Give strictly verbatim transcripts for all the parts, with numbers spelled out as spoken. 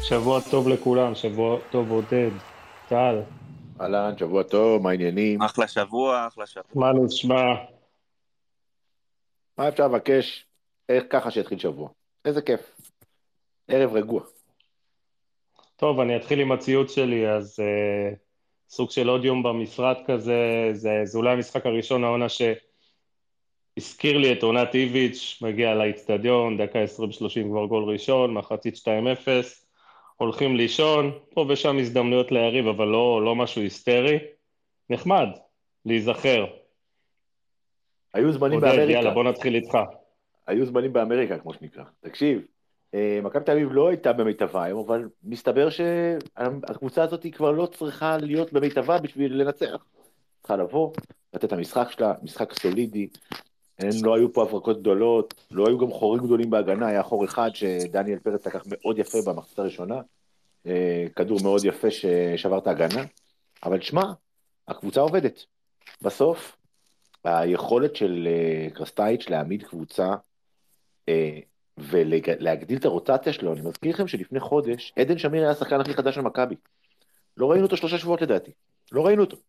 שבוע טוב לכולם, שבוע טוב עודד, טל, אהלן, שבוע טוב, מה העניינים? אחלה שבוע, אחלה שבוע. מה נשמע? מה אפשר לבקש? איך ככה שהתחיל שבוע? איזה כיף. ערב רגוע. טוב, אני אתחיל עם הציוץ שלי, אז uh, סוג של עוד יום במשרד כזה, זה, זה אולי המשחק הראשון העונה שהזכיר לי את עונת איביץ', מגיע לאצטדיון, דקה עשרים שלושים כבר גול ראשון, מחצית שתיים אפס, הולכים לישון, פה ושם הזדמנויות ליריב, אבל לא, לא משהו היסטרי, נחמד, להיזכר. היו זמנים עודד, יאללה, באמריקה, בוא נתחיל איתך. היו זמנים באמריקה, כמו שנקרא. תקשיב, אה, מכבי תל אביב לא הייתה במיטבה היום, אבל מסתבר שהקבוצה הזאת היא כבר לא צריכה להיות במיטבה בשביל לנצח. צריכה לבוא, לתת את המשחק שלה, משחק סולידי, אין, לא היו פה הברקות גדולות, לא היו גם חורים גדולים בהגנה, היה חור אחד שדניאל פרץ לקח מאוד יפה במחצית הראשונה, אה, כדור מאוד יפה ששבר את ההגנה, אבל שמע, הקבוצה עובדת. בסוף, היכולת של אה, קרסטייץ' להעמיד קבוצה אה, ולהגדיל את הרוטציה שלו, אני מזכיר לכם שלפני חודש, עדן שמיר היה השחקן הכי חדש של מכבי. לא ראינו אותו שלושה שבועות לדעתי. לא ראינו אותו.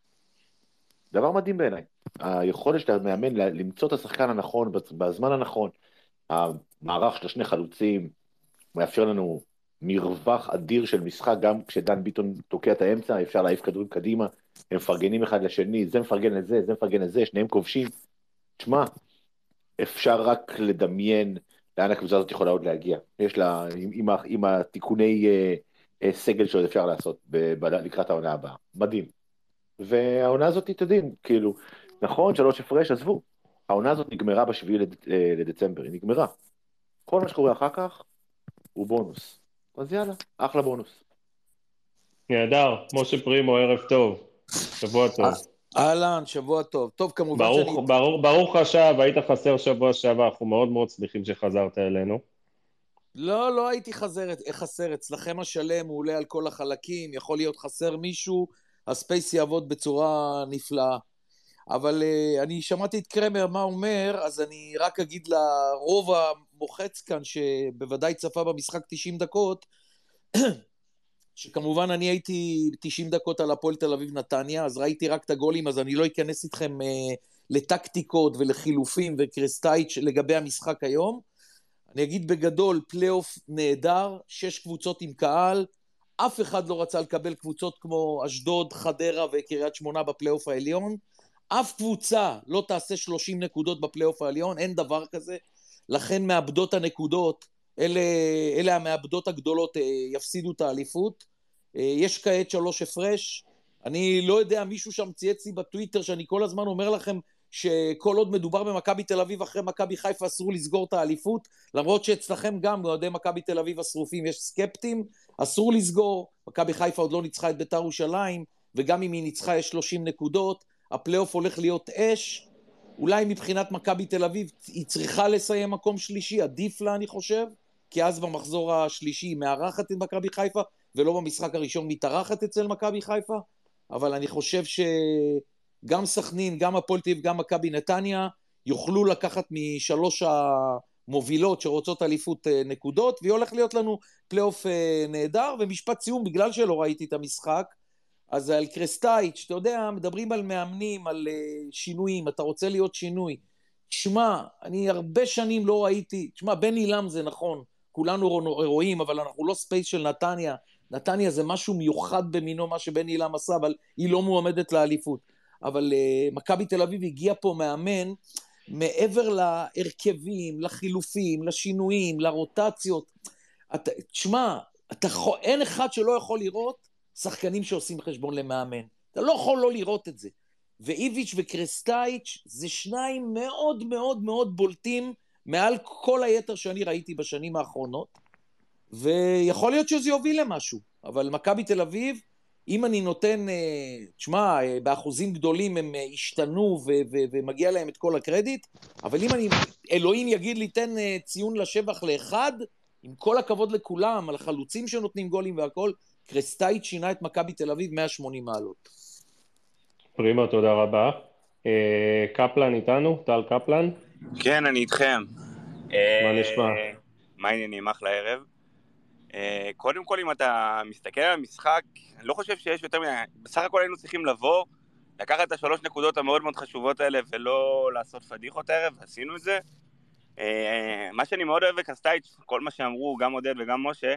דבר מדהים בעיניי. היכולת של המאמן למצוא את השחקן הנכון, בזמן הנכון, המערך של שני חלוצים, מאפשר לנו מרווח אדיר של משחק, גם כשדן ביטון תוקע את האמצע, אפשר להעיף כדורים קדימה, הם מפרגנים אחד לשני, זה מפרגן לזה, זה מפרגן לזה, שניהם כובשים. תשמע, אפשר רק לדמיין לאן הקבוצה הזאת יכולה עוד להגיע. יש לה, עם, עם, עם התיקוני אה, אה, סגל שעוד אפשר לעשות ב, ב, לקראת העונה הבאה. מדהים. והעונה הזאת, אתם יודעים, כאילו, נכון, שלוש הפרש, עזבו. העונה הזאת נגמרה בשביעי לד, אה, לדצמבר, היא נגמרה. כל מה שקורה אחר כך הוא בונוס. אז יאללה, אחלה בונוס. נהדר, משה פרימו, ערב טוב, שבוע טוב. אהלן, שבוע טוב. טוב, כמובן שאני... ברוך, ברוך, ברוך השב, היית חסר שבוע שעבר, אנחנו מאוד מאוד שמחים שחזרת אלינו. לא, לא הייתי חסר, חסר. אצלכם השלם הוא עולה על כל החלקים, יכול להיות חסר מישהו, הספייס יעבוד בצורה נפלאה. אבל uh, אני שמעתי את קרמר מה אומר, אז אני רק אגיד לרוב המוחץ כאן, שבוודאי צפה במשחק תשעים דקות, שכמובן אני הייתי תשעים דקות על הפועל תל אביב נתניה, אז ראיתי רק את הגולים, אז אני לא אכנס איתכם אה, לטקטיקות ולחילופים וקרסטייץ' לגבי המשחק היום. אני אגיד בגדול, פלייאוף נהדר, שש קבוצות עם קהל, אף אחד לא רצה לקבל קבוצות כמו אשדוד, חדרה וקריית שמונה בפלייאוף העליון, אף קבוצה לא תעשה שלושים נקודות בפלייאוף העליון, אין דבר כזה, לכן מאבדות הנקודות, אלה, אלה המאבדות הגדולות יפסידו את האליפות, יש כעת שלוש הפרש, אני לא יודע, מישהו שם צייץ לי בטוויטר שאני כל הזמן אומר לכם שכל עוד מדובר במכבי תל אביב אחרי מכבי חיפה אסור לסגור את האליפות, למרות שאצלכם גם אוהדי מכבי תל אביב השרופים יש סקפטים, אסור לסגור, מכבי חיפה עוד לא ניצחה את בית"ר ירושלים, וגם אם היא ניצחה יש שלושים נקודות, הפלייאוף הולך להיות אש, אולי מבחינת מכבי תל אביב היא צריכה לסיים מקום שלישי, עדיף לה אני חושב, כי אז במחזור השלישי היא מארחת את מכבי חיפה, ולא במשחק הראשון מתארחת אצל מכבי חיפה, אבל אני חושב שגם סכנין, גם הפועל תל אביב, גם מכבי נתניה, יוכלו לקחת משלוש המובילות שרוצות אליפות נקודות, והיא הולך להיות לנו פלייאוף נהדר, ומשפט סיום, בגלל שלא ראיתי את המשחק, אז על קרסטייץ', אתה יודע, מדברים על מאמנים, על שינויים, אתה רוצה להיות שינוי. תשמע, אני הרבה שנים לא ראיתי, תשמע, בן אילם זה נכון, כולנו רואים, אבל אנחנו לא ספייס של נתניה, נתניה זה משהו מיוחד במינו, מה שבן אילם עשה, אבל היא לא מועמדת לאליפות. אבל uh, מכבי תל אביב הגיע פה מאמן, מעבר להרכבים, לחילופים, לשינויים, לרוטציות. אתה, תשמע, אתה, אין אחד שלא יכול לראות שחקנים שעושים חשבון למאמן. אתה לא יכול לא לראות את זה. ואיביץ' וקרסטייץ' זה שניים מאוד מאוד מאוד בולטים מעל כל היתר שאני ראיתי בשנים האחרונות, ויכול להיות שזה יוביל למשהו, אבל מכבי תל אביב, אם אני נותן, תשמע, באחוזים גדולים הם השתנו ו- ו- ומגיע להם את כל הקרדיט, אבל אם אני, אלוהים יגיד לי, תן ציון לשבח לאחד, עם כל הכבוד לכולם, על החלוצים שנותנים גולים והכל, קרסטייץ' שינה את מכבי תל אביב מאה ושמונים מעלות. פרימו, תודה רבה. קפלן איתנו, טל קפלן. כן, אני איתכם. מה נשמע? מה העניינים? אחלה ערב. קודם כל, אם אתה מסתכל על המשחק, אני לא חושב שיש יותר מדי, בסך הכל היינו צריכים לבוא, לקחת את השלוש נקודות המאוד מאוד חשובות האלה, ולא לעשות פדיחות הערב, עשינו את זה. מה שאני מאוד אוהב בקרסטייץ', כל מה שאמרו, גם עודד וגם משה,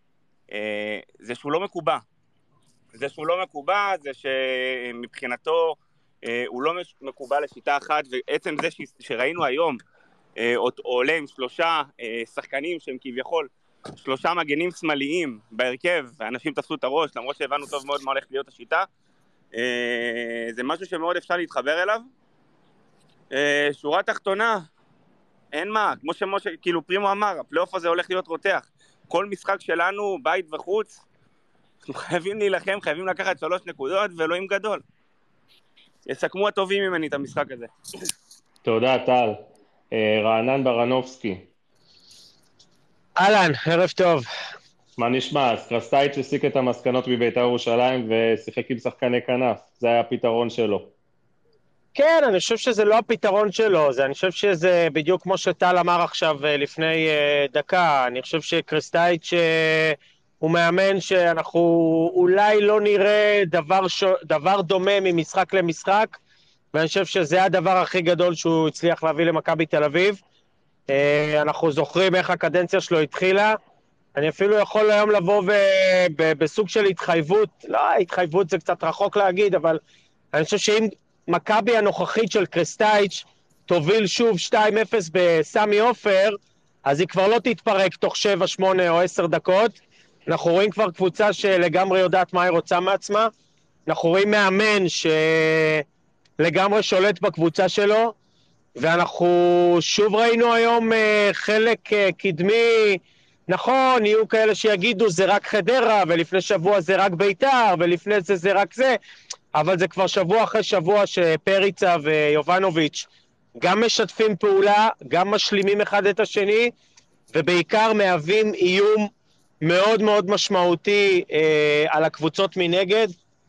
זה שהוא לא מקובע. זה שהוא לא מקובע, זה שמבחינתו הוא לא מקובע לשיטה אחת, ועצם זה שראינו היום, עולה עם שלושה שחקנים שהם כביכול, שלושה מגנים שמאליים בהרכב, ואנשים תפסו את הראש, למרות שהבנו טוב מאוד מה הולך להיות השיטה, זה משהו שמאוד אפשר להתחבר אליו. שורה תחתונה, אין מה, כמו שמשה, כאילו פרימו אמר, הפלייאוף הזה הולך להיות רותח. כל משחק שלנו, בית וחוץ, אנחנו חייבים להילחם, חייבים לקחת שלוש נקודות, ואלוהים גדול. יסכמו הטובים ממני את המשחק הזה. תודה, טל. רענן ברנובסקי. אהלן, ערב טוב. מה נשמע? אז קרסטייץ' הסיק את המסקנות מבית"ר ירושלים ושיחק עם שחקני כנף. זה היה הפתרון שלו. כן, אני חושב שזה לא הפתרון שלו, זה, אני חושב שזה בדיוק כמו שטל אמר עכשיו לפני uh, דקה, אני חושב שקרסטייץ' uh, הוא מאמן שאנחנו אולי לא נראה דבר, ש... דבר דומה ממשחק למשחק, ואני חושב שזה הדבר הכי גדול שהוא הצליח להביא למכבי תל אביב. Uh, אנחנו זוכרים איך הקדנציה שלו התחילה, אני אפילו יכול היום לבוא ב... ב... בסוג של התחייבות, לא, התחייבות זה קצת רחוק להגיד, אבל אני חושב שאם מכבי הנוכחית של קרסטייץ' תוביל שוב שתיים אפס בסמי עופר, אז היא כבר לא תתפרק תוך שבע, שמונה או עשר דקות. אנחנו רואים כבר קבוצה שלגמרי יודעת מה היא רוצה מעצמה. אנחנו רואים מאמן שלגמרי שולט בקבוצה שלו, ואנחנו שוב ראינו היום חלק קדמי, נכון, יהיו כאלה שיגידו זה רק חדרה, ולפני שבוע זה רק בית"ר, ולפני זה זה רק זה, אבל זה כבר שבוע אחרי שבוע שפריצה ויובנוביץ' גם משתפים פעולה, גם משלימים אחד את השני, ובעיקר מהווים איום מאוד מאוד משמעותי אה, על הקבוצות מנגד,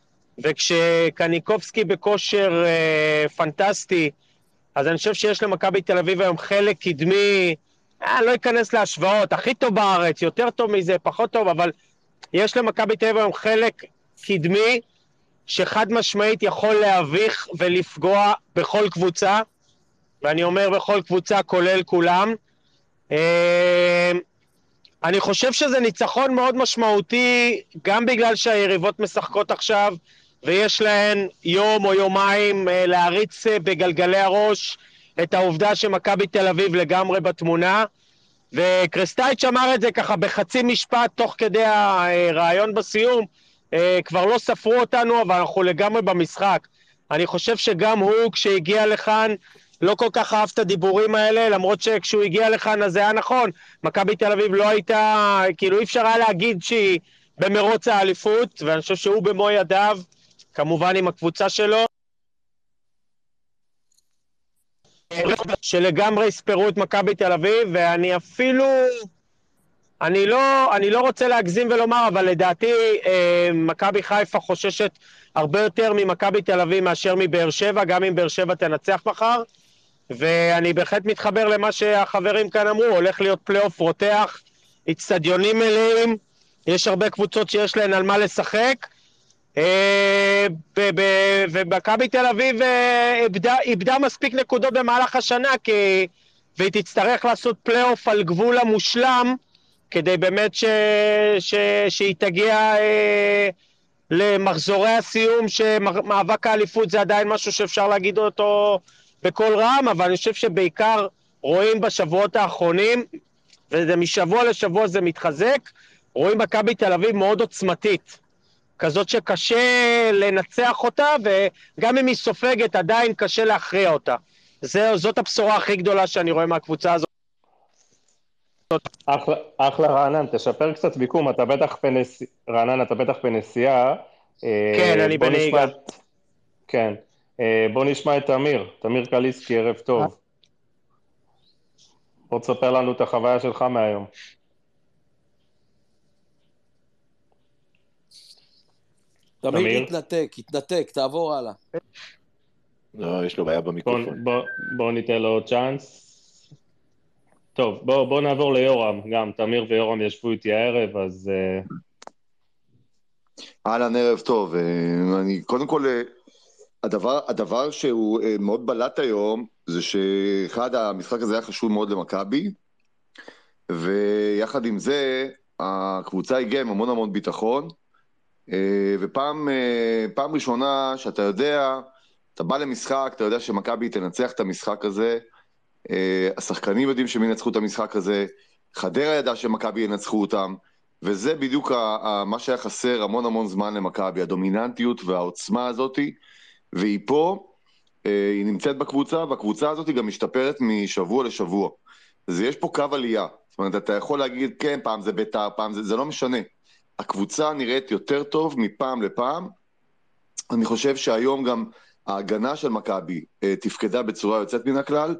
וכשקניקובסקי בכושר אה, פנטסטי, אז אני חושב שיש למכבי תל אביב היום חלק קדמי, אה, לא אכנס להשוואות, הכי טוב בארץ, יותר טוב מזה, פחות טוב, אבל יש למכבי תל אביב היום חלק קדמי, שחד משמעית יכול להביך ולפגוע בכל קבוצה, ואני אומר בכל קבוצה כולל כולם. אני חושב שזה ניצחון מאוד משמעותי, גם בגלל שהיריבות משחקות עכשיו, ויש להן יום או יומיים להריץ בגלגלי הראש את העובדה שמכבי תל אביב לגמרי בתמונה, וקרסטייץ' אמר את זה ככה בחצי משפט תוך כדי הרעיון בסיום, כבר לא ספרו אותנו, אבל אנחנו לגמרי במשחק. אני חושב שגם הוא, כשהגיע לכאן, לא כל כך אהב את הדיבורים האלה, למרות שכשהוא הגיע לכאן, אז זה היה נכון. מכבי תל אביב לא הייתה, כאילו אי אפשר היה להגיד שהיא במרוץ האליפות, ואני חושב שהוא במו ידיו, כמובן עם הקבוצה שלו, שלגמרי הספרו את מכבי תל אביב, ואני אפילו... אני לא, אני לא רוצה להגזים ולומר, אבל לדעתי אה, מכבי חיפה חוששת הרבה יותר ממכבי תל אביב מאשר מבאר שבע, גם אם באר שבע תנצח מחר, ואני בהחלט מתחבר למה שהחברים כאן אמרו, הולך להיות פלייאוף רותח, אצטדיונים מלאים, יש הרבה קבוצות שיש להן על מה לשחק, אה, ומכבי תל אביב אה, איבדה, איבדה מספיק נקודות במהלך השנה, כי, והיא תצטרך לעשות פלייאוף על גבול המושלם, כדי באמת ש... ש... שהיא תגיע אה, למחזורי הסיום, שמאבק האליפות זה עדיין משהו שאפשר להגיד אותו בכל רם, אבל אני חושב שבעיקר רואים בשבועות האחרונים, וזה משבוע לשבוע זה מתחזק, רואים מכבי תל אביב מאוד עוצמתית, כזאת שקשה לנצח אותה, וגם אם היא סופגת עדיין קשה להכריע אותה. זה, זאת הבשורה הכי גדולה שאני רואה מהקבוצה הזאת. אחלה, אחלה רענן, תשפר קצת ביקום, אתה בטח בנסיעה, רענן, אתה בטח בנסיעה. כן, אני בנהיגה. את... כן, בוא נשמע את תמיר, תמיר קליסקי, ערב טוב. בוא תספר לנו את החוויה שלך מהיום. תמיר התנתק, התנתק, תעבור הלאה. לא, יש לו בעיה במיקרופון. בוא, בוא ניתן לו עוד צ'אנס. טוב, בואו בוא נעבור ליורם, גם תמיר ויורם ישבו איתי הערב, אז... אהלן, ערב טוב. אני, קודם כל, הדבר, הדבר שהוא מאוד בלט היום, זה שאחד, המשחק הזה היה חשוב מאוד למכבי, ויחד עם זה, הקבוצה הגיעה עם המון המון ביטחון, ופעם פעם ראשונה שאתה יודע, אתה בא למשחק, אתה יודע שמכבי תנצח את המשחק הזה, השחקנים יודעים שהם ינצחו את המשחק הזה, חדרה ידע שמכבי ינצחו אותם, וזה בדיוק מה שהיה חסר המון המון זמן למכבי, הדומיננטיות והעוצמה הזאת, והיא פה, היא נמצאת בקבוצה, והקבוצה הזאת גם משתפרת משבוע לשבוע. אז יש פה קו עלייה, זאת אומרת, אתה יכול להגיד, כן, פעם זה בית"ר, פעם זה, זה לא משנה. הקבוצה נראית יותר טוב מפעם לפעם. אני חושב שהיום גם ההגנה של מכבי תפקדה בצורה יוצאת מן הכלל,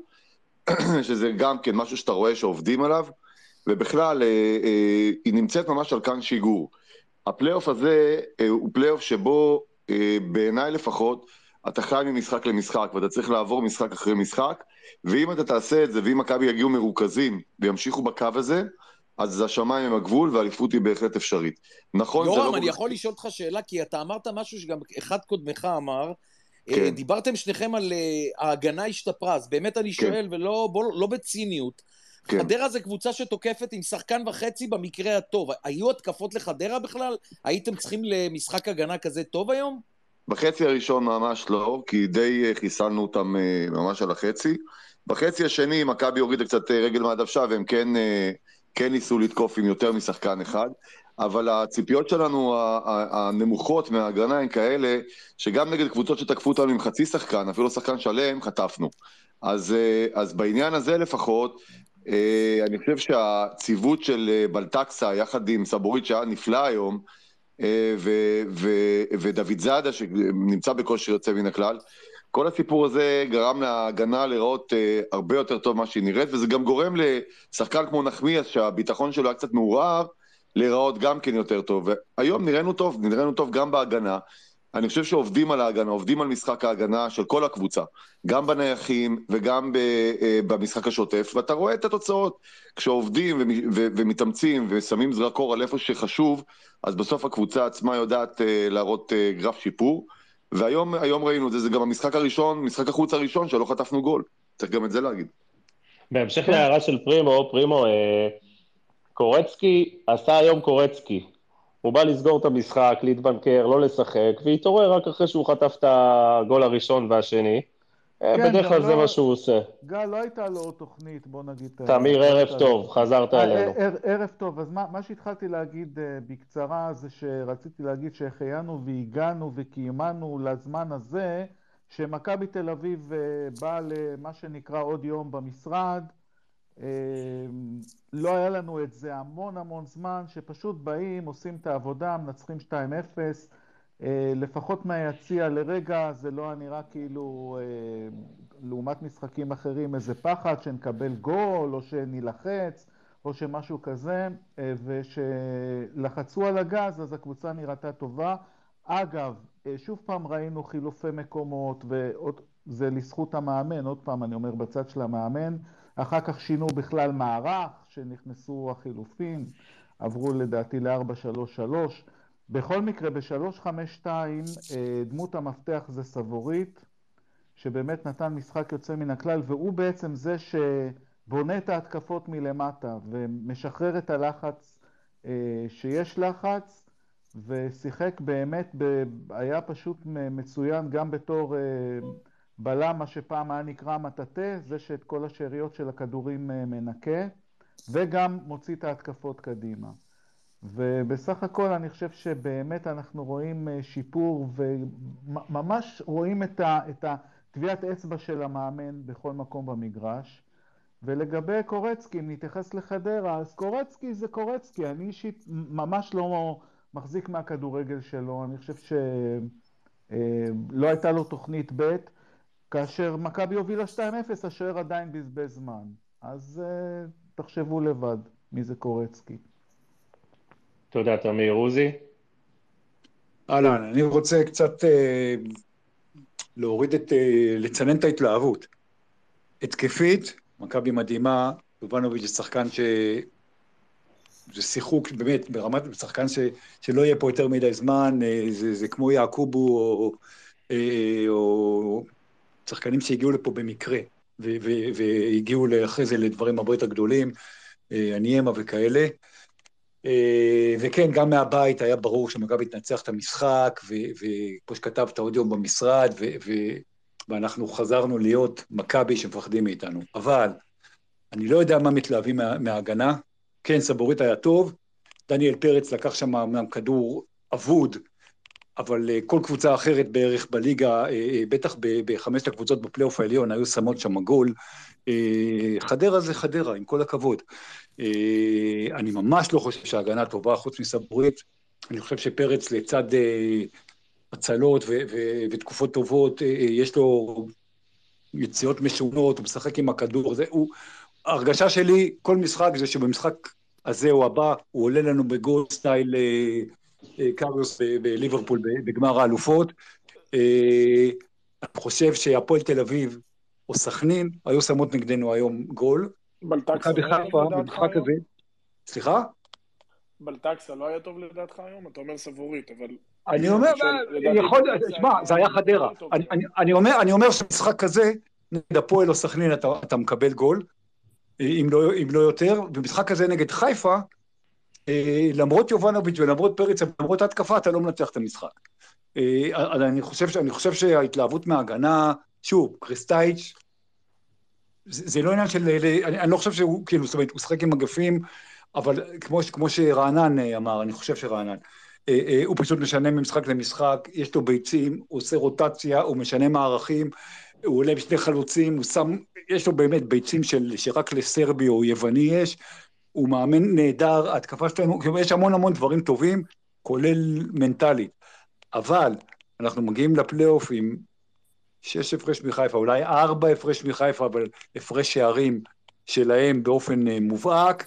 שזה גם כן משהו שאתה רואה שעובדים עליו, ובכלל היא נמצאת ממש על כאן שיגור. הפלייאוף הזה הוא פלייאוף שבו בעיניי לפחות אתה חי ממשחק למשחק, ואתה צריך לעבור משחק אחרי משחק, ואם אתה תעשה את זה, ואם מכבי יגיעו מרוכזים וימשיכו בקו הזה, אז השמיים הם הגבול, והאליפות היא בהחלט אפשרית. נכון, יורם, זה לא... אני יכול לשאול אותך שאלה, כי אתה אמרת משהו שגם אחד קודמך אמר, כן. דיברתם שניכם על ההגנה השתפרה, אז באמת אני שואל, כן. ולא בוא, לא בציניות, כן. חדרה זה קבוצה שתוקפת עם שחקן וחצי במקרה הטוב, היו התקפות לחדרה בכלל? הייתם צריכים למשחק הגנה כזה טוב היום? בחצי הראשון ממש לא, כי די חיסלנו אותם ממש על החצי. בחצי השני מכבי הורידה קצת רגל מהדוושה, והם כן, כן ניסו לתקוף עם יותר משחקן אחד, אבל הציפיות שלנו הנמוכות מההגנה הן כאלה, שגם נגד קבוצות שתקפו אותנו עם חצי שחקן, אפילו שחקן שלם, חטפנו. אז, אז בעניין הזה לפחות, אני חושב שהציוות של בלטקסה יחד עם סבורית שהיה נפלא היום, ו- ו- ודוד זאדה שנמצא בכושר יוצא מן הכלל, כל הסיפור הזה גרם להגנה לראות הרבה יותר טוב מה שהיא נראית, וזה גם גורם לשחקן כמו נחמיאס שהביטחון שלו היה קצת מעורער, לראות גם כן יותר טוב. והיום נראינו טוב, נראינו טוב גם בהגנה. אני חושב שעובדים על ההגנה, עובדים על משחק ההגנה של כל הקבוצה, גם בנייחים וגם במשחק השוטף, ואתה רואה את התוצאות. כשעובדים ומתאמצים ושמים זרקור על איפה שחשוב, אז בסוף הקבוצה עצמה יודעת להראות גרף שיפור, והיום היום ראינו את זה, זה גם המשחק הראשון, משחק החוץ הראשון שלא חטפנו גול. צריך גם את זה להגיד. בהמשך להערה של פרימו, פרימו, קורצקי עשה היום קורצקי. הוא בא לסגור את המשחק, להתבנקר, לא לשחק, והתעורר רק אחרי שהוא חטף את הגול הראשון והשני. כן, בדרך כלל לא, זה מה שהוא עושה. גל, לא הייתה לו תוכנית, בוא נגיד... תמיר, ערב טוב, חזרת אלינו. ערב טוב, אז מה, מה שהתחלתי להגיד בקצרה זה שרציתי להגיד שהחיינו והגענו וקיימנו לזמן הזה, שמכבי תל אביב באה למה שנקרא עוד יום במשרד, לא היה לנו את זה המון המון זמן, שפשוט באים, עושים את העבודה, מנצחים שתיים אפס, לפחות מהיציע לרגע, זה לא נראה כאילו לעומת משחקים אחרים איזה פחד שנקבל גול או שנלחץ או שמשהו כזה, ושלחצו על הגז אז הקבוצה נראתה טובה. אגב, שוב פעם ראינו חילופי מקומות, וזה לזכות המאמן, עוד פעם אני אומר בצד של המאמן, אחר כך שינו בכלל מערך, שנכנסו החילופים, עברו לדעתי ל-ארבע שלוש שלוש. בכל מקרה, ב-שלוש חמש שתיים, דמות המפתח זה סבורית, שבאמת נתן משחק יוצא מן הכלל, והוא בעצם זה שבונה את ההתקפות מלמטה, ומשחרר את הלחץ שיש לחץ, ושיחק באמת, היה פשוט מצוין גם בתור... בלם, מה שפעם היה נקרא מטאטה, זה שאת כל השאריות של הכדורים מנקה, וגם מוציא את ההתקפות קדימה. ובסך הכל אני חושב שבאמת אנחנו רואים שיפור, וממש רואים את הטביעת אצבע של המאמן בכל מקום במגרש. ולגבי קורצקי, אם נתייחס לחדרה, אז קורצקי זה קורצקי, אני אישית ממש לא מחזיק מהכדורגל שלו, אני חושב שלא הייתה לו תוכנית ב', כאשר מכבי הובילה שתיים אפס, השוער עדיין בזבז זמן. אז uh, תחשבו לבד מי זה קורצקי. תודה, תמיר. עוזי? אהלן, אני רוצה קצת uh, להוריד את, uh, לצנן את ההתלהבות. התקפית, מכבי מדהימה, יובנוביץ' זה שחקן ש... זה שיחוק באמת ברמת שחקן ש... שלא יהיה פה יותר מדי זמן, זה, זה כמו יעקובו או, או שחקנים שהגיעו לפה במקרה, ו... ו... והגיעו אחרי זה לדברים הרבה יותר גדולים, הניימה וכאלה. וכן, גם מהבית היה ברור שמכבי תנצח את המשחק, וכמו שכתבת עוד יום במשרד, ו... ו... ואנחנו חזרנו להיות מכבי שמפחדים מאיתנו. אבל אני לא יודע מה מתלהבים מה... מההגנה, כן, סבורית היה טוב, דניאל פרץ לקח שם אמנם כדור אבוד, אבל כל קבוצה אחרת בערך בליגה, בטח בחמשת הקבוצות בפלייאוף העליון, היו שמות שם גול. חדרה זה חדרה, עם כל הכבוד. אני ממש לא חושב שההגנה טובה חוץ מסבורית, אני חושב שפרץ לצד הצלות ותקופות טובות, יש לו יציאות משונות, הוא משחק עם הכדור, זה, הוא, ההרגשה שלי, כל משחק זה שבמשחק הזה או הבא, הוא עולה לנו בגול סטייל קריוס בליברפול בגמר האלופות. אני חושב שהפועל תל אביב או סכנין היו שמות נגדנו היום גול. בלטקסה לא היה טוב לדעתך היום? סליחה? בלטקסה לא היה טוב לדעתך היום? אתה אומר סבורית, אבל... אני אומר, יכול, תשמע, זה היה חדרה. אני אומר שמשחק כזה, נגד הפועל או סכנין אתה מקבל גול, אם לא, אם לא יותר, במשחק הזה נגד חיפה, למרות יובנוביץ' ולמרות פרץ, למרות ההתקפה, אתה לא מנצח את המשחק. אני חושב, אני חושב שההתלהבות מההגנה, שוב, קריסטייץ', זה, זה לא עניין של, אני, אני לא חושב שהוא, כאילו, זאת אומרת, הוא שחק עם אגפים, אבל כמו, כמו שרענן אמר, אני חושב שרענן, הוא פשוט משנה ממשחק למשחק, יש לו ביצים, הוא עושה רוטציה, הוא משנה מערכים, הוא עולה בשני חלוצים, הוא שם, יש לו באמת ביצים של, שרק לסרבי או יווני יש, הוא מאמן נהדר, ההתקפה שלנו, יש המון המון דברים טובים, כולל מנטלית, אבל אנחנו מגיעים לפלייאוף עם שש הפרש מחיפה, אולי ארבע הפרש מחיפה, אבל הפרש שערים שלהם באופן מובהק,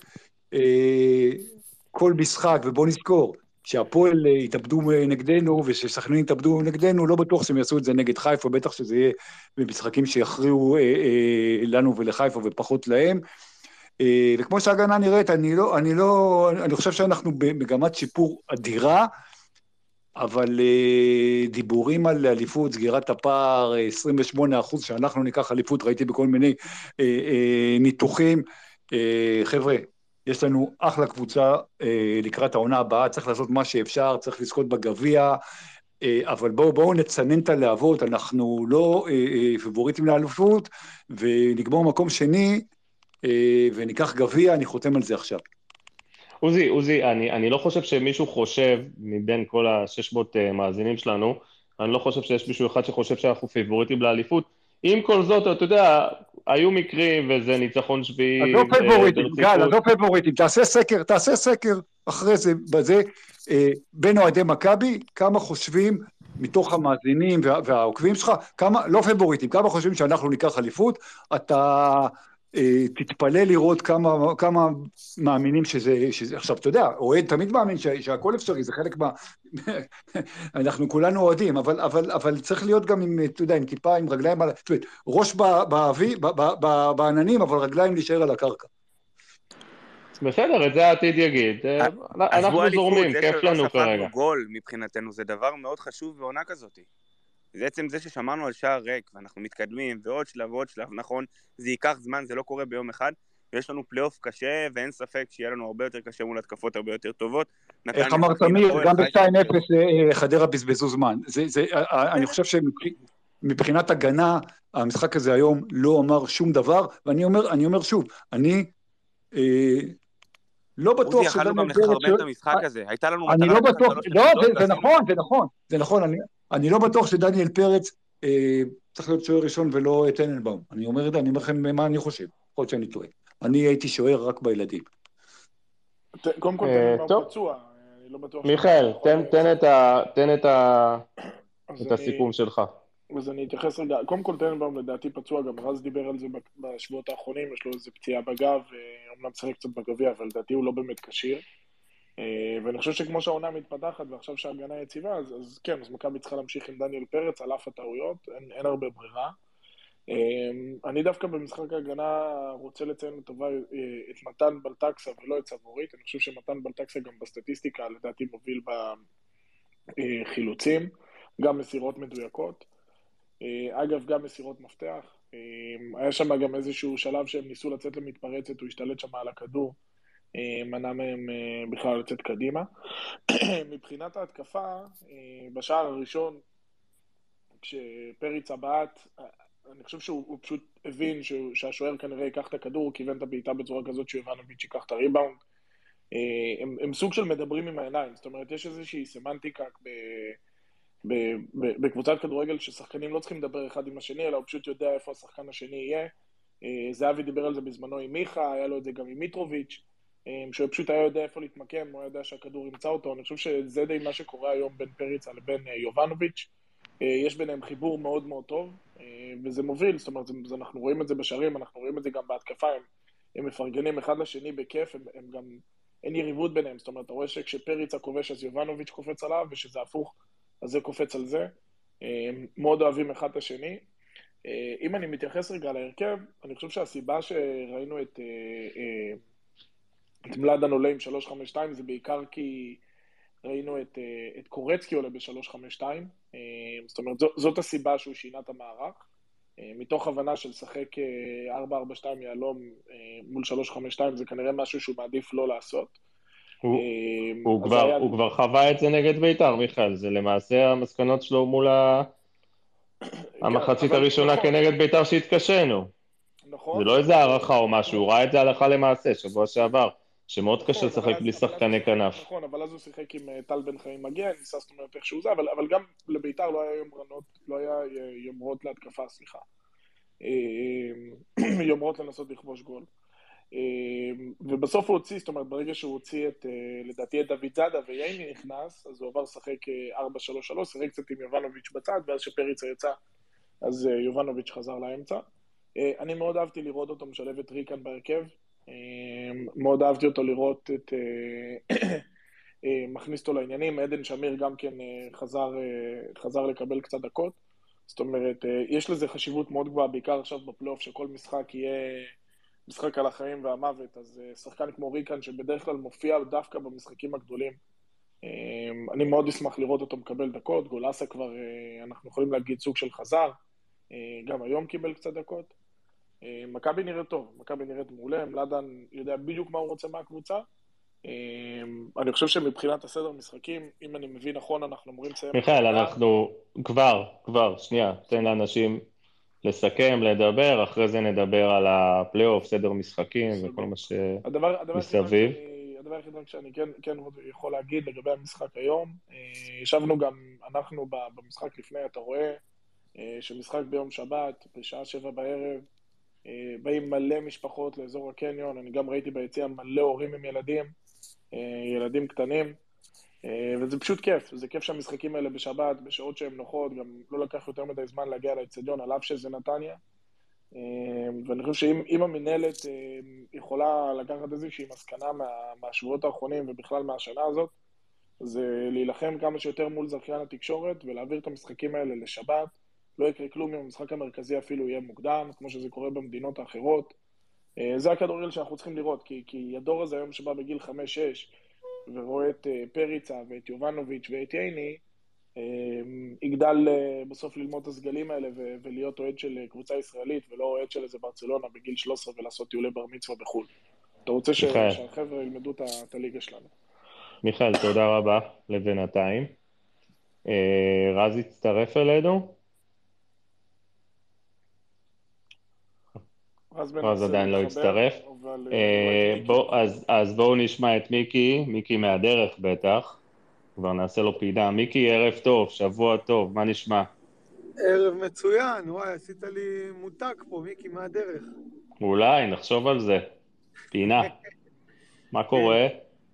כל משחק, ובוא נזכור, שהפועל יתאבדו נגדנו, ושסכנין יתאבדו נגדנו, לא בטוח שהם יעשו את זה נגד חיפה, בטח שזה יהיה במשחקים שיכריעו לנו ולחיפה ופחות להם, וכמו שההגנה נראית, אני לא, אני לא, אני חושב שאנחנו במגמת שיפור אדירה, אבל דיבורים על אליפות, סגירת הפער, עשרים ושמונה אחוז שאנחנו ניקח אליפות, ראיתי בכל מיני ניתוחים, חבר'ה, יש לנו אחלה קבוצה לקראת העונה הבאה, צריך לעשות מה שאפשר, צריך לזכות בגביע, אבל בואו בואו נצנן את הלהבות, אנחנו לא פבוריטים לאליפות, ונגמור מקום שני, וניקח גביע, אני חותם על זה עכשיו. עוזי, עוזי, אני, אני לא חושב שמישהו חושב, מבין כל ה-שש מאות מאזינים שלנו, אני לא חושב שיש מישהו אחד שחושב שאנחנו פייבוריטים לאליפות. עם כל זאת, אתה יודע, היו מקרים, וזה ניצחון שביעי. אז לא פייבוריטים, גל, אז לא פייבוריטים, תעשה סקר, תעשה סקר אחרי זה, בזה, בין אוהדי מכבי, כמה חושבים מתוך המאזינים וה, והעוקבים שלך, כמה, לא פייבוריטים, כמה חושבים שאנחנו ניקח אליפות, אתה... תתפלא לראות כמה, כמה מאמינים שזה, שזה, עכשיו אתה יודע, אוהד תמיד מאמין שה, שהכל אפשרי, זה חלק מה, אנחנו כולנו אוהדים, אבל, אבל, אבל צריך להיות גם עם, אתה יודע, עם כיפה, עם רגליים, זאת אומרת, ראש באבי, בעננים, אבל רגליים להישאר על הקרקע. בסדר, את זה העתיד יגיד, אנחנו זורמים, כיף לנו כרגע. גול מבחינתנו זה דבר מאוד חשוב בעונה כזאת. זה בעצם זה ששמענו על שער ריק, ואנחנו מתקדמים, ועוד שלב ועוד שלב, נכון, זה ייקח זמן, זה לא קורה ביום אחד, ויש לנו פלייאוף קשה, ואין ספק שיהיה לנו הרבה יותר קשה מול התקפות הרבה יותר טובות. איך אמר תמיר, גם ב-שתיים אפס חדרה בזבזו זמן. אני חושב שמבחינת הגנה, המשחק הזה היום לא אמר שום דבר, ואני אומר שוב, אני לא בטוח... עוזי, יכלנו גם לחרבן את המשחק הזה, הייתה לנו... אני לא בטוח, לא, זה נכון, זה נכון, זה נכון, אני... אני לא בטוח שדניאל פרץ אה, צריך להיות שוער ראשון ולא טננבאום. אני אומר את זה, אני אומר לכם מה אני חושב. יכול להיות שאני טועה. אני הייתי שוער רק בילדים. קודם כל, טננבאום פצוע. מיכאל, תן את הסיכום שלך. אז אני אתייחס רגע. קודם כל, טננבאום לדעתי פצוע, גם רז דיבר על זה בשבועות האחרונים, יש לו איזו פציעה בגב, אומנם צריך קצת בגביע, אבל לדעתי הוא לא באמת כשיר. ואני חושב שכמו שהעונה מתפתחת ועכשיו שההגנה יציבה, אז, אז כן, אז מכבי צריכה להמשיך עם דניאל פרץ על אף הטעויות, אין, אין הרבה ברירה. אני דווקא במשחק ההגנה רוצה לציין לטובה את מתן בלטקסה ולא את סבורית. אני חושב שמתן בלטקסה גם בסטטיסטיקה לדעתי מוביל בחילוצים, גם מסירות מדויקות. אגב, גם מסירות מפתח. היה שם גם איזשהו שלב שהם ניסו לצאת למתפרצת, הוא השתלט שם על הכדור, מנע מהם בכלל לצאת קדימה. מבחינת ההתקפה, בשער הראשון, כשפריץ הבאת, אני חושב שהוא פשוט הבין שהשוער כנראה ייקח את הכדור, הוא כיוון את הבעיטה בצורה כזאת שיובנוביץ' ייקח את הריבאונד. הם, הם סוג של מדברים עם העיניים, זאת אומרת, יש איזושהי סמנטיקה ב, ב, ב, בקבוצת כדורגל ששחקנים לא צריכים לדבר אחד עם השני, אלא הוא פשוט יודע איפה השחקן השני יהיה. זהבי דיבר על זה בזמנו עם מיכה, היה לו את זה גם עם מיטרוביץ', שהוא פשוט היה יודע איפה להתמקם, הוא היה יודע שהכדור ימצא אותו. אני חושב שזה די מה שקורה היום בין פריצה לבין יובנוביץ'. יש ביניהם חיבור מאוד מאוד טוב, וזה מוביל, זאת אומרת, זה, אנחנו רואים את זה בשערים, אנחנו רואים את זה גם בהתקפה, הם, הם מפרגנים אחד לשני בכיף, הם, הם גם, אין יריבות ביניהם, זאת אומרת, אתה רואה שכשפריצה כובש אז יובנוביץ' קופץ עליו, ושזה הפוך, אז זה קופץ על זה, מאוד אוהבים אחד את השני. אם אני מתייחס רגע להרכב, אני חושב שהסיבה שראינו את, את מלאדן עולה עם שלוש חמש שתיים, זה בעיקר כי ראינו את, את קורצקי עולה ב-שלוש חמש שתיים, זאת אומרת, זאת הסיבה שהוא שינה את המערך, מתוך הבנה של שחק ארבע ארבע שתיים יעלום מול שלוש חמש שתיים, זה כנראה משהו שהוא מעדיף לא לעשות. הוא, הוא, כבר, היה... הוא כבר חווה את זה נגד בית"ר, מיכאל, זה למעשה המסקנות שלו מול ה... המחצית אבל... הראשונה נכון. כנגד בית"ר שהתקשנו. נכון. זה לא איזה הערכה או משהו, הוא ראה את זה הלכה למעשה, שבוע שעבר. שמאוד קשה לשחק בלי שחקני כנף. נכון, אבל אז הוא שיחק עם טל בן חיים מגן, ניסה זאת אומרת איכשהו זה, אבל, אבל גם לביתר לא היה יומרנות, לא היה יומרות להתקפה, סליחה. יומרות לנסות לכבוש גול. ובסוף הוא הוציא, זאת אומרת, ברגע שהוא הוציא את, לדעתי את דוד זאדה וייני נכנס, אז הוא עבר לשחק ארבע שלוש שלוש, שיחק קצת עם יובנוביץ' בצד, ואז שפריצה יצא, אז יובנוביץ' חזר לאמצע. אני מאוד אהבתי לראות אותו משלב את ריקן בהרכב, מאוד אהבתי אותו לראות את, מכניס אותו לעניינים, עדן שמיר גם כן חזר, חזר לקבל קצת דקות, זאת אומרת, יש לזה חשיבות מאוד גבוהה, בעיקר עכשיו בפלייאוף, שכל משחק יהיה משחק על החיים והמוות, אז שחקן כמו ריקן שבדרך כלל מופיע דווקא במשחקים הגדולים, אני מאוד אשמח לראות אותו מקבל דקות, גולסה כבר, אנחנו יכולים להגיד סוג של חזר, גם היום קיבל קצת דקות, מכבי נראית טוב, מכבי נראית מעולה, מלאדן יודע בדיוק מה הוא רוצה מהקבוצה. אני חושב שמבחינת הסדר משחקים, אם אני מבין נכון, אנחנו אמורים לסיים... מיכאל, אנחנו כבר, כבר, שנייה, תן לאנשים לסכם, לדבר, אחרי זה נדבר על הפלייאוף, סדר משחקים וכל מה שמסביב. הדבר היחיד שאני כן יכול להגיד לגבי המשחק היום, ישבנו גם אנחנו במשחק לפני, אתה רואה, שמשחק ביום שבת, בשעה שבע בערב, באים מלא משפחות לאזור הקניון, אני גם ראיתי ביציאה מלא הורים עם ילדים, ילדים קטנים, וזה פשוט כיף, זה כיף שהמשחקים האלה בשבת, בשעות שהן נוחות, גם לא לקח יותר מדי זמן להגיע לאצטדיון, על אף שזה נתניה, ואני חושב שאם המנהלת יכולה לקחת איזושהי מסקנה מה, מהשבועות האחרונים ובכלל מהשנה הזאת, זה להילחם כמה שיותר מול זכיין התקשורת ולהעביר את המשחקים האלה לשבת, לא יקרה כלום אם המשחק המרכזי אפילו יהיה מוקדם, כמו שזה קורה במדינות האחרות. זה הכדורגל שאנחנו צריכים לראות, כי, כי הדור הזה היום שבא בגיל חמש שש, ורואה את פריצה ואת יובנוביץ' ואת ייני, יגדל בסוף ללמוד את הסגלים האלה ו- ולהיות אוהד של קבוצה ישראלית, ולא אוהד של איזה ברצלונה בגיל שלוש עשרה ולעשות טיולי בר מצווה בחו"ל. אתה רוצה ש- שהחבר'ה ילמדו את, את הליגה שלנו. מיכאל, תודה רבה לבינתיים. רז יצטרף אלינו? רז עדיין לא יצטרף. אז בואו נשמע את מיקי, מיקי מהדרך בטח, כבר נעשה לו פינה. מיקי, ערב טוב, שבוע טוב, מה נשמע? ערב מצוין, וואי, עשית לי מותק פה, מיקי מהדרך. אולי, נחשוב על זה. פינה. מה קורה?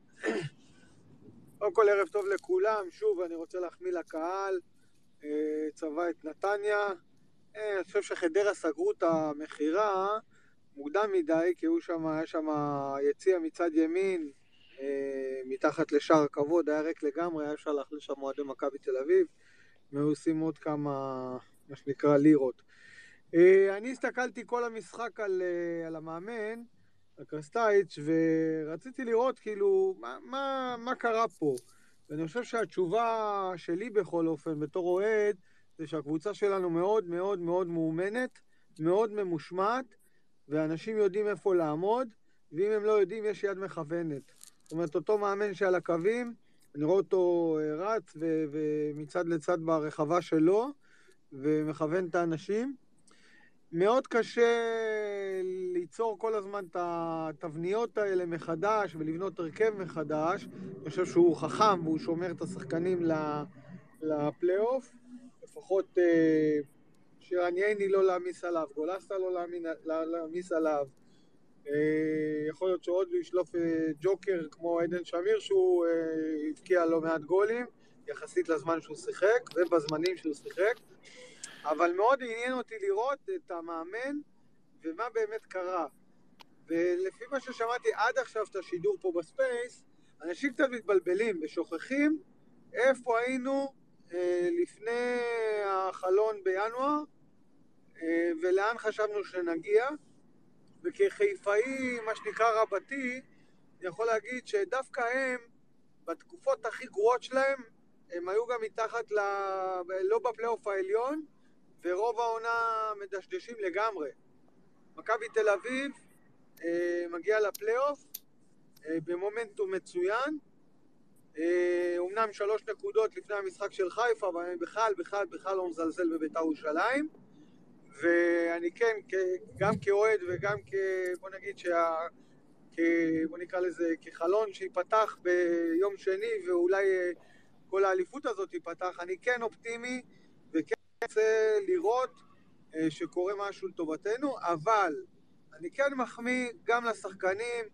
קודם כל ערב טוב לכולם, שוב אני רוצה להחמיא לקהל, צבא את נתניה, אני חושב שחדרה סגרו את המחירה מוקדם מדי, כי הוא שם, היה שם יציע מצד ימין, מתחת לשער הכבוד, היה ריק לגמרי, היה אפשר להכניס שם מועדי מכבי תל אביב, והיו עושים עוד כמה, מה שנקרא, לירות. אני הסתכלתי כל המשחק על, על המאמן, על קרסטייץ', ורציתי לראות כאילו מה, מה, מה קרה פה. ואני חושב שהתשובה שלי בכל אופן, בתור אוהד, זה שהקבוצה שלנו מאוד מאוד מאוד מאומנת, מאוד ממושמעת, ואנשים יודעים איפה לעמוד, ואם הם לא יודעים, יש יד מכוונת. זאת אומרת, אותו מאמן שעל הקווים, אני רואה אותו רץ ו- ומצד לצד ברחבה שלו, ומכוון את האנשים. מאוד קשה ליצור כל הזמן את התבניות האלה מחדש, ולבנות הרכב מחדש. אני חושב שהוא חכם, והוא שומר את השחקנים לפלייאוף. לפחות שרנייני לא להמיס עליו, גולסטה לא להמיס עליו. יכול להיות שעוד הוא ישלוף ג'וקר כמו עדן שמיר, שהוא הבקיע לא מעט גולים, יחסית לזמן שהוא שיחק, ובזמנים שהוא שיחק. אבל מאוד עניין אותי לראות את המאמן, ומה באמת קרה. ולפי מה ששמעתי עד עכשיו את השידור פה בספייס, אנשים קצת מתבלבלים ושוכחים איפה היינו אה, לפני החלון בינואר, אה, ולאן חשבנו שנגיע. וכחיפאי, מה שנקרא רבתי, אני יכול להגיד שדווקא הם, בתקופות הכי גרועות שלהם, הם היו גם מתחת, ל... לא בפלייאוף העליון, ורוב העונה מדשדשים לגמרי. מכבי תל אביב אה, מגיע לפלייאוף אה, במומנטום מצוין, אה, אומנם שלוש נקודות לפני המשחק של חיפה, אבל אני בכלל, בכלל, בכלל לא מזלזל בבית"ר ירושלים, ואני כן, גם כאוהד וגם כ... בוא נגיד שה... כ... בוא נקרא לזה כחלון שיפתח ביום שני, ואולי כל האליפות הזאת ייפתח, אני כן אופטימי, וכן רוצה לראות שקורה משהו לטובתנו, אבל אני כן מחמיא גם לשחקנים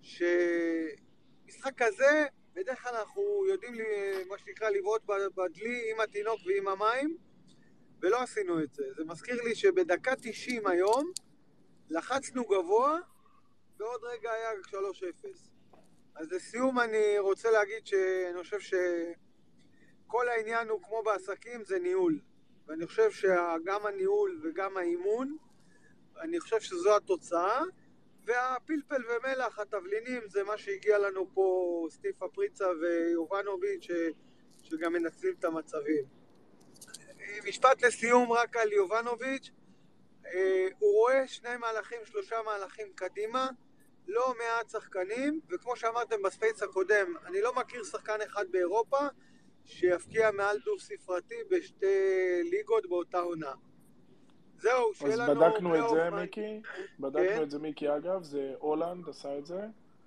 שמשחק כזה, בדרך כלל אנחנו יודעים לי, מה שנקרא לבעוט בדלי עם התינוק ועם המים, ולא עשינו את זה. זה מזכיר לי שבדקה תשעים היום לחצנו גבוה, ועוד רגע היה שלוש אפס. אז לסיום אני רוצה להגיד שאני חושב שכל העניין הוא כמו בעסקים, זה ניהול. ואני חושב שגם הניהול וגם האימון, אני חושב שזו התוצאה, והפלפל ומלח, התבלינים, זה מה שהגיע לנו פה סטיב פריצה ויובנוביץ' ש... שגם מנצלים את המצבים. משפט לסיום רק על יובנוביץ', הוא רואה שני מהלכים, שלושה מהלכים קדימה, לא מעט שחקנים, וכמו שאמרתם בספייס הקודם, אני לא מכיר שחקן אחד באירופה שיפקיע מעל דו ספרתי בשתי ליגות באותה עונה. זהו, שיהיה לנו... אז בדקנו את זה, מיקי, בדקנו את זה, מיקי, אגב, זה הולנד עשה את זה,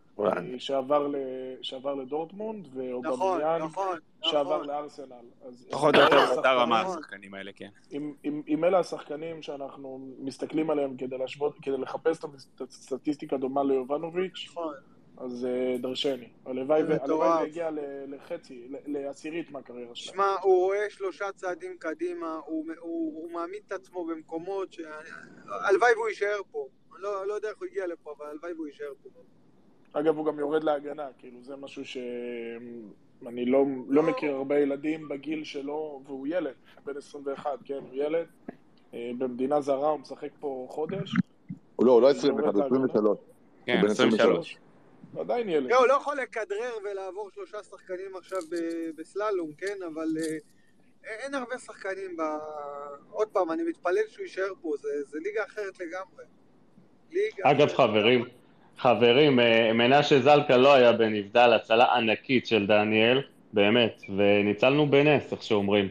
שעבר לדורטמונד, ואובמיאנג שעבר לארסנל. פחות או יותר אותה רמה השחקנים האלה, כן. אם אלה השחקנים שאנחנו מסתכלים עליהם כדי לחפש את הסטטיסטיקה דומה ליובנוביץ', אז דרשני. הלוואי והגיע לחצי, לעשירית מהקריירה שלו. שמע, הוא רואה שלושה צעדים קדימה, הוא מעמיד את עצמו במקומות, הלוואי והוא יישאר פה. אני לא יודע איך הוא הגיע לפה, אבל הלוואי והוא יישאר פה. אגב, הוא גם יורד להגנה, כאילו זה משהו שאני לא, לא מכיר הרבה ילדים בגיל שלו, והוא ילד, בן עשרים ואחת, כן, הוא ילד, במדינה זרה, הוא משחק פה חודש. הוא לא, הוא לא עשרים ואחת, הוא עשרים ושלוש. כן, עשרים ושלוש. עדיין ילד. הוא לא יכול לכדרר ולעבור שלושה שחקנים עכשיו בסללום, כן, אבל אין הרבה שחקנים ב... עוד פעם, אני מתפלל שהוא יישאר פה, זה, זה ליגה אחרת לגמרי. ליגה אגב, אחרת חברים, לגמרי. חברים, מנשה זלקה לא היה בנבדל, הצלה ענקית של דניאל, באמת, וניצלנו בנס, איך שאומרים.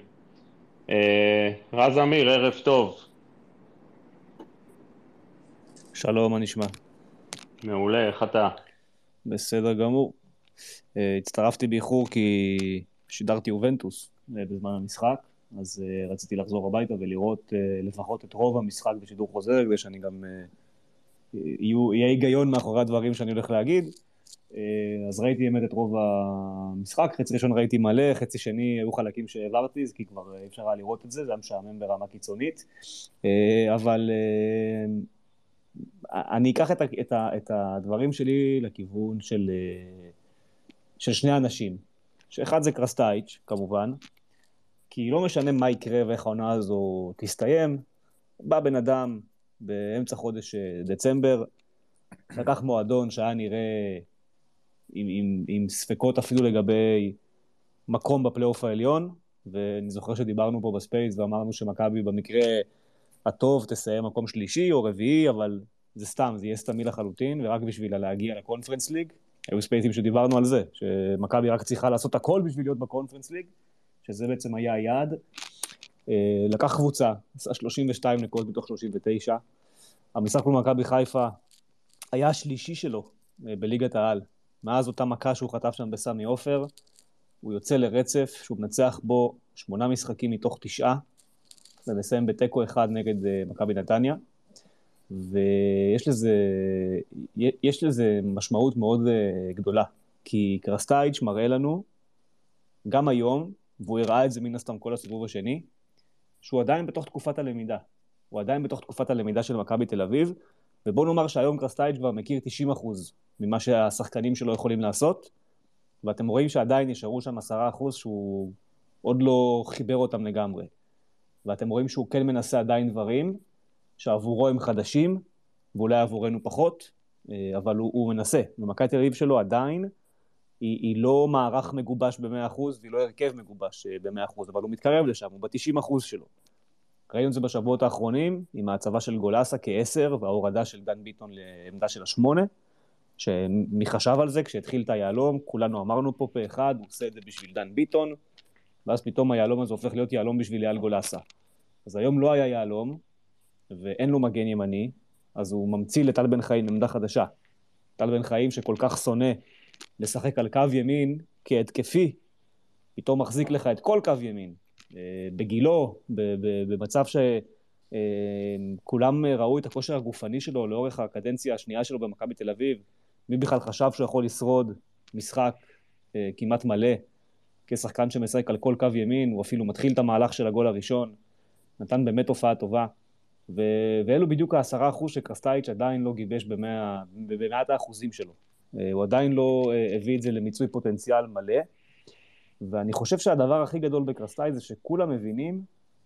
רז אמיר, ערב טוב. שלום, מה נשמע? מעולה, איך אתה? בסדר גמור. הצטרפתי באיחור כי שידרתי יובנטוס בזמן המשחק, אז רציתי לחזור הביתה ולראות לפחות את רוב המשחק בשידור חוזר, כדי שאני גם... יהיה היגיון מאחורי הדברים שאני הולך להגיד. אז ראיתי באמת את רוב המשחק, חצי ראשון ראיתי מלא, חצי שני היו חלקים שהעברתי, כי כבר אפשר היה לראות את זה, זה היה משעמם ברמה קיצונית. אבל אני אקח את, את, את הדברים שלי לכיוון של, של שני אנשים. שאחד זה קרסטייץ', כמובן, כי לא משנה מה יקרה ואיך העונה הזו תסתיים, בא בן אדם באמצע חודש דצמבר, לקח מועדון שהיה נראה עם, עם, עם ספקות אפילו לגבי מקום בפלייאוף העליון, ואני זוכר שדיברנו פה בספייס ואמרנו שמכבי במקרה הטוב תסיים מקום שלישי או רביעי, אבל זה סתם, זה יהיה סתמי לחלוטין, ורק בשביל להגיע לקונפרנס ליג. היו ספייסים שדיברנו על זה, שמכבי רק צריכה לעשות הכל בשביל להיות בקונפרנס ליג, שזה בעצם היה היעד. לקח קבוצה, עשה שלושים ושתיים נקודות מתוך שלושים ותשע, המשחק מול מכבי חיפה היה השלישי שלו בליגת העל, מאז אותה מכה שהוא חטף שם בסמי עופר, הוא יוצא לרצף, שהוא מנצח בו שמונה משחקים מתוך תשעה, ומסיים בתיקו אחד נגד מכבי נתניה, ויש לזה, יש לזה משמעות מאוד גדולה, כי קרסטייץ' מראה לנו, גם היום, והוא הראה את זה מן הסתם כל הסיבוב השני, שהוא עדיין בתוך תקופת הלמידה, הוא עדיין בתוך תקופת הלמידה של מכבי תל אביב, ובוא נאמר שהיום קרסטייץ' כבר מכיר תשעים אחוז ממה שהשחקנים שלו יכולים לעשות, ואתם רואים שעדיין נשארו שם עשרה אחוז שהוא עוד לא חיבר אותם לגמרי, ואתם רואים שהוא כן מנסה עדיין דברים, שעבורו הם חדשים, ואולי עבורנו פחות, אבל הוא, הוא מנסה, ומכבי תל אביב שלו עדיין, היא, היא לא מערך מגובש ב-מאה אחוז, והיא לא הרכב מגובש ב-מאה אחוז, אבל הוא מתקרב לשם, הוא ב-תשעים אחוז שלו. ראינו את זה בשבועות האחרונים, עם ההצבה של גולסה כעשר, וההורדה של דן ביטון לעמדה של השמונה, שמי חשב על זה, כשהתחיל את היעלום, כולנו אמרנו פה פה אחד, הוא עושה את זה בשביל דן ביטון, ואז פתאום היעלום הזה הופך להיות יעלום בשביל אייל גולסה. אז היום לא היה יעלום, ואין לו מגן ימני, אז הוא ממציא לטל בן חיים עמדה חדשה. טל בן חיים שכל כך שונא לשחק על קו ימין כהתקפי, פתאום מחזיק לך את כל קו ימין, בגילו, במצב שכולם ראו את הכושר הגופני שלו לאורך הקדנציה השנייה שלו במכבי תל אביב, מי בכלל חשב שהוא יכול לשרוד משחק כמעט מלא, כשחקן שמשחק על כל קו ימין, הוא אפילו מתחיל את המהלך של הגול הראשון, נתן באמת הופעה טובה, ו- ואלו בדיוק העשרה אחוז שקרסטייץ' עדיין לא גיבש במאה, במאת האחוזים שלו. הוא עדיין לא הביא את זה למיצוי פוטנציאל מלא, ואני חושב שהדבר הכי גדול בקרסטייץ' זה שכולם מבינים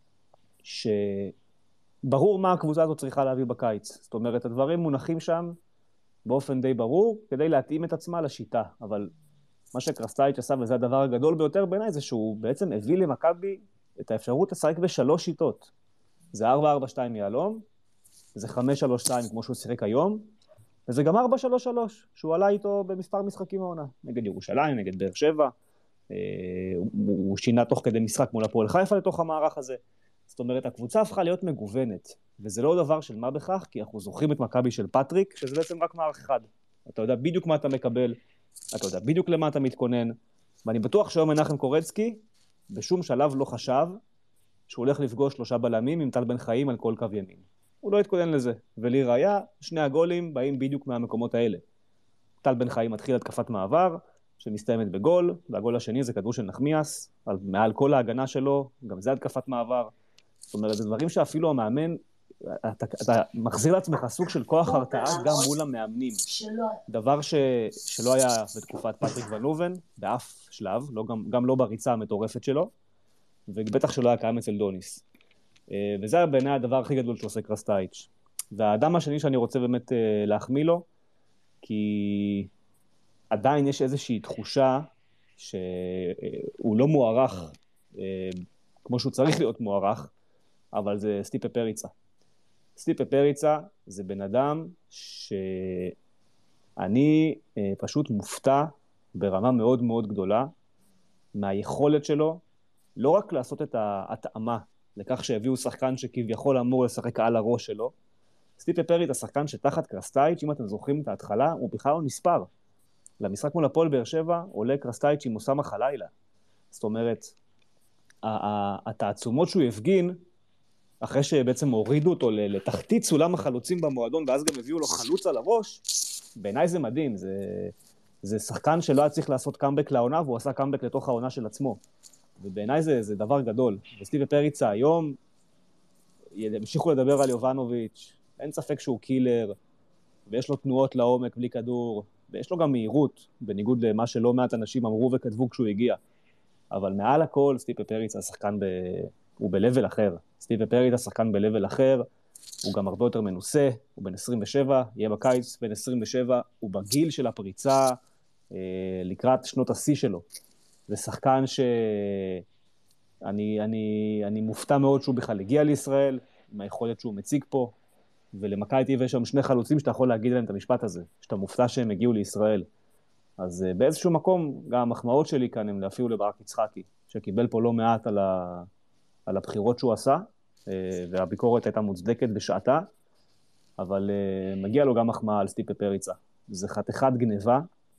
שברור מה הקבוצה הזאת צריכה להביא בקיץ. זאת אומרת, הדברים מונחים שם באופן די ברור, כדי להתאים את עצמה לשיטה, אבל מה שקרסטייץ' עשה, וזה הדבר הגדול ביותר בעיניי, זה שהוא בעצם הביא למכבי את האפשרות לשחק בשלוש שיטות. זה ארבע ארבע שתיים יעלום, זה חמש שלוש שתיים כמו שהוא שיחק היום, וזה גם ארבע שלוש שלוש, שהוא עלה איתו במספר משחקים העונה, נגד ירושלים, נגד באר שבע, הוא שינה תוך כדי משחק מול הפועל חיפה לתוך המערך הזה. זאת אומרת, הקבוצה הפכה להיות מגוונת, וזה לא דבר של מה בכך, כי אנחנו זוכרים את מכבי של פטריק, שזה בעצם רק מערך אחד. אתה יודע בדיוק מה אתה מקבל, אתה יודע בדיוק למה אתה מתכונן, ואני בטוח שהיום מנחם קורצקי בשום שלב לא חשב שהוא הולך לפגוש שלושה בלמים עם טל בן חיים על כל קו ימין. הוא לא התכונן לזה, ולראיה, שני הגולים באים בדיוק מהמקומות האלה. טל בן חיים מתחיל התקפת מעבר, שמסתיימת בגול, והגול השני זה כדור של נחמיאס, על, מעל כל ההגנה שלו, גם זה התקפת מעבר. זאת אומרת, זה דברים שאפילו המאמן, אתה, אתה מחזיר לעצמך סוג של כוח הרתעה גם מול המאמנים. דבר ש, שלא היה בתקופת פטריק ון לובן, באף שלב, לא, גם, גם לא בריצה המטורפת שלו, ובטח שלא היה קיים אצל דוניס. וזה בעיניי הדבר הכי גדול שעושה קרסטייץ'. והאדם השני שאני רוצה באמת להחמיא לו, כי עדיין יש איזושהי תחושה שהוא לא מוערך כמו שהוא צריך להיות מוערך, אבל זה סטיפה פריצה. סטיפה פריצה זה בן אדם שאני פשוט מופתע ברמה מאוד מאוד גדולה מהיכולת שלו, לא רק לעשות את ההתאמה לכך שהביאו שחקן שכביכול אמור לשחק על הראש שלו. סטיפה פריצה, השחקן שתחת קרסטייץ', אם אתם זוכרים את ההתחלה, הוא בכלל לא נספר. למשחק מול הפועל באר שבע עולה קרסטייץ' עם אוסאמה חלילה. זאת אומרת, התעצומות שהוא הפגין, אחרי שבעצם הורידו אותו לתחתית סולם החלוצים במועדון, ואז גם הביאו לו חלוץ על הראש, בעיניי זה מדהים. זה, זה שחקן שלא היה צריך לעשות קאמבק לעונה, והוא עשה קאמבק לתוך העונה של עצמו. ובעיניי זה, זה דבר גדול. וסטיבה פריצה היום, המשיכו לדבר על יובנוביץ', אין ספק שהוא קילר, ויש לו תנועות לעומק בלי כדור, ויש לו גם מהירות, בניגוד למה שלא מעט אנשים אמרו וכתבו כשהוא הגיע. אבל מעל הכל, סטיבה פריצה השחקן ב... הוא ב-level אחר. סטיבה פריצה השחקן ב-level אחר, הוא גם הרבה יותר מנוסה, הוא בן עשרים ושבע, יהיה בקיץ בן עשרים ושבע, הוא בגיל של הפריצה אה, לקראת שנות השיא שלו. זה שחקן שאני אני, אני מופתע מאוד שהוא בכלל הגיע לישראל, עם היכולת שהוא מציג פה, ולמכבי תל אביב יש שם שני חלוצים שאתה יכול להגיד להם את המשפט הזה, שאתה מופתע שהם הגיעו לישראל. אז uh, באיזשהו מקום, גם המחמאות שלי כאן הם אפילו לברק יצחקי, שקיבל פה לא מעט על, ה... על הבחירות שהוא עשה, uh, והביקורת הייתה מוצדקת בשעתה, אבל uh, מגיע לו גם מחמאה על סטיפה פריצה. זה חתיכת גניבה,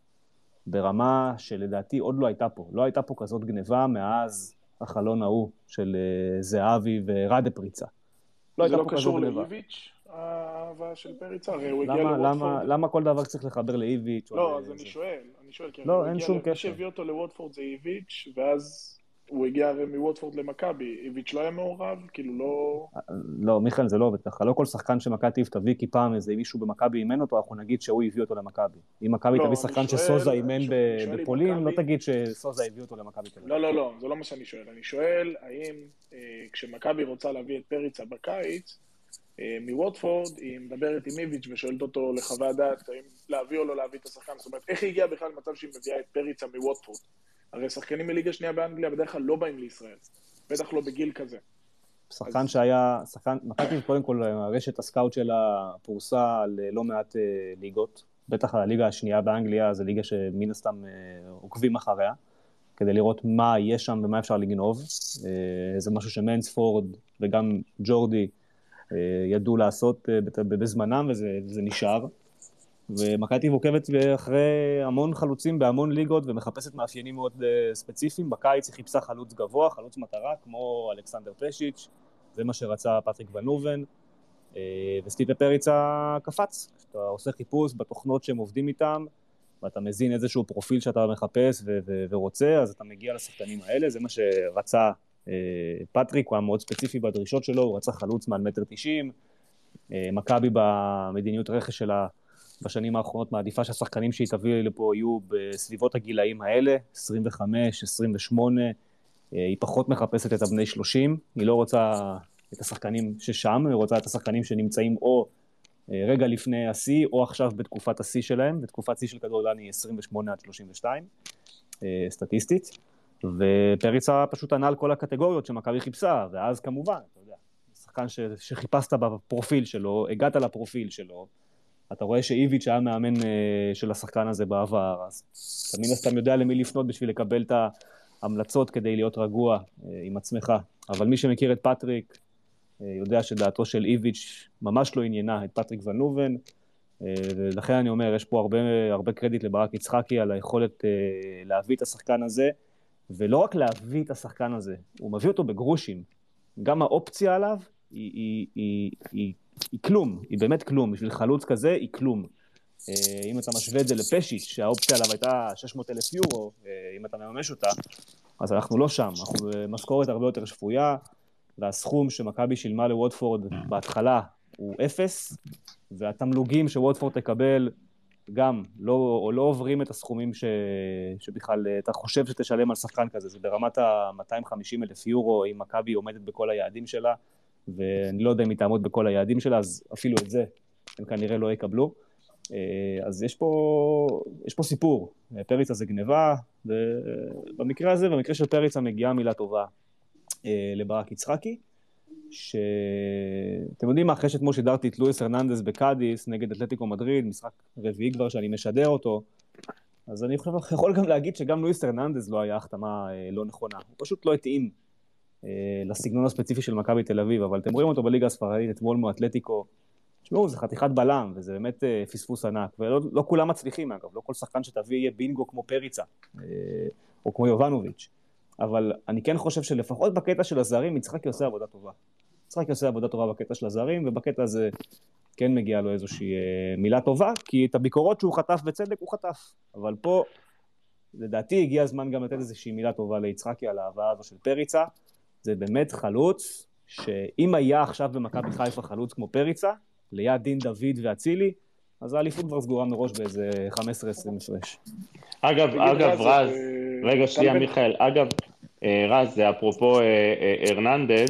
ברמה שלדעתי עוד לא הייתה פה. לא הייתה פה כזאת גניבה מאז החלון ההוא של uh, זהבי ורדה פריצה. לא זה לא קשור לאיביץ', האהבה של פריצה, הרי הוא הגיע לווטפורד. למה כל דבר צריך לחבר לאיביץ'? לא, אז אני שואל, אני שואל, לא, אין שום קשר. מי שהביא אותו לווטפורד זה איביץ', ואז הוא הגיע הרי מווטפורד למכבי, איביץ' לא היה מעורב, כאילו לא... לא, מיכאל, זה לא עובד ככה, לא כל שחקן שמכבי תביא תביא, כי פעם איזה מישהו במכבי אימן אותו, אנחנו נגיד שהוא הביא אותו למכבי. אם מכבי תביא שחקן שסוזה אימן בפולין, לא תגיד שסוזה הביא אותו למכבי תל אביב. לא, לא, לא, זה לא מה שאני שואל. אני שואל, האם כשמכבי רוצה להביא את פריצה בקיץ, מווטפורד, היא מדברת עם איביץ' ושואלת אותו לחווה דעת, האם להביא או לא להביא את השחקן, זאת אומרת, איך היא הגיעה בכלל למצב שהיא מביאה את פריצה מווטפורד? הרי שחקנים מליגה שנייה באנגליה בדרך כלל לא באים לישראל, בטח לא בגיל כזה. שחקן שהיה, שחקן, מכבי קודם כל, הרשת הסקאוט שלה פורסה על לא מעט ליגות, בטח על הליגה השנייה באנגליה, זו ליגה שמן הסתם עוקבים אחריה, כדי לראות מה יש שם ומה אפשר לגנוב. זה משהו שמנספורד וגם ג'ורדי ידעו לעשות בזמנם, וזה נשאר. ומכבי תל אביב עוקבת אחרי המון חלוצים בהמון ליגות, ומחפשת מאפיינים מאוד ספציפיים. בקיץ היא חיפשה חלוץ גבוה, חלוץ מטרה, כמו אלכסנדר פשיץ', זה מה שרצה פטריק ון אובן, וסטיפה פריצה קפץ. כשאתה עושה חיפוש בתוכנות שהם עובדים איתם, ואתה מזין איזשהו פרופיל שאתה מחפש ו- ו- ורוצה, אז אתה מגיע לשחקנים האלה, זה מה שרצה פטריק, הוא היה מאוד ספציפי בדרישות שלו, הוא רצה חלוץ מעל מטר תשעים, מכבי במדיניות רכש שלה, בשנים האחרונות מעדיפה שהשחקנים שהיא תביא לפה יהיו בסביבות הגילאים האלה, עשרים וחמש, עשרים ושמונה, היא פחות מחפשת את הבני שלושים, היא לא רוצה את השחקנים ששם, היא רוצה את השחקנים שנמצאים או רגע לפני השיא, או עכשיו בתקופת השיא שלהם, בתקופת שיא של כדורגלן היא עשרים ושמונה עד שלושים ושתיים, סטטיסטית, ופריצה פשוט ענה על כל הקטגוריות שמכבי חיפשה, ואז כמובן, אתה יודע, שחקן ש... שחיפשת בפרופיל שלו, הגעת לפרופיל שלו, אתה רואה שאיביץ' היה מאמן של השחקן הזה בעבר, אז אתה מן הסתם יודע למי לפנות בשביל לקבל את ההמלצות כדי להיות רגוע עם עצמך. אבל מי שמכיר את פטריק, יודע שדעתו של איביץ' ממש לא עניינה את פטריק ון אובן, ולכן אני אומר, יש פה הרבה, הרבה קרדיט לברק יצחקי על היכולת להביא את השחקן הזה, ולא רק להביא את השחקן הזה, הוא מביא אותו בגרושים. גם האופציה עליו היא, היא, היא, היא היא כלום, היא באמת כלום, בשביל חלוץ כזה היא כלום. אם אתה משווה את זה לפשיץ' שהאופציה עליו הייתה שש מאות אלף יורו, אם אתה מממש אותה, אז אנחנו לא שם, אנחנו במשכורת הרבה יותר שפויה, והסכום שמכבי שילמה לווטפורד בהתחלה הוא אפס, והתמלוגים שוואטפורד תקבל גם לא, או לא עוברים את הסכומים ש, שבכלל אתה חושב שתשלם על שחקן כזה, זה ברמת ה-מאתיים וחמישים אלף יורו, אם מכבי עומדת בכל היעדים שלה, ואני לא יודע אם היא תעמוד בכל היעדים שלה, אז אפילו את זה הם כנראה לא יקבלו. אז יש פה, יש פה סיפור, פריצה זה גניבה, ובמקרה הזה, במקרה של פריצה מגיעה מילה טובה לברק יצחקי, שאתם יודעים מה, אחרי שאתמול שידרתי את לואיס הרננדז בקאדיס נגד אתלטיקו מדריד, משחק רביעי כבר שאני משדר אותו, אז אני יכול גם להגיד שגם לואיס הרננדז לא היה החתמה לא נכונה, הוא פשוט לא התאים לסגנון הספציפי של מכבי תל אביב, אבל אתם רואים אותו בליגה הספרדית, אתמול מאתלטיקו, תשמעו, זה חתיכת בלם, וזה באמת פספוס ענק, ולא לא כולם מצליחים, אגב, לא כל שחקן שתביא יהיה בינגו כמו פריצה, או כמו יובנוביץ', אבל אני כן חושב שלפחות בקטע של הזרים, יצחקי עושה עבודה טובה. יצחקי עושה עבודה טובה בקטע של הזרים, ובקטע הזה כן מגיע לו איזושהי מילה טובה, כי את הביקורות שהוא חטף בצדק, הוא חטף. אבל פה, לדעתי, הגיע הזמן גם לתת איזושהי מילה טובה ליצחקי על ההבאה הזו של פריצה. זה באמת חלוץ, שאם היה עכשיו במכבי חיפה חלוץ כמו פריצה, ליד דין דוד ואצילי, אז האליפות כבר סגורה מראש באיזה חמש עשרה עשרים הפרש. אגב, אגב, רז, רגע שנייה מיכאל, אגב, רז, זה אפרופו הרננדז,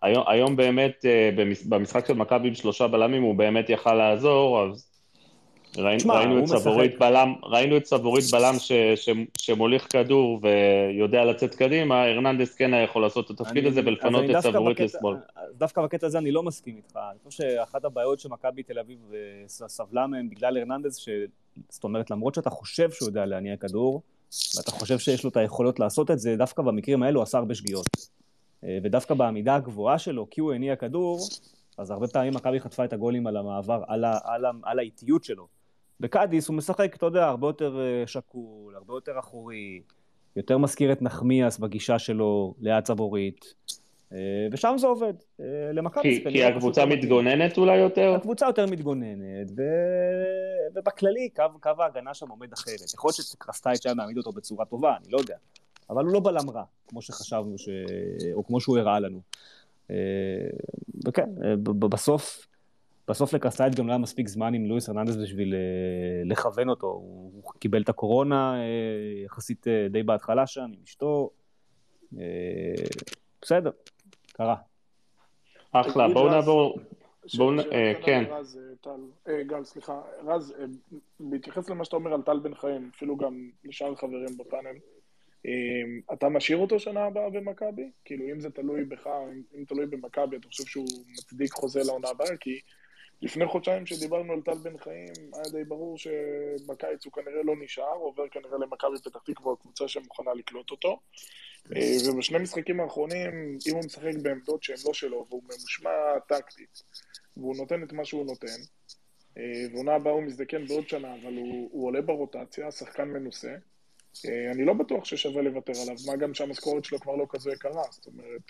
היום, היום באמת, במשחק של מכבי עם שלושה בלמים, הוא באמת יכל לעזור, אז ראינו, שמה, ראינו את סבורית בלם, ראינו את סבורית בלם ש, ש, שמוליך כדור ויודע לצאת קדימה, הרננדס כן היה יכול לעשות את התפקיד הזה ולפנות את סבורית לשמאל. דווקא בקטע הזה אני לא מסכים איתך, אני חושב שאחת הבעיות שמכבי תל אביב סבלה מהם בגלל הרננדס, ש... זאת אומרת, למרות שאתה חושב שהוא יודע להניע כדור, ואתה חושב שיש לו את היכולות לעשות את זה, דווקא במקרים האלו עשה הרבה שגיאות. ודווקא בעמידה הגבוהה שלו, כי הוא הניע כדור, אז הרבה פעמים מכבי חטפה את הגולים על המעבר, על, ה... על, ה... על האיטיות שלו. בקאדיס הוא משחק, אתה יודע, הרבה יותר שקול, הרבה יותר אחורי, יותר מזכיר את נחמיאס בגישה שלו ליד סבורית, ושם זה עובד. כי, כי הקבוצה מתגוננת אולי יותר? הקבוצה יותר מתגוננת, ו... ובכללי קו, קו ההגנה שם עומד אחרת. יכול להיות שקרסטייץ' היה מעמיד אותו בצורה טובה, אני לא יודע, אבל הוא לא בלם רע, כמו שחשבנו, ש... או כמו שהוא הראה לנו. וכן, בסוף... בסוף לקרסטייץ' גם לא היה מספיק זמן עם לואיס הרננדס בשביל לכוון אותו, הוא קיבל את הקורונה יחסית די בהתחלה שם עם אשתו, בסדר, קרה. אחלה, בואו נעבור, בואו, כן. גל, סליחה, רז, בהתייחס למה שאתה אומר על טל בן חיים, אפילו גם לשאר חברים בפאנל, אתה משאיר אותו שנה הבאה במכבי? כאילו אם זה תלוי בך, אם תלוי במכבי, אתה חושב שהוא מצדיק חוזה לעונה הבאה? כי לפני חודשיים שדיברנו על טל בן חיים, היה די ברור שבקיץ הוא כנראה לא נשאר, עובר כנראה למכבי פתח תקווה, הקבוצה שמוכנה לקלוט אותו. ובשני משחקים האחרונים, אם הוא משחק בעמדות שהן לא שלו, והוא ממושמע טקטית, והוא נותן את מה שהוא נותן, ועונה הבאה הוא מזדקן בעוד שנה, אבל הוא, הוא עולה ברוטציה, שחקן מנוסה, אני לא בטוח ששווה לוותר עליו, מה גם שהמשכורת שלו כבר לא כזו יקרה, זאת אומרת,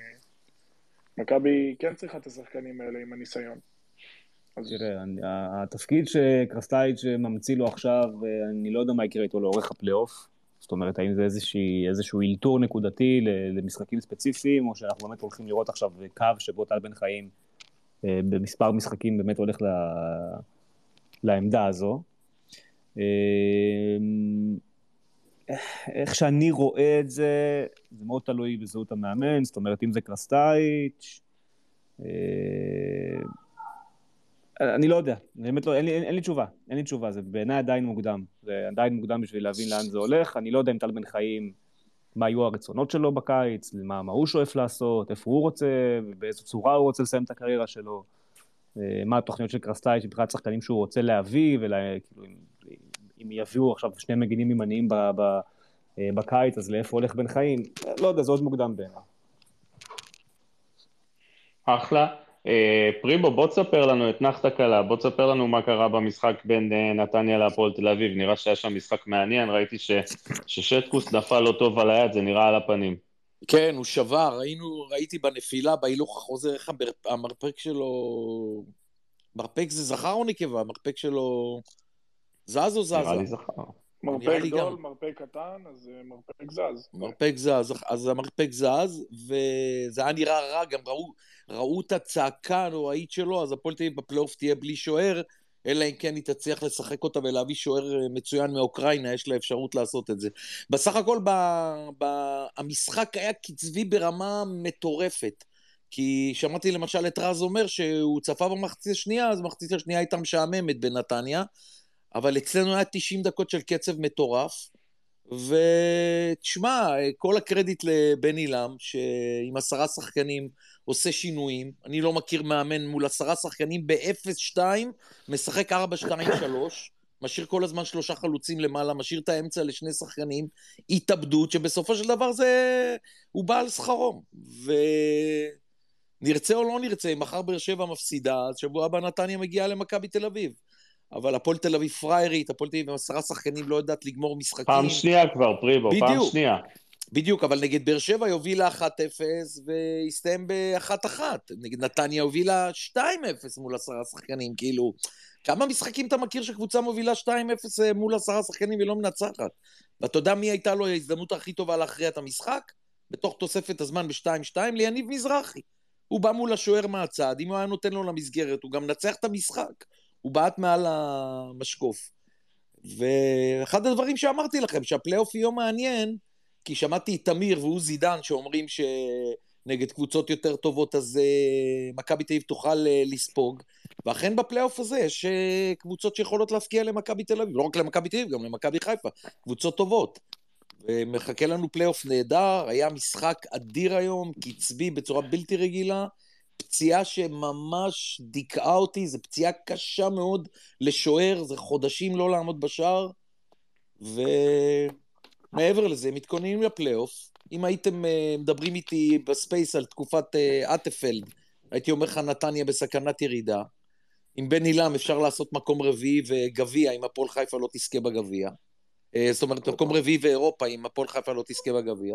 מכבי כן צריכה את השחקנים האלה עם הניסיון. תראה, התפקיד שקרסטייץ' ממציא לו עכשיו, אני לא יודע מה יקרה איתו לאורך הפלייאוף, זאת אומרת, האם זה איזשהו אילתור נקודתי למשחקים ספציפיים, או שאנחנו באמת הולכים לראות עכשיו קו שבו טל בן חיים במספר משחקים באמת הולך לעמדה הזו. איך שאני רואה את זה, זה מאוד תלוי בזהות המאמן, זאת אומרת, אם זה קרסטייץ', אני לא יודע, באמת לא, אין לי, אין, אין לי תשובה, אין לי תשובה, זה בעיניי עדיין מוקדם, זה עדיין מוקדם בשביל להבין לאן זה הולך, אני לא יודע אם טל בן חיים, מה יהיו הרצונות שלו בקיץ, מה, מה הוא שואף לעשות, איפה הוא רוצה, ובאיזו צורה הוא רוצה לסיים את הקריירה שלו, מה התוכניות של קרסטייץ' מבחינת שחקנים שהוא רוצה להביא, וכאילו, אם, אם יביאו עכשיו שני מגינים ימניים ב, ב, בקיץ, אז לאיפה הולך בן חיים, לא יודע, זה עוד מוקדם בעיניי. אחלה. פריבו, בוא תספר לנו את נחת הקלה, בוא תספר לנו מה קרה במשחק בין נתניה להפועל תל אביב, נראה שהיה שם משחק מעניין, ראיתי ש... ששטקוס נפל לא טוב על היד, זה נראה על הפנים. כן, הוא שבר, ראינו, ראיתי בנפילה, בהילוך החוזר, איך המרפק שלו, מרפק זה זכר או נקבה, המרפק שלו זז או זזה? נראה לי זכר. מרפק גדול, מרפק קטן, אז מרפק זז. מרפק זז, אז המרפק זז, וזה היה נראה רע, גם ראו, ראו את הצעקה הנוראית שלו, אז הפועל תל אביב בפלייאוף תהיה בלי שוער, אלא אם כן היא תצליח לשחק אותה ולהביא שוער מצוין מאוקראינה, יש לה אפשרות לעשות את זה. בסך הכל, ב, ב, המשחק היה קצבי ברמה מטורפת, כי שמעתי למשל את רז אומר שהוא צפה במחצית השנייה, אז במחצית השנייה הייתה משעממת בנתניה, אבל אצלנו היה תשעים דקות של קצב מטורף, ותשמע, כל הקרדיט לבן אילם, שעם עשרה שחקנים עושה שינויים, אני לא מכיר מאמן מול עשרה שחקנים ב-אפס שתיים, משחק ארבע שתיים שלוש, משאיר כל הזמן שלושה חלוצים למעלה, משאיר את האמצע לשני שחקנים, התאבדות, שבסופו של דבר זה, הוא בא על שכרום, ונרצה או לא נרצה, אם מחר באר שבע מפסידה, אז שבוע הבא נתניה מגיעה למכבי תל אביב, אבל הפועל תל אביב פריירית, הפועל תל אביב עם עשרה שחקנים לא יודעת לגמור משחקים. פעם שנייה כבר, פריבו, בדיוק, פעם שנייה. בדיוק, אבל נגד באר שבע יובילה אחת אפס והסתיים ב-אחת אחת. נגד נתניה יובילה שתיים אפס מול עשרה שחקנים, כאילו, כמה משחקים אתה מכיר שקבוצה מובילה שתיים אפס מול עשרה שחקנים ולא מנצחת? ואתה יודע מי הייתה לו ההזדמנות הכי טובה להכריע את המשחק? בתוך תוספת הזמן ב-שתיים שתיים, ליניב מזרחי. הוא בא מול השוער מהצד, אם הוא היה נותן לו למסגרת, הוא גם נצח את המשחק. הוא בעט מעל המשקוף. ואחד הדברים שאמרתי לכם, שהפלייאוף יום מעניין, כי שמעתי את תמיר והוא זידן שאומרים נגד קבוצות יותר טובות, אז uh, מכבי תל אביב תוכל uh, לספוג, ואכן בפלייאוף הזה יש uh, קבוצות שיכולות להפקיע למכבי תל אביב, לא רק למכבי תל אביב, גם למכבי חיפה, קבוצות טובות. ומחכה לנו פלייאוף נהדר, היה משחק אדיר היום, קצבי בצורה בלתי רגילה, פציעה שממש דיכאה אותי, זו פציעה קשה מאוד לשוער, זה חודשים לא לעמוד בשער, ומעבר לזה, מתכוננים לפלייאוף. אם הייתם מדברים איתי בספייס על תקופת אטפלד, הייתי אומר לך נתניה בסכנת ירידה, עם בן אילם אפשר לעשות מקום רביעי וגביע, אם הפועל חיפה לא תזכה בגביע, זאת אומרת, מקום רביעי ואירופה, אם הפועל חיפה לא תזכה בגביע,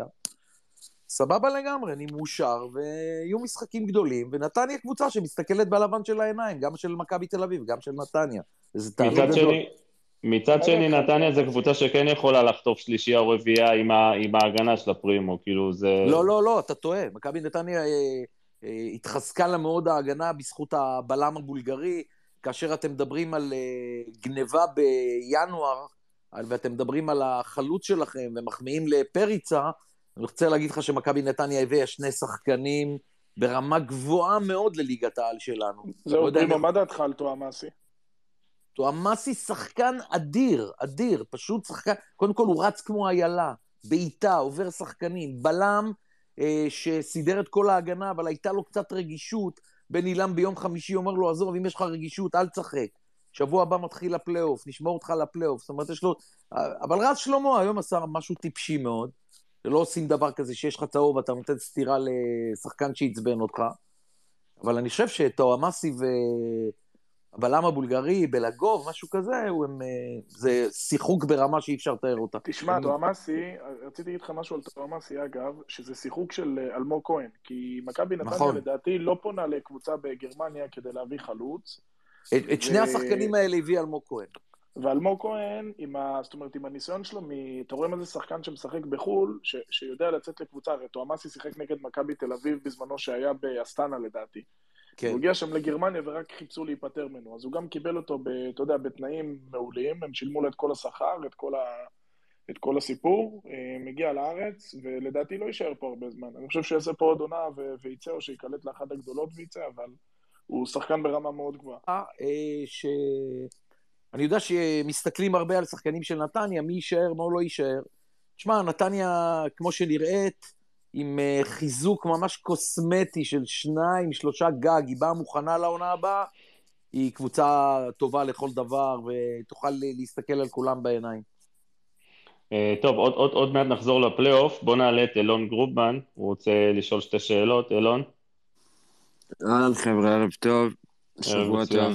סבבה לגמרי, אני מאושר, ויהיו משחקים גדולים, ונתניה קבוצה שמסתכלת בלבן של העיניים, גם של מכבי תל אביב, גם של נתניה. מצד שני, מצד שני, נתניה זה קבוצה שכן יכולה לחטוף שלישייה או רביעייה עם, ה, עם ההגנה של הפרימו, כאילו זה... לא, לא, לא, אתה טועה. מכבי נתניה אה, אה, התחזקה לה מאוד ההגנה בזכות הבלם הבולגרי, כאשר אתם מדברים על אה, גניבה בינואר, ואתם מדברים על החלוץ שלכם, ומחמיאים לפריצה, אני רוצה להגיד לך שמכבי נתניה הביאה שני שחקנים ברמה גבוהה מאוד לליגת העל שלנו. זהו, פרימו, מה דעתך על תואמאסי? תואמאסי שחקן אדיר, אדיר, פשוט שחקן, קודם כל הוא רץ כמו איילה, בעיטה, עובר שחקנים, בלם אה, שסידר את כל ההגנה, אבל הייתה לו קצת רגישות, בן אילם ביום חמישי אומר לו, עזוב, אם יש לך רגישות, אל תשחק. שבוע הבא מתחיל לפלייאוף, נשמור אותך לפלייאוף, זאת אומרת, יש לו... אבל רז שלמה היום עשה משהו טיפשי מאוד, שלא עושים דבר כזה שיש לך צהוב, ואתה נותן סתירה לשחקן שיצבן אותך, אבל אני חושב שתואמאסי והבלם הבולגרי, בלגוב, משהו כזה, הם... זה שיחוק ברמה שאי אפשר לתאר אותה. תשמע, תואמאסי, רציתי להגיד לך משהו על תואמאסי, אגב, שזה שיחוק של אלמוג כהן, כי מכבי נתניה לדעתי לא פונה לקבוצה בגרמניה כדי להביא חלוץ, את שני השחקנים האלה הביא אלמוג כהן. ואלמוג כהן, זאת אומרת, עם הניסיון שלו, אתה רואה איזה שחקן שמשחק בחול, שיודע לצאת לקבוצה, הרי תואמאסי שיחק נגד מכבי תל אביב בזמנו שהיה באסטנה לדעתי. הוא הגיע שם לגרמניה ורק חיפשו להיפטר ממנו, אז הוא גם קיבל אותו, אתה יודע, בתנאים מעולים, הם שילמו לו את כל השכר, את כל הסיפור, מגיע לארץ, ולדעתי לא יישאר פה הרבה זמן. אני חושב שיעשה פה עוד עונה וייצא, או שיקלט לאחת הגדולות וייצא, אבל הוא שחקן ברמה מאוד גבוהה. ש... אני יודע שמסתכלים הרבה על שחקנים של נתניה, מי יישאר, מה לא יישאר. תשמע, נתניה, כמו שנראית, עם חיזוק ממש קוסמטי של שניים, שלושה גג, היא באה מוכנה לעונה הבאה, היא קבוצה טובה לכל דבר, ותוכל להסתכל על כולם בעיניים. טוב, עוד, עוד, עוד מעט נחזור לפלייאוף, בוא נעלה את אלון גרובמן, הוא רוצה לשאול שתי שאלות, אלון. אהלן חבר'ה, ערב טוב, שבוע טוב.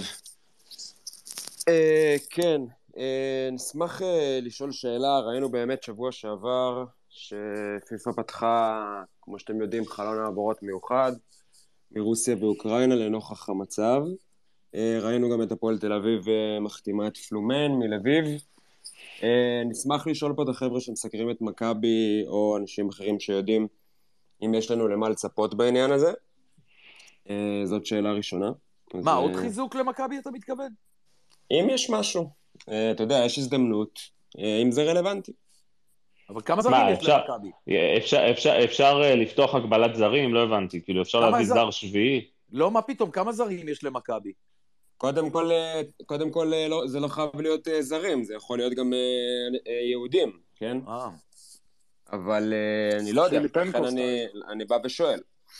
Uh, כן, uh, נשמח uh, לשאול שאלה, ראינו באמת שבוע שעבר שפיפה פתחה, כמו שאתם יודעים, חלון העברות מיוחד מרוסיה ואוקראינה לנוכח המצב. Uh, ראינו גם את הפועל תל אביב uh, מחתימה את פלומן מלביב. Uh, נשמח לשאול פה את החבר'ה שמסקרים את מכבי או אנשים אחרים שיודעים אם יש לנו למה לצפות בעניין הזה. Uh, זאת שאלה ראשונה. מה, אז, עוד uh... חיזוק למכבי אתה מתכוון? אם יש משהו, אתה יודע, יש הזדמנות, אם זה רלוונטי. אבל כמה זרים יש למכבי? אפשר, אפשר, אפשר לפתוח הגבלת זרים, לא הבנתי, כאילו אפשר להביא זר שביעי? לא, מה פתאום, כמה זרים יש למכבי? קודם כל, קודם כל זה לא חייב להיות זרים, זה יכול להיות גם יהודים, כן? אה. אבל אני לא יודע, לכן אני, אני בא ושואל.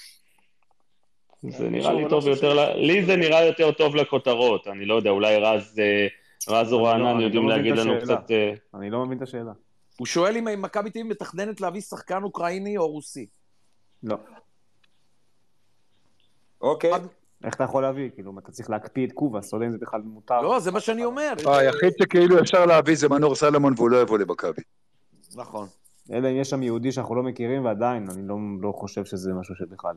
זה נראה לי טוב יותר, לי זה נראה יותר טוב לכותרות, אני לא יודע, אולי רז, רז או רענן יודעים להגיד לנו קצת... אני לא מבין את השאלה. הוא שואל אם מכבי תל אביב מתכננת להביא שחקן אוקראיני או רוסי. לא. אוקיי. איך אתה יכול להביא? כאילו, אתה צריך להקפיא את קובאס, אתה יודע אם זה בכלל מותר. לא, זה מה שאני אומר. היחיד שכאילו אפשר להביא זה מנור סלומון והוא לא יבוא למכבי. נכון. אלא אם יש שם יהודי שאנחנו לא מכירים, ועדיין, אני לא חושב שזה משהו שבכלל...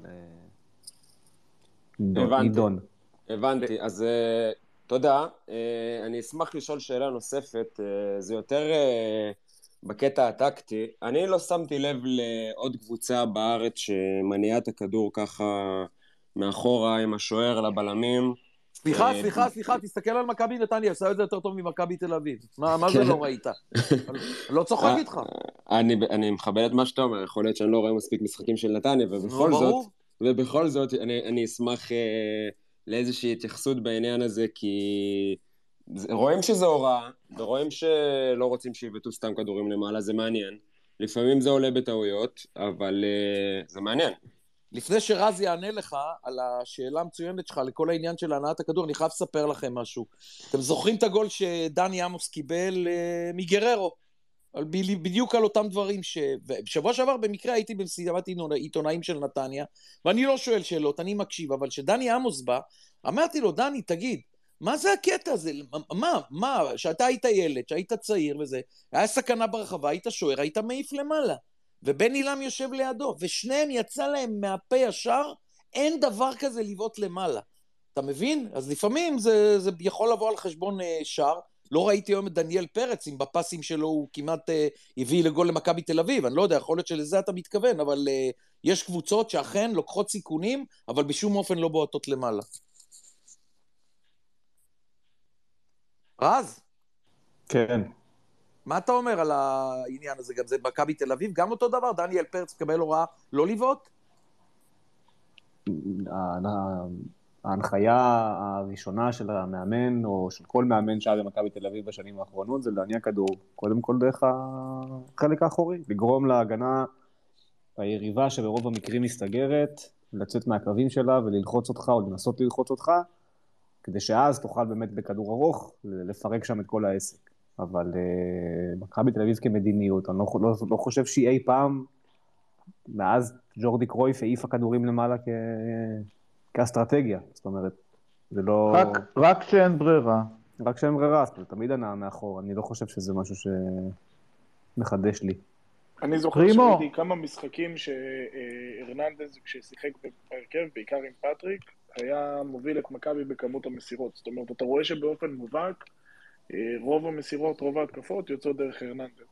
הבנתי, הבנתי, אז תודה, אני אשמח לשאול שאלה נוספת, זה יותר בקטע הטקטי, אני לא שמתי לב לעוד קבוצה בארץ שמניעה את הכדור ככה מאחורה עם השוער לבלמים, סליחה, סליחה, סליחה, תסתכל על מכבי נתניה, עשה את זה יותר טוב ממכבי תל אביב. מה זה לא ראית? לא צוחק איתך. אני מכבד את מה שאתה אומר, יכול להיות שאני לא רואה מספיק משחקים של נתניה, ובכל זאת, ובכל זאת, אני אשמח לאיזושהי התייחסות בעניין הזה, כי רואים שזה הוראה, ורואים שלא רוצים שיבטו סתם כדורים למעלה, זה מעניין. לפעמים זה עולה בטעויות, אבל זה מעניין. לפני שרז יענה לך על השאלה המצוינת שלך לכל העניין של הנעת הכדור, אני חייב לספר לכם משהו. אתם זוכרים את הגול שדני עמוס קיבל מגררו? בדיוק על אותם דברים ש... בשבוע שעבר במקרה הייתי במסיבת עיתונאים של נתניה, ואני לא שואל שאלות, אני מקשיב, אבל שדני עמוס בא, אמרתי לו, דני, תגיד, מה זה הקטע הזה? מה? מה? שאתה היית ילד, שהיית צעיר וזה, היה סכנה ברחבה, היית שוער, היית מעיף למעלה. ובן אילם יושב לידו, ושניהם יצא להם מהפה ישר, אין דבר כזה לבעוט למעלה. אתה מבין? אז לפעמים זה, זה יכול לבוא על חשבון אה, שער. לא ראיתי היום את דניאל פרץ, אם בפסים שלו הוא כמעט אה, הביא לגול למכבי תל אביב, אני לא יודע, יכול להיות שלזה אתה מתכוון, אבל אה, יש קבוצות שאכן לוקחות סיכונים, אבל בשום אופן לא בועטות למעלה. רז? כן. מה אתה אומר על העניין הזה? גם זה מכבי תל אביב, גם אותו דבר, דניאל פרץ קבל הוראה לא לבעוט? ההנחיה הראשונה של המאמן, או של כל מאמן שהיה במכבי תל אביב בשנים האחרונות, זה להניע כדור, קודם כל דרך החלק האחורי, לגרום להגנה היריבה שברוב המקרים מסתגרת, לצאת מהקרבים שלה וללחוץ אותך, או לנסות ללחוץ אותך, כדי שאז תוכל באמת בכדור ארוך, לפרק שם את כל העסק. אבל uh, מכבי תל אביב כמדיניות, אני לא, לא, לא חושב שהיא אי פעם, מאז ג'ורדי קרויף העיף הכדורים למעלה כ... כאסטרטגיה, זאת אומרת, זה לא... רק, רק שאין ברירה. רק שאין ברירה, אז תמיד הנעה מאחור, אני לא חושב שזה משהו שמחדש לי. אני זוכר שראיתי כמה משחקים שהרננדז, כששיחק בהרכב, בעיקר עם פטריק, היה מוביל את מכבי בכמות המסירות, זאת אומרת, אתה רואה שבאופן מובהק, רוב המסירות, רוב ההתקפות יוצאות דרך הרננדז.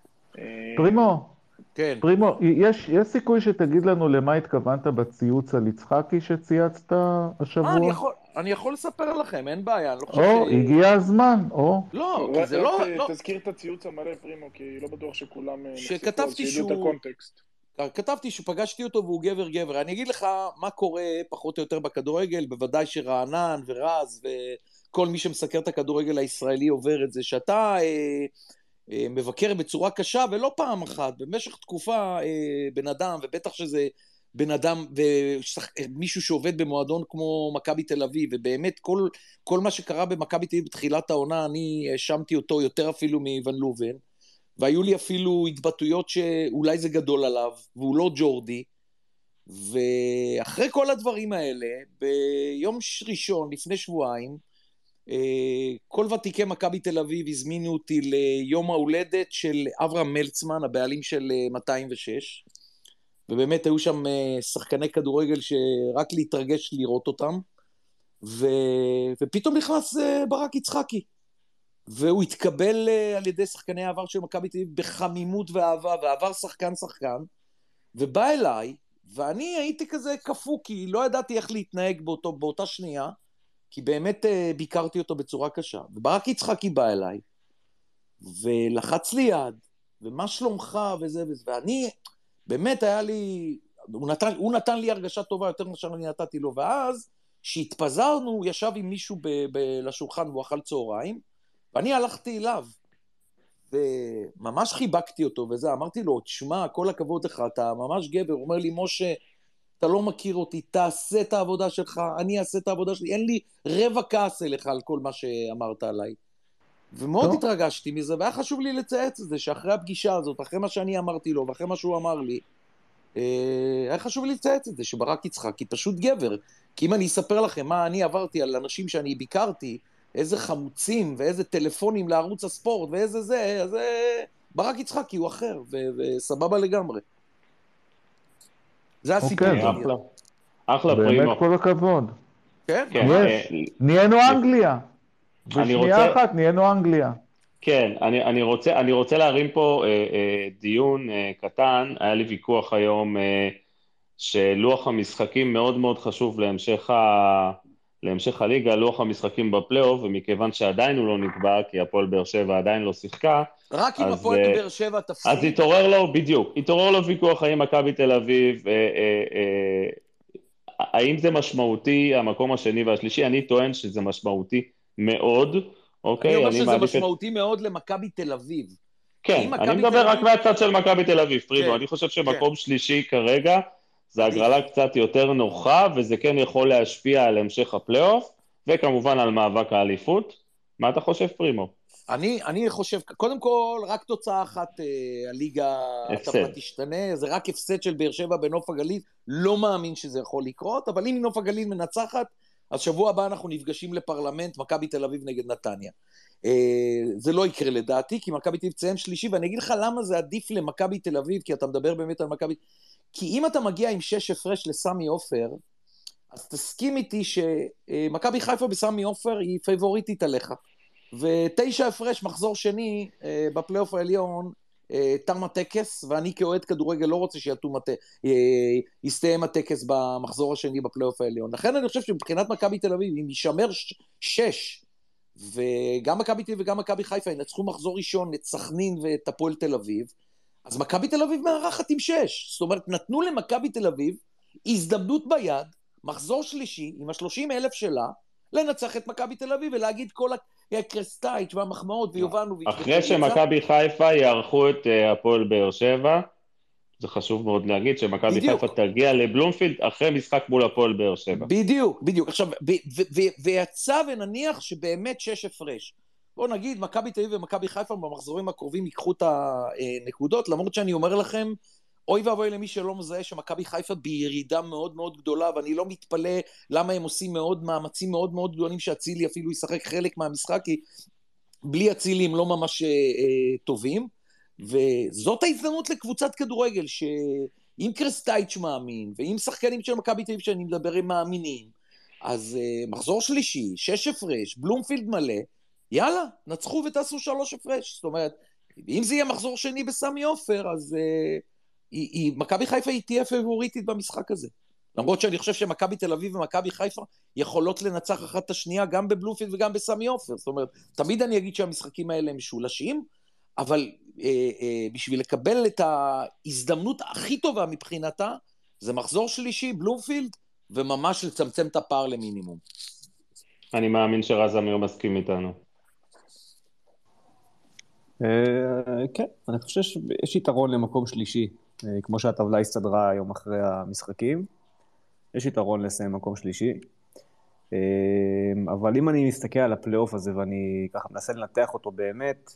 פרימו, כן. פרימו, יש, יש סיכוי שתגיד לנו למה התכוונת בציוץ על יצחקי שצייצת השבוע? אני יכול, אני יכול לספר לכם, אין בעיה, אני לא חושב או, ש... הגיע הזמן, או. לא, כי זה לא... תזכיר את הציוץ המלא, פרימו, כי לא בטוח שכולם שכתבתי שהוא... את הקונטקסט. כתבתי שפגשתי אותו והוא גבר גבר. אני אגיד לך מה קורה פחות או יותר בכדורגל, בוודאי שרענן ורז וכל מי שמסקר את הכדורגל הישראלי עובר את זה, שאתה אה, אה, מבקר בצורה קשה ולא פעם אחת, במשך תקופה אה, בן אדם, ובטח שזה בן אדם, ומישהו שעובד במועדון כמו מכבי תל אביב, ובאמת כל, כל מה שקרה במכבי תל אביב בתחילת העונה, אני האשמתי אותו יותר אפילו מוון לובן, והיו לי אפילו התבטאויות שאולי זה גדול עליו, והוא לא ג'ורדי, ואחרי כל הדברים האלה, ביום ראשון, לפני שבועיים, כל ותיקי מכבי תל אביב הזמינו אותי ליום ההולדת של אברהם מלצמן, הבעלים של מאתיים ושש, ובאמת היו שם שחקני כדורגל שרק להתרגש לראות אותם, ו... ופתאום נכנס ברק יצחקי, והוא התקבל על ידי שחקני העבר של מכבי תל אביב בחמימות ואהבה, ועבר שחקן שחקן, ובא אליי, ואני הייתי כזה כפו, כי לא ידעתי איך להתנהג באותו, באותה שנייה, כי באמת ביקרתי אותו בצורה קשה, וברק יצחקי בא אליי, ולחץ לי יד, ומה שלומך וזה וזה, ואני, באמת היה לי, הוא נתן, הוא נתן לי הרגשה טובה יותר מאשר אני נתתי לו, ואז, שהתפזרנו, הוא ישב עם מישהו ב- ב- לשולחן, והוא אכל צהריים, ואני הלכתי אליו, וממש חיבקתי אותו, וזה, אמרתי לו, תשמע, כל הכבוד לך, אתה ממש גבר, הוא אומר לי, משה, אתה לא מכיר אותי, תעשה את העבודה שלך, אני אעשה את העבודה שלי, אין לי רבע כעס אליך על כל מה שאמרת עליי. ומאוד טוב. התרגשתי מזה, והיה חשוב לי לצייץ את זה, שאחרי הפגישה הזאת, אחרי מה שאני אמרתי לו, ואחרי מה שהוא אמר לי, היה חשוב לי לצייץ את זה, שברק יצחקי פשוט גבר, כי אם אני אספר לכם מה אני עברתי על אנשים שאני ביקרתי, איזה חמוצים ואיזה טלפונים לערוץ הספורט ואיזה זה, אז ברק יצחקי הוא אחר, ו- וסבבה לגמרי. זה הסיפור. אוקיי, אחלה. אחלה פרימו. באמת כל הכבוד. כן? יש, נהיינו אנגליה. בשנייה אחת נהיינו אנגליה. כן, אני, אני רוצה, אני רוצה להרים פה אה, אה, דיון אה, קטן, היה לי ויכוח היום, אה, שלוח המשחקים מאוד מאוד חשוב להמשך ה... להמשך הליגה, לוח המשחקים בפלייאוף, ומכיוון שעדיין הוא לא נקבע, כי הפועל באר שבע עדיין לא שיחקה, רק אם אז, הפועל באר שבע תפסיד. אז התעורר לו, בדיוק, התעורר לו ויכוח האם מכבי תל אביב, אה, אה, אה, האם זה משמעותי, המקום השני והשלישי, אני טוען שזה משמעותי מאוד, אוקיי? אני אומר אני שזה מעדיף משמעותי את... מאוד למכבי תל אביב. כן, אני מדבר רק מהצד של מכבי תל אביב, פרימו, אני חושב שמקום שלישי כרגע, זה הגרלה קצת יותר נוחה, וזה כן יכול להשפיע על המשך הפלייאוף, וכמובן על מאבק האליפות. מה אתה חושב, פרימו? אני, אני חושב, קודם כל, רק תוצאה אחת, אה, הליגה הטבלה תשתנה, זה רק הפסד של באר שבע בנוף הגליל, לא מאמין שזה יכול לקרות, אבל אם נוף הגליל מנצחת, אז שבוע הבא אנחנו נפגשים לפרלמנט, מכבי תל אביב נגד נתניה. אה, זה לא יקרה לדעתי, כי מכבי תל אביב תסיים שלישי, ואני אגיד לך למה זה עדיף למכבי תל אביב, כי אתה מדבר באמת על מכבי... כי אם אתה מגיע עם שש הפרש לסמי עופר, אז תסכים איתי שמכבי חיפה בסמי עופר היא פייבוריטית עליך. ותשע הפרש מחזור שני בפלייאוף העליון, תם הטקס, ואני כאוהד כדורגל לא רוצה שיסתיים הטקס במחזור השני בפלייאוף העליון. לכן אני חושב שמבחינת מכבי תל אביב, אם יישמר שש, וגם מכבי תל אביב וגם מכבי חיפה ינצחו מחזור ראשון את סכנין ואת הפועל תל אביב, אז מכבי תל אביב מארחת עם שש. זאת אומרת, נתנו למכבי תל אביב הזדמנות ביד, מחזור שלישי, עם השלושים אלף שלה, לנצח את מכבי תל אביב ולהגיד כל הקרסטייץ' והמחמאות ויובנוביץ'. אחרי שמכבי חיפה יערכו את הפועל באר שבע, זה חשוב מאוד להגיד שמכבי חיפה תגיע לבלומפילד אחרי משחק מול הפועל באר שבע. בדיוק, בדיוק. עכשיו, ויצא ונניח שבאמת שש הפרש. בואו נגיד, מכבי תל אביב ומכבי חיפה במחזורים הקרובים ייקחו את הנקודות, למרות שאני אומר לכם, אוי ואבוי למי שלא מזהה שמכבי חיפה בירידה מאוד מאוד גדולה, ואני לא מתפלא למה הם עושים מאוד מאמצים מאוד מאוד גדולים שהצילי אפילו ישחק חלק מהמשחק, כי בלי הצילי הם לא ממש אה, אה, טובים, וזאת ההזדמנות לקבוצת כדורגל, שאם קרסטייץ' מאמין, ואם שחקנים של מכבי תל אביב שאני מדבר הם מאמינים, אז אה, מחזור שלישי, שש הפרש, בלומפילד מלא, יאללה, נצחו ותעשו שלוש הפרש. זאת אומרת, אם זה יהיה מחזור שני בסמי עופר, אז אה, היא, היא, מכבי חיפה היא תהיה פייבוריטית במשחק הזה. למרות שאני חושב שמכבי תל אביב ומכבי חיפה יכולות לנצח אחת את השנייה, גם בבלומפילד וגם בסמי עופר. זאת אומרת, תמיד אני אגיד שהמשחקים האלה הם משולשים, אבל אה, אה, בשביל לקבל את ההזדמנות הכי טובה מבחינתה, זה מחזור שלישי, בלומפילד, וממש לצמצם את הפער למינימום. אני מאמין שרז אמיר מסכים איתנו. כן, אני חושב שיש יתרון למקום שלישי, כמו שהטבלה הסתדרה היום אחרי המשחקים, יש יתרון לסיים מקום שלישי, אבל אם אני מסתכל על הפלייאוף הזה ואני ככה מנסה לנתח אותו באמת,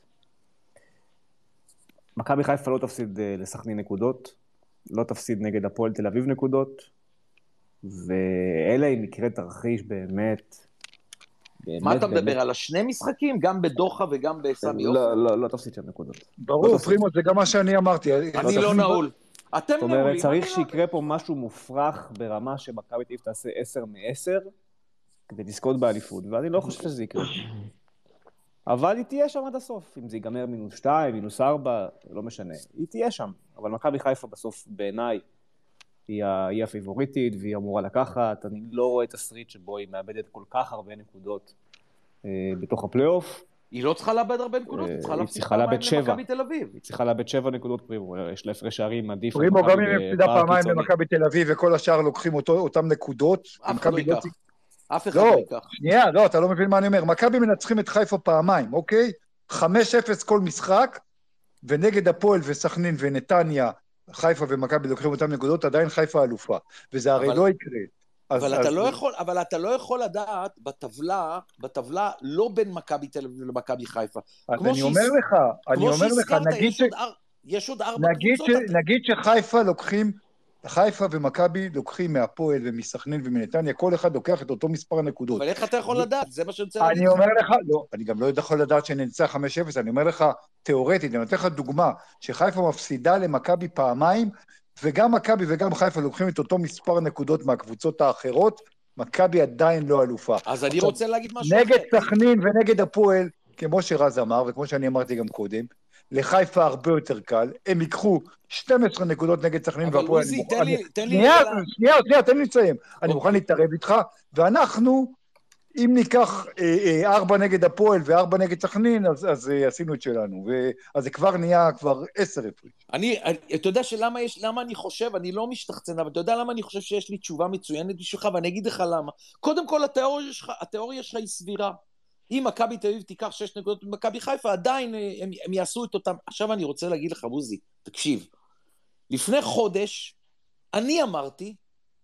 מכבי חיפה לא תפסיד לסכנין נקודות, לא תפסיד נגד הפועל תל אביב נקודות, ואלה אם יקרה תרחיש באמת, מה אתה מדבר, על השני משחקים? גם בדוחה וגם בסמי עופר? לא, לא, לא תפסיד שם נקודות. ברור, פרימו, זה גם מה שאני אמרתי. אני לא נעול. אתם נעולים. זאת אומרת, צריך שיקרה פה משהו מופרך ברמה שמכבי תל אביב תעשה עשר מעשר, כדי לזכות באליפות, ואני לא חושב שזה יקרה. אבל היא תהיה שם עד הסוף, אם זה ייגמר מינוס שתיים, מינוס ארבע, לא משנה. היא תהיה שם, אבל מכבי חיפה בסוף בעיניי, היא הפייבוריטית והיא אמורה לקחת, אני לא רואה תסריט שבו היא מאבדת כל כך הרבה נקודות בתוך הפלייאוף. היא לא צריכה לאבד הרבה נקודות, היא צריכה להפסיד פעמיים למכבי תל אביב. היא צריכה לאבד שבע נקודות, פרימו, יש לה הפרש שערים עדיף. פרימו, גם אם היא הפסידה פעמיים למכבי תל אביב וכל השאר לוקחים אותם נקודות. אף אחד לא ייקח. אף אחד לא ייקח. שנייה, לא, אתה לא מבין מה אני אומר. מכבי מנצחים את חיפה פעמיים, אוקיי? חמש אפס כל משחק, ונגד הפועל וסכנין ונתניה, חיפה ומכבי לוקחים אותם נקודות, עדיין חיפה אלופה, וזה הרי לא יקרה. אבל אתה לא יכול, אבל אתה לא יכול לדעת בטבלה, בטבלה לא בין מכבי תל אביב למכבי חיפה. אז אני אומר לך, אני אומר לך, נגיד ש... יש עוד ארבע קבוצות. נגיד שחיפה לוקחים, חיפה ומכבי לוקחים מהפועל ומסכנין ומנתניה, כל אחד לוקח את אותו מספר הנקודות. אבל איך אתה יכול לדעת? זה מה שאני רוצה להגיד. אני אומר לך, לא, אני גם לא יכול לדעת שננצח חמש אפס, אני אומר לך, תיאורטית, אני נותן לך דוגמה, שחיפה מפסידה למכבי פעמיים, וגם מכבי וגם חיפה לוקחים את אותו מספר נקודות מהקבוצות האחרות, מכבי עדיין לא אלופה. אז אני רוצה להגיד משהו. נגד סכנין ונגד הפועל, כמו שרז אמר, וכמו שאני אמרתי גם קודם, לחיפה הרבה יותר קל, הם ייקחו שתים עשרה נקודות נגד סכנין והפועל. אבל עוזי, תן לי... שנייה, שנייה, שנייה, תן לי לציין. אני מוכן להתערב איתך, ואנחנו אם ניקח אה, אה, ארבע נגד הפועל וארבע נגד סכנין, אז, אז אה, עשינו את שלנו, ואז זה כבר נהיה כבר עשר הפריש. אני, אתה יודע שלמה יש, למה אני חושב, אני לא משתחצן, אבל אתה יודע למה אני חושב שיש לי תשובה מצוינת בשבילך, ואני אגיד לך למה. קודם כל, התיאוריה שלך, התיאוריה שלך היא סבירה. אם מכבי תל אביב תיקח שש נקודות ממכבי חיפה, עדיין הם, הם יעשו את אותם. עכשיו אני רוצה להגיד לך, בוזי, תקשיב. לפני חודש, אני אמרתי,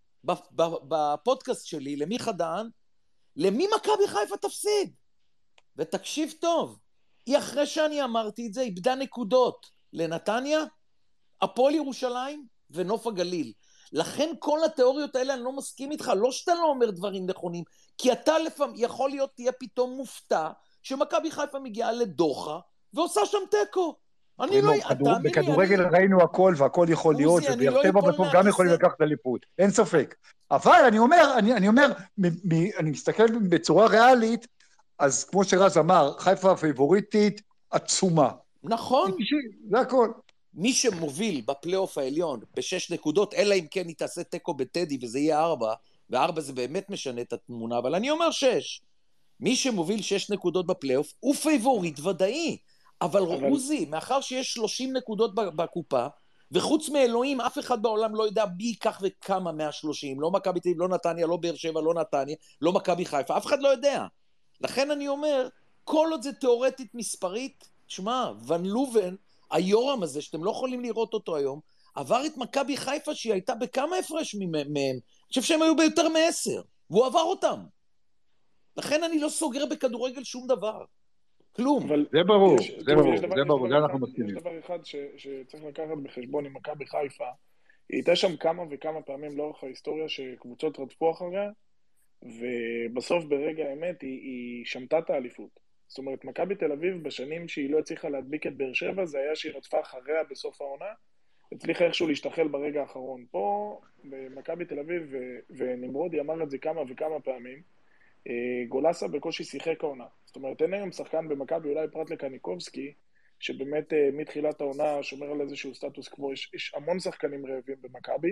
בפודקאסט שלי, למיכה דהן, למי מכבי חיפה תפסיד? ותקשיב טוב, היא אחרי שאני אמרתי את זה, איבדה נקודות לנתניה, הפועל ירושלים ונוף הגליל. לכן כל התיאוריות האלה אני לא מסכים איתך, לא שאתה לא אומר דברים נכונים, כי אתה לפעמים, יכול להיות, תהיה פתאום מופתע, שמכבי חיפה מגיעה לדוחה, ועושה שם טקו. אני לא, תאמין לי, בכדורגל ראינו הכל, והכל יכול להיות, ובאר שבע בסוף גם יכולים לקחת אליפות, אין ספק. אבל אני אומר, אני אומר, אני מסתכל בצורה ריאלית, אז כמו שרז אמר, חיפה הפייבוריטית עצומה. נכון. זה הכל. מי שמוביל בפלייאוף העליון בשש נקודות, אלא אם כן היא תעשה טקו בטדי, וזה יהיה ארבע, וארבע זה באמת משנה את התמונה, אבל אני אומר שש. מי שמוביל שש נקודות בפלייאוף, הוא פייבוריט ודאי. אבל רוזי, מאחר שיש שלושים נקודות בקופה, וחוץ מאלוהים, אף אחד בעולם לא יודע בי כך וכמה מה-שלושים, לא מכבי תל אביב, לא נתניה, לא באר שבע, לא נתניה, לא מכבי חיפה, אף אחד לא יודע. לכן אני אומר, כל עוד זה תיאורטית מספרית, תשמע, ון לובן, היורם הזה, שאתם לא יכולים לראות אותו היום, עבר את מכבי חיפה שהיא הייתה בכמה הפרש מהם, אני חושב שהם היו ביותר מעשר, והוא עבר אותם. לכן אני לא סוגר בכדורגל שום דבר. כלום. זה ברור, זה ברור, זה ברור, זה אנחנו מסכימים. יש דבר אחד שצריך לקחת בחשבון עם מכבי חיפה, היא הייתה שם כמה וכמה פעמים לאורך ההיסטוריה שקבוצות רדפו אחריה, ובסוף ברגע האמת היא, היא שמתה את האליפות. זאת אומרת, מכבי תל אביב בשנים שהיא לא הצליחה להדביק את באר שבע, זה היה שהיא רדפה אחריה בסוף העונה, הצליחה איכשהו להשתחל ברגע האחרון. פה, במכבי תל אביב, ונמרודי אמר את זה כמה וכמה פעמים, גולסה בקושי שיחק העונה. זאת אומרת, אין היום שחקן במכבי, אולי פרט לקניקובסקי, שבאמת מתחילת העונה שומר על איזשהו סטטוס קוו. יש, יש המון שחקנים רעבים במכבי.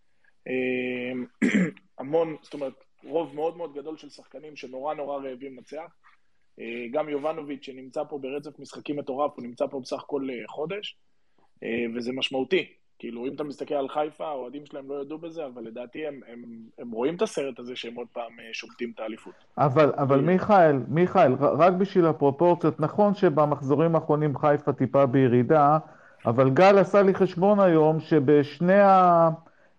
המון, זאת אומרת, רוב מאוד מאוד גדול של שחקנים שנורא נורא רעבים נצח. גם יובנוביץ' שנמצא פה ברצף משחקים מטורף, הוא נמצא פה בסך כל חודש, וזה משמעותי. כאילו, אם אתה מסתכל על חיפה, האוהדים שלהם לא ידעו בזה, אבל לדעתי הם, הם, הם רואים את הסרט הזה שהם עוד פעם שומטים את האליפות. אבל, אבל מיכאל, מיכאל, רק בשביל הפרופורציות, נכון שבמחזורים האחרונים חיפה טיפה בירידה, אבל גל עשה לי חשבון היום שבשני ה...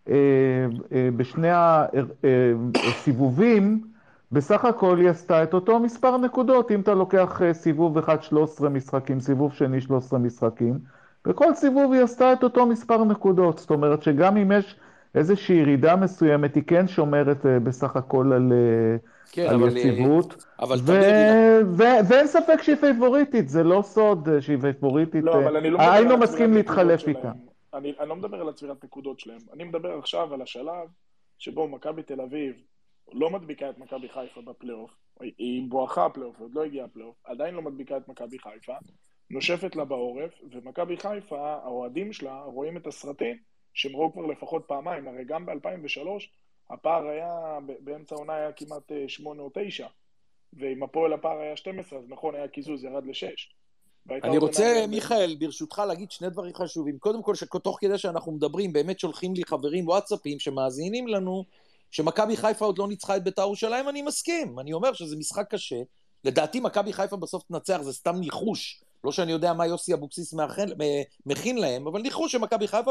בשני הסיבובים, בסך הכל היא עשתה את אותו מספר נקודות. אם אתה לוקח סיבוב אחד שלוש עשרה משחקים, סיבוב שני שלוש עשרה משחקים, בכל סיבוב היא עשתה את אותו מספר נקודות. זאת אומרת שגם אם יש איזושהי ירידה מסוימת, היא כן שומרת בסך הכל על, כן, על אבל יציבות. אבל ו... ו... ואין ספק שהיא פייבוריטית, זה לא סוד שהיא פייבוריטית. לא, אבל אני לא היינו מסכים להתחלף איתה. אני, אני לא מדבר על הצבירת נקודות שלהם, אני מדבר עכשיו על השלב שבו מכבי תל אביב לא מדביקה את מכבי חיפה בפלייאוף, היא בואכה הפלייאוף, עוד לא הגיעה הפלייאוף, עדיין לא מדביקה את מכבי חיפה, נושפת לה בעורף, ומכבי חיפה, האוהדים שלה, רואים את הסרטים שהם ראו כבר לפחות פעמיים, הרי גם ב-אלפיים ושלוש הפער היה, באמצע העונה היה כמעט שמונה או תשע, ועם הפועל הפער היה שתים עשרה, אז נכון היה קיזוז, ירד לשש. אני רוצה, מיכאל, ברשותך להגיד שני דברים חשובים. קודם כל, שתוך כדי שאנחנו מדברים, באמת שולחים לי חברים וואטסאפים שמאזינים לנו, שמכבי חיפה עוד לא ניצחה את בית"ר ירושלים, אני מסכים. אני אומר שזה משחק קשה. לדעתי, מכבי חיפה בסוף תנצח, זה סתם ניחוש. לא שאני יודע מה יוסי אבוקסיס מכין להם, אבל ניחוש שמכבי חיפה...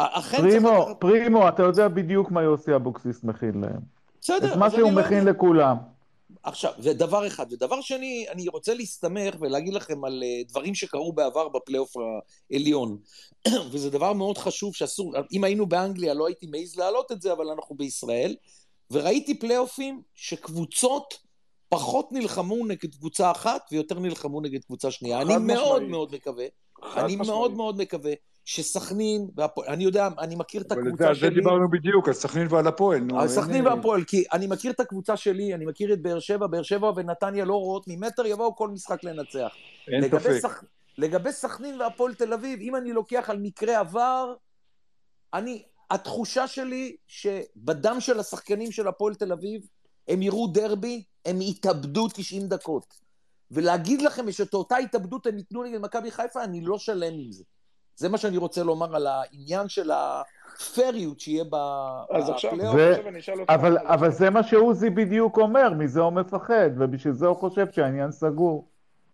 פרימו, פרימו, אתה יודע בדיוק מה יוסי אבוקסיס מכין להם. בסדר. את מה שהוא מכין לכולם. עכשיו, זה דבר אחד. ודבר שני, אני רוצה להסתמך ולהגיד לכם על דברים שקרו בעבר בפלייאוף העליון. וזה דבר מאוד חשוב שאסור, אם היינו באנגליה לא הייתי מעיז להעלות את זה, אבל אנחנו בישראל, וראיתי פלייאופים שקבוצות פחות נלחמו נגד קבוצה אחת, ויותר נלחמו נגד קבוצה שנייה. אני מאוד מאוד מקווה, אני מאוד מאוד מקווה, שסכנין, אני יודע, אני מכיר את הקבוצה שלי. זה דיברנו בדיוק, על סכנין ועל הפועל. על סכנין והפועל, כי אני מכיר את הקבוצה שלי, אני מכיר את באר שבע, באר שבע ונתניה לא רואות ממטר, יבואו כל משחק לנצח. אין ספק. לגבי סכנין והפועל תל אביב, אם אני לוקח על מקרה עבר, אני, התחושה שלי שבדם של השחקנים של הפועל תל אביב, הם יראו דרבי, הם יתאבדו תשעים דקות. ולהגיד לכם שאת אותה התאבדות הם ייתנו נגד מכבי חיפה, אני לא שלם עם זה. זה מה שאני רוצה לומר על העניין של הפריות שיהיה בפלייאוף. אבל זה מה שעוזי בדיוק אומר, מזה הוא מפחד, ובשביל זה הוא חושב שהעניין סגור.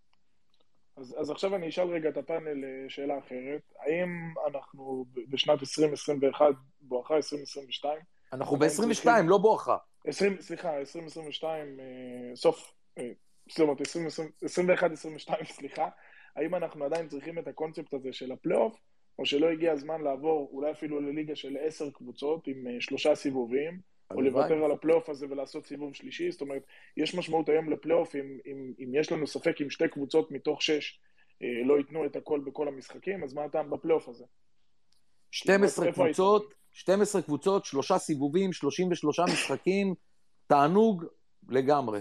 אז, אז עכשיו אני אשאל רגע את הפאנל שאלה אחרת. האם אנחנו בשנת עשרים עשרים ואחת בואכה עשרים עשרים ושתיים? אנחנו ב-עשרים ושתיים, לא בואכה. עשרים, סליחה, עשרים עשרים ושתיים, סוף, זאת אומרת, עשרים ואחת עשרים ושתיים, סליחה. האם אנחנו עדיין צריכים את הקונספט הזה של הפלייאוף, או שלא הגיע הזמן לעבור אולי אפילו לליגה של עשר קבוצות עם שלושה סיבובים, או לוותר על הפלייאוף הזה ולעשות סיבוב שלישי? זאת אומרת, יש משמעות היום לפלייאוף, אם, אם, אם יש לנו ספק אם שתי קבוצות מתוך שש אה, לא ייתנו את הכל בכל המשחקים, אז מה הטעם בפלייאוף הזה? שתים עשרה קבוצות, שתים עשרה קבוצות, שלושה סיבובים, שלושים ושלושה משחקים, תענוג לגמרי.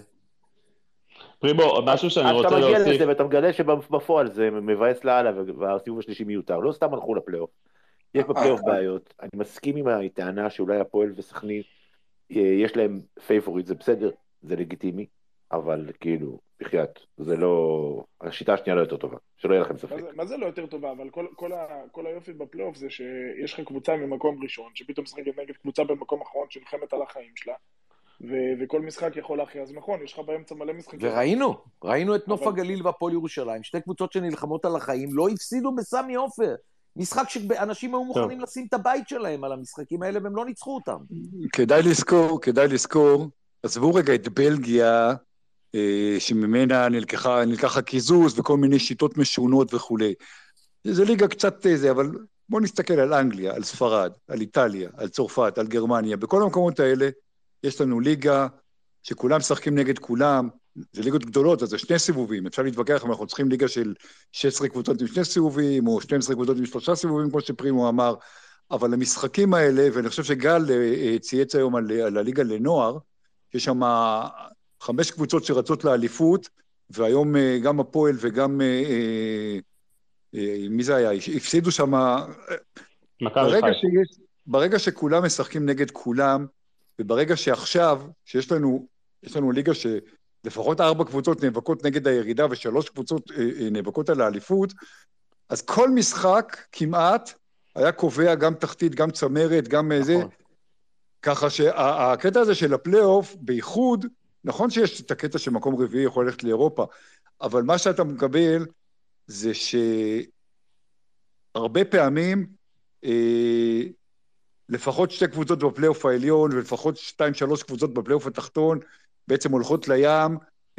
פריבו, משהו שאני רוצה להוסיף. אתה מגיע לזה ואתה מגלה שבפועל זה מבאס להלאה והסיבוב השלישי מיותר. לא סתם הלכו לפלייאוף. יש בפלייאוף בעיות. אני מסכים עם הטענה שאולי הפועל וסכנין יש להם פייבוריט, זה בסדר, זה לגיטימי, אבל כאילו, בחייאת, זה לא, השיטה השנייה לא יותר טובה, שלא יהיה לכם ספק. מה זה, מה זה לא יותר טובה? אבל כל, כל, ה, כל היופי בפלייאוף זה שיש לך קבוצה ממקום ראשון, שפתאום משחקת נגד קבוצה במקום אחרון שנלחמת על החיים שלה, ו- וכל משחק יכול להכריע, אז נכון, יש לך באמצע מלא משחקים. וראינו, ראינו את נוף הגליל והפועל ירושלים, שתי קבוצות שנלחמות על החיים, לא הפסידו בסמי עופר. משחק שאנשים היו מוכנים לשים את הבית שלהם על המשחקים האלה, והם לא ניצחו אותם. כדאי לזכור, כדאי לזכור, עזבו רגע את בלגיה, שממנה נלקחה, נלקחה קיזוז וכל מיני שיטות משונות וכו'. זה ליגה קצת זה, אבל בואו נסתכל על אנגליה, על ספרד, על איטליה, על צרפת, על גרמניה. בכל המקומות האלה יש לנו ליגה שכולם משחקים נגד כולם, זה ליגות גדולות, אז זה שני סיבובים, אפשר להתווכח אם אנחנו צריכים ליגה של שש עשרה קבוצות עם שני סיבובים, או שתים עשרה קבוצות עם שלושה סיבובים, כמו שפרימו אמר, אבל המשחקים האלה, ואני חושב שגל צייץ היום על, על הליגה לנוער, יש שם חמש קבוצות שרצות לאליפות, והיום גם הפועל וגם, מי זה היה, הפסידו שם, ברגע, שיש, ברגע שכולם משחקים נגד כולם, וברגע שעכשיו, שיש לנו, יש לנו ליגה שלפחות ארבע קבוצות נאבקות נגד הירידה, ושלוש קבוצות נאבקות על האליפות, אז כל משחק כמעט היה קובע גם תחתית, גם צמרת, גם איזה, ככה שהקטע הזה של הפלייאוף, בייחוד, נכון שיש את הקטע שמקום רביעי יכול ללכת לאירופה, אבל מה שאתה מקבל, זה שהרבה פעמים, אה, לפחות שתי קבוצות בפלייאוף העליון, ולפחות שתיים, שלוש קבוצות בפלייאוף התחתון, בעצם הולכות לים,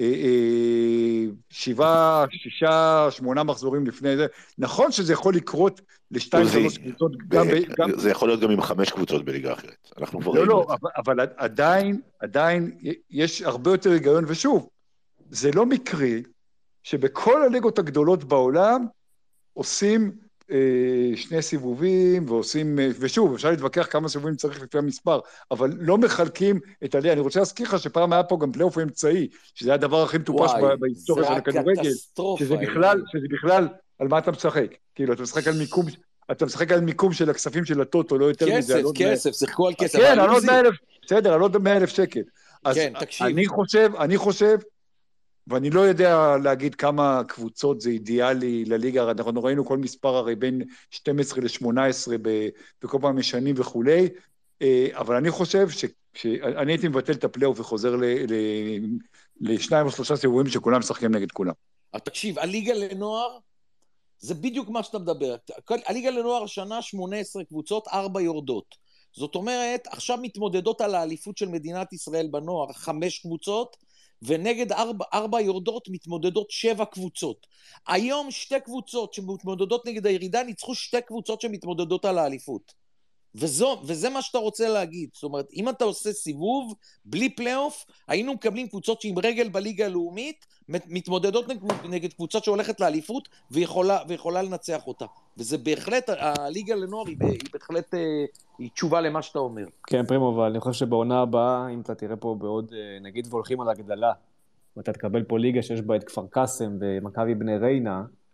שבעה, שישה, שמונה מחזורים לפני זה. נכון שזה יכול לקרות לשתיים, שלוש קבוצות. זה יכול להיות גם עם חמש קבוצות בליגה אחרת. לא, לא, אבל עדיין, עדיין יש הרבה יותר היגיון, ושוב, זה לא מקרי שבכל הליגות הגדולות בעולם עושים שני סיבובים, ועושים, ושוב, אפשר להתווכח כמה סיבובים צריך לפי המספר, אבל לא מחלקים את עליה. אני רוצה להזכיר לך שפעם היה פה גם פלייאוף אמצעי, שזה היה הדבר הכי מטופש בהיסטוריה של הכדורגל, שזה בכלל, שזה בכלל, על מה אתה משחק? כאילו, אתה משחק על מיקום, אתה משחק על מיקום של הכספים של הטוטו, לא יותר מזה. כסף, כסף, שיחקו על כסף. כן, על עוד מאה אלף, בסדר, על עוד מאה אלף שקל. אז אני חושב, אני חושב, ואני לא יודע להגיד כמה קבוצות זה אידיאלי לליגה, אנחנו ראינו כל מספר הרי בין שתים עשרה ל-שמונה עשרה בכל פעם משנים וכו', אבל אני חושב שאני הייתי מבטל את הפלייאוף וחוזר לשניים או שלושה סיבובים שכולם משחקים נגד כולם. תקשיב, הליגה לנוער, זה בדיוק מה שאתה מדבר. הליגה לנוער השנה שמונה עשרה קבוצות, ארבע יורדות. זאת אומרת, עכשיו מתמודדות על האליפות של מדינת ישראל בנוער, חמש קבוצות, ונגד ארבע, ארבע יורדות מתמודדות שבע קבוצות. היום שתי קבוצות שמתמודדות נגד הירידה, ניצחו שתי קבוצות שמתמודדות על האליפות. וזו, וזה מה שאתה רוצה להגיד. זאת אומרת, אם אתה עושה סיבוב, בלי פלייאוף, היינו מקבלים קבוצות שעם רגל בליגה הלאומית, מתמודדות נגד קבוצות שהולכת לאליפות, ויכולה, ויכולה לנצח אותה. וזה בהחלט, הליגה לנוער היא, היא בהחלט היא תשובה למה שאתה אומר. כן, פרימו, אבל אני חושב שבעונה הבאה, אם אתה תראה פה בעוד, נגיד והולכים על הגדלה, ואתה תקבל פה ליגה שיש בה את כפר קאסם ומכבי בני ריינה,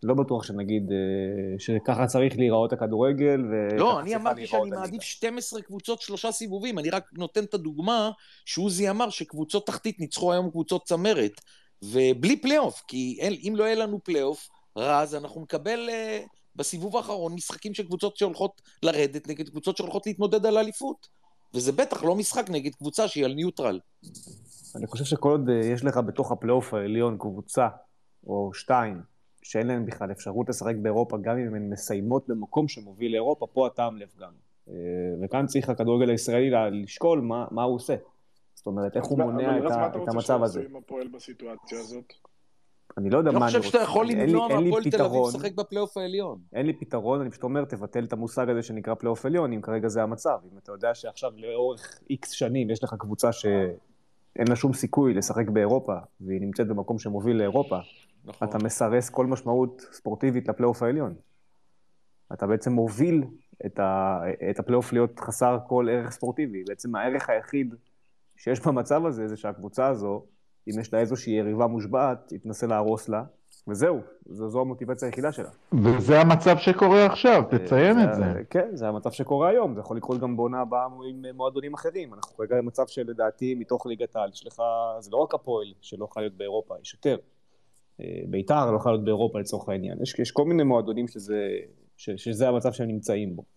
לא בטוח שנגיד שככה צריך להיראות הכדורגל, לא, אני אמרתי שאני מעדיף שתים עשרה קבוצות, שלושה סיבובים, אני רק נותן את הדוגמה שעוזי אמר שקבוצות תחתית ניצחו היום קבוצות צמרת, ובלי פלייאוף, כי אם לא יהיה לנו פלייאוף, רז, אנחנו נקבל בסיבוב האחרון משחקים של קבוצות שהולכות לרדת נגד קבוצות שהולכות להתמודד על אליפות, וזה בטח לא משחק נגד קבוצה שהיא על ניוטרל. אני חושב שכל עוד יש לך בתוך הפלייאוף העליון קבוצה או שתיים, שאין להן בכלל אפשרות לשחק באירופה, גם אם הן מסיימות במקום שמוביל לאירופה, פה הטעם לב גם. וכאן צריך הכדורגל הישראלי לשקול מה, מה הוא עושה. זאת אומרת, איך הוא מונע את, ה, את המצב הזה. אבל רז, מה אתה רוצה שעושים הפועל בסיטואציה הזאת? אני לא יודע מה אני רוצה. אני חושב שאתה יכול למנוע מהפועל תל אביב לשחק בפלייאוף העליון. אין לי פתרון, אני פשוט אומר, תבטל את המושג הזה שנקרא פלייאוף עליון, אם כרגע זה המצב. אם אתה יודע שעכשיו לאורך איקס שנים יש לך קבוצה שאין לה שום סיכוי לשחק באירופה, והיא נמצאת במקום שמוביל לאירופה, נכון. אתה מסרס כל משמעות ספורטיבית לפלייאוף העליון. אתה בעצם מוביל את, ה, את הפלייאוף להיות חסר כל ערך ספורטיבי. בעצם הערך היחיד שיש במצב הזה, זה שהקבוצה הזו, אם יש לה איזושהי יריבה מושבעת, תתנסה להרוס לה, וזהו, זו, זו המוטיבציה היחידה שלה. וזה המצב שקורה עכשיו, תציין זה, את זה. כן, זה המצב שקורה היום, זה יכול לקרות גם בעונה הבאה עם מועדונים אחרים. אנחנו כרגע במצב שלדעתי, מתוך ליגת העל, יש לך, זה לא רק הפועל שלא יכול להיות באירופה, יש יותר. ביתר לא יכול להיות באירופה לצורך העניין. יש, יש כל מיני מועדונים שזה, ש, שזה המצב שהם נמצאים בו.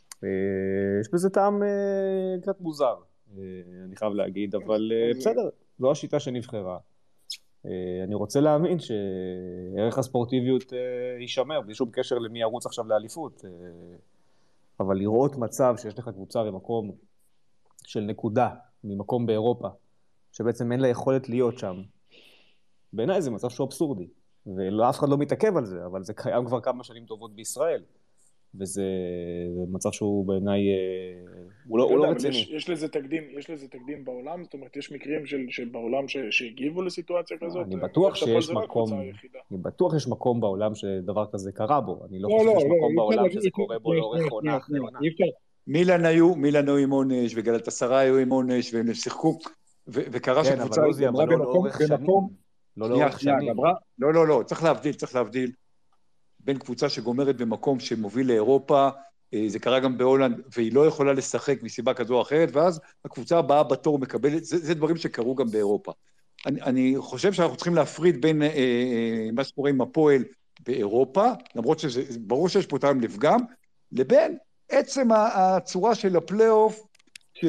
יש בזה טעם קצת מוזר, אני חייב להגיד, אבל בסדר, זו השיטה שנבחרה. אני רוצה להאמין שערך הספורטיביות יישמר, בלי שום קשר למי ירוץ עכשיו לאליפות. אבל לראות מצב שיש לך קבוצה במקום של נקודה, ממקום באירופה, שבעצם אין לה יכולת להיות שם, בעיניי זה מצב שהוא אבסורדי, ואף אחד לא מתעכב על זה, אבל זה קיים כבר כמה שנים טובות בישראל, וזה מצב שהוא בעיניי, הוא לא, הוא לא רציני. יש, יש לזה תקדים, יש לזה תקדים בעולם, זאת אומרת, יש מקרים של, שבעולם ש, שהגיבו לסיטואציה כזאת. אני בטוח שיש מקום, אני בטוח שיש מקום בעולם שדבר כזה קרה בו, אני לא חושב שיש מקום בעולם שזה קורה בו לאורך עונה אחרי עונה. מילאן היו, מילאן היו עם עונש, וגלאטסראי היו עם עונש, והם שיחקו, וקרה שקבוצה אמרה במקום, במקום, לא לאורך שנים. לא, לא, לא, צריך להבדיל, צריך להבדיל. בין קבוצה שגומרת במקום שמוביל לאירופה, זה קרה גם בהולנד, והיא לא יכולה לשחק מסיבה כזו או אחרת, ואז הקבוצה הבאה בתור מקבלת, זה, זה דברים שקרו גם באירופה. אני, אני חושב שאנחנו צריכים להפריד בין אה, אה, מה שקורה עם הפועל באירופה, למרות שזה ברור שיש פה טעם לפגם, לבין עצם הצורה של הפלייאוף, ש...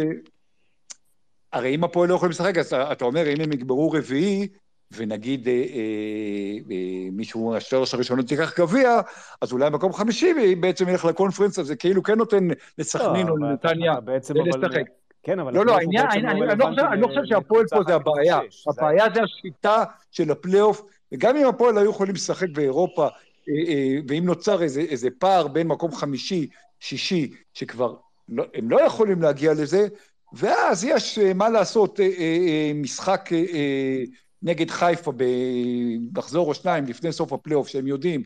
הרי אם הפועל לא יכולים לשחק, אז אתה אומר, אם הם יגברו רביעי, ונגיד אה, אה, מישהו השלוש הראשונות תיקח גביע, אז אולי מקום חמישי, בעצם ילך לקונפרנס, אז זה כאילו כן נותן לסכנין או לנתניה לשחק. כן, אבל... לא, לא, העניין, אני לא חושב שהפועל פה זה הבעיה. הבעיה זה השיטה של הפלייאוף, וגם אם הפועל היו יכולים לשחק באירופה, ואם נוצר איזה פער בין מקום חמישי, שישי, שכבר הם לא יכולים להגיע לזה, ואז יש מה לעשות, משחק נגד חיפה בחזור או שניים לפני סוף הפלייאוף, שהם יודעים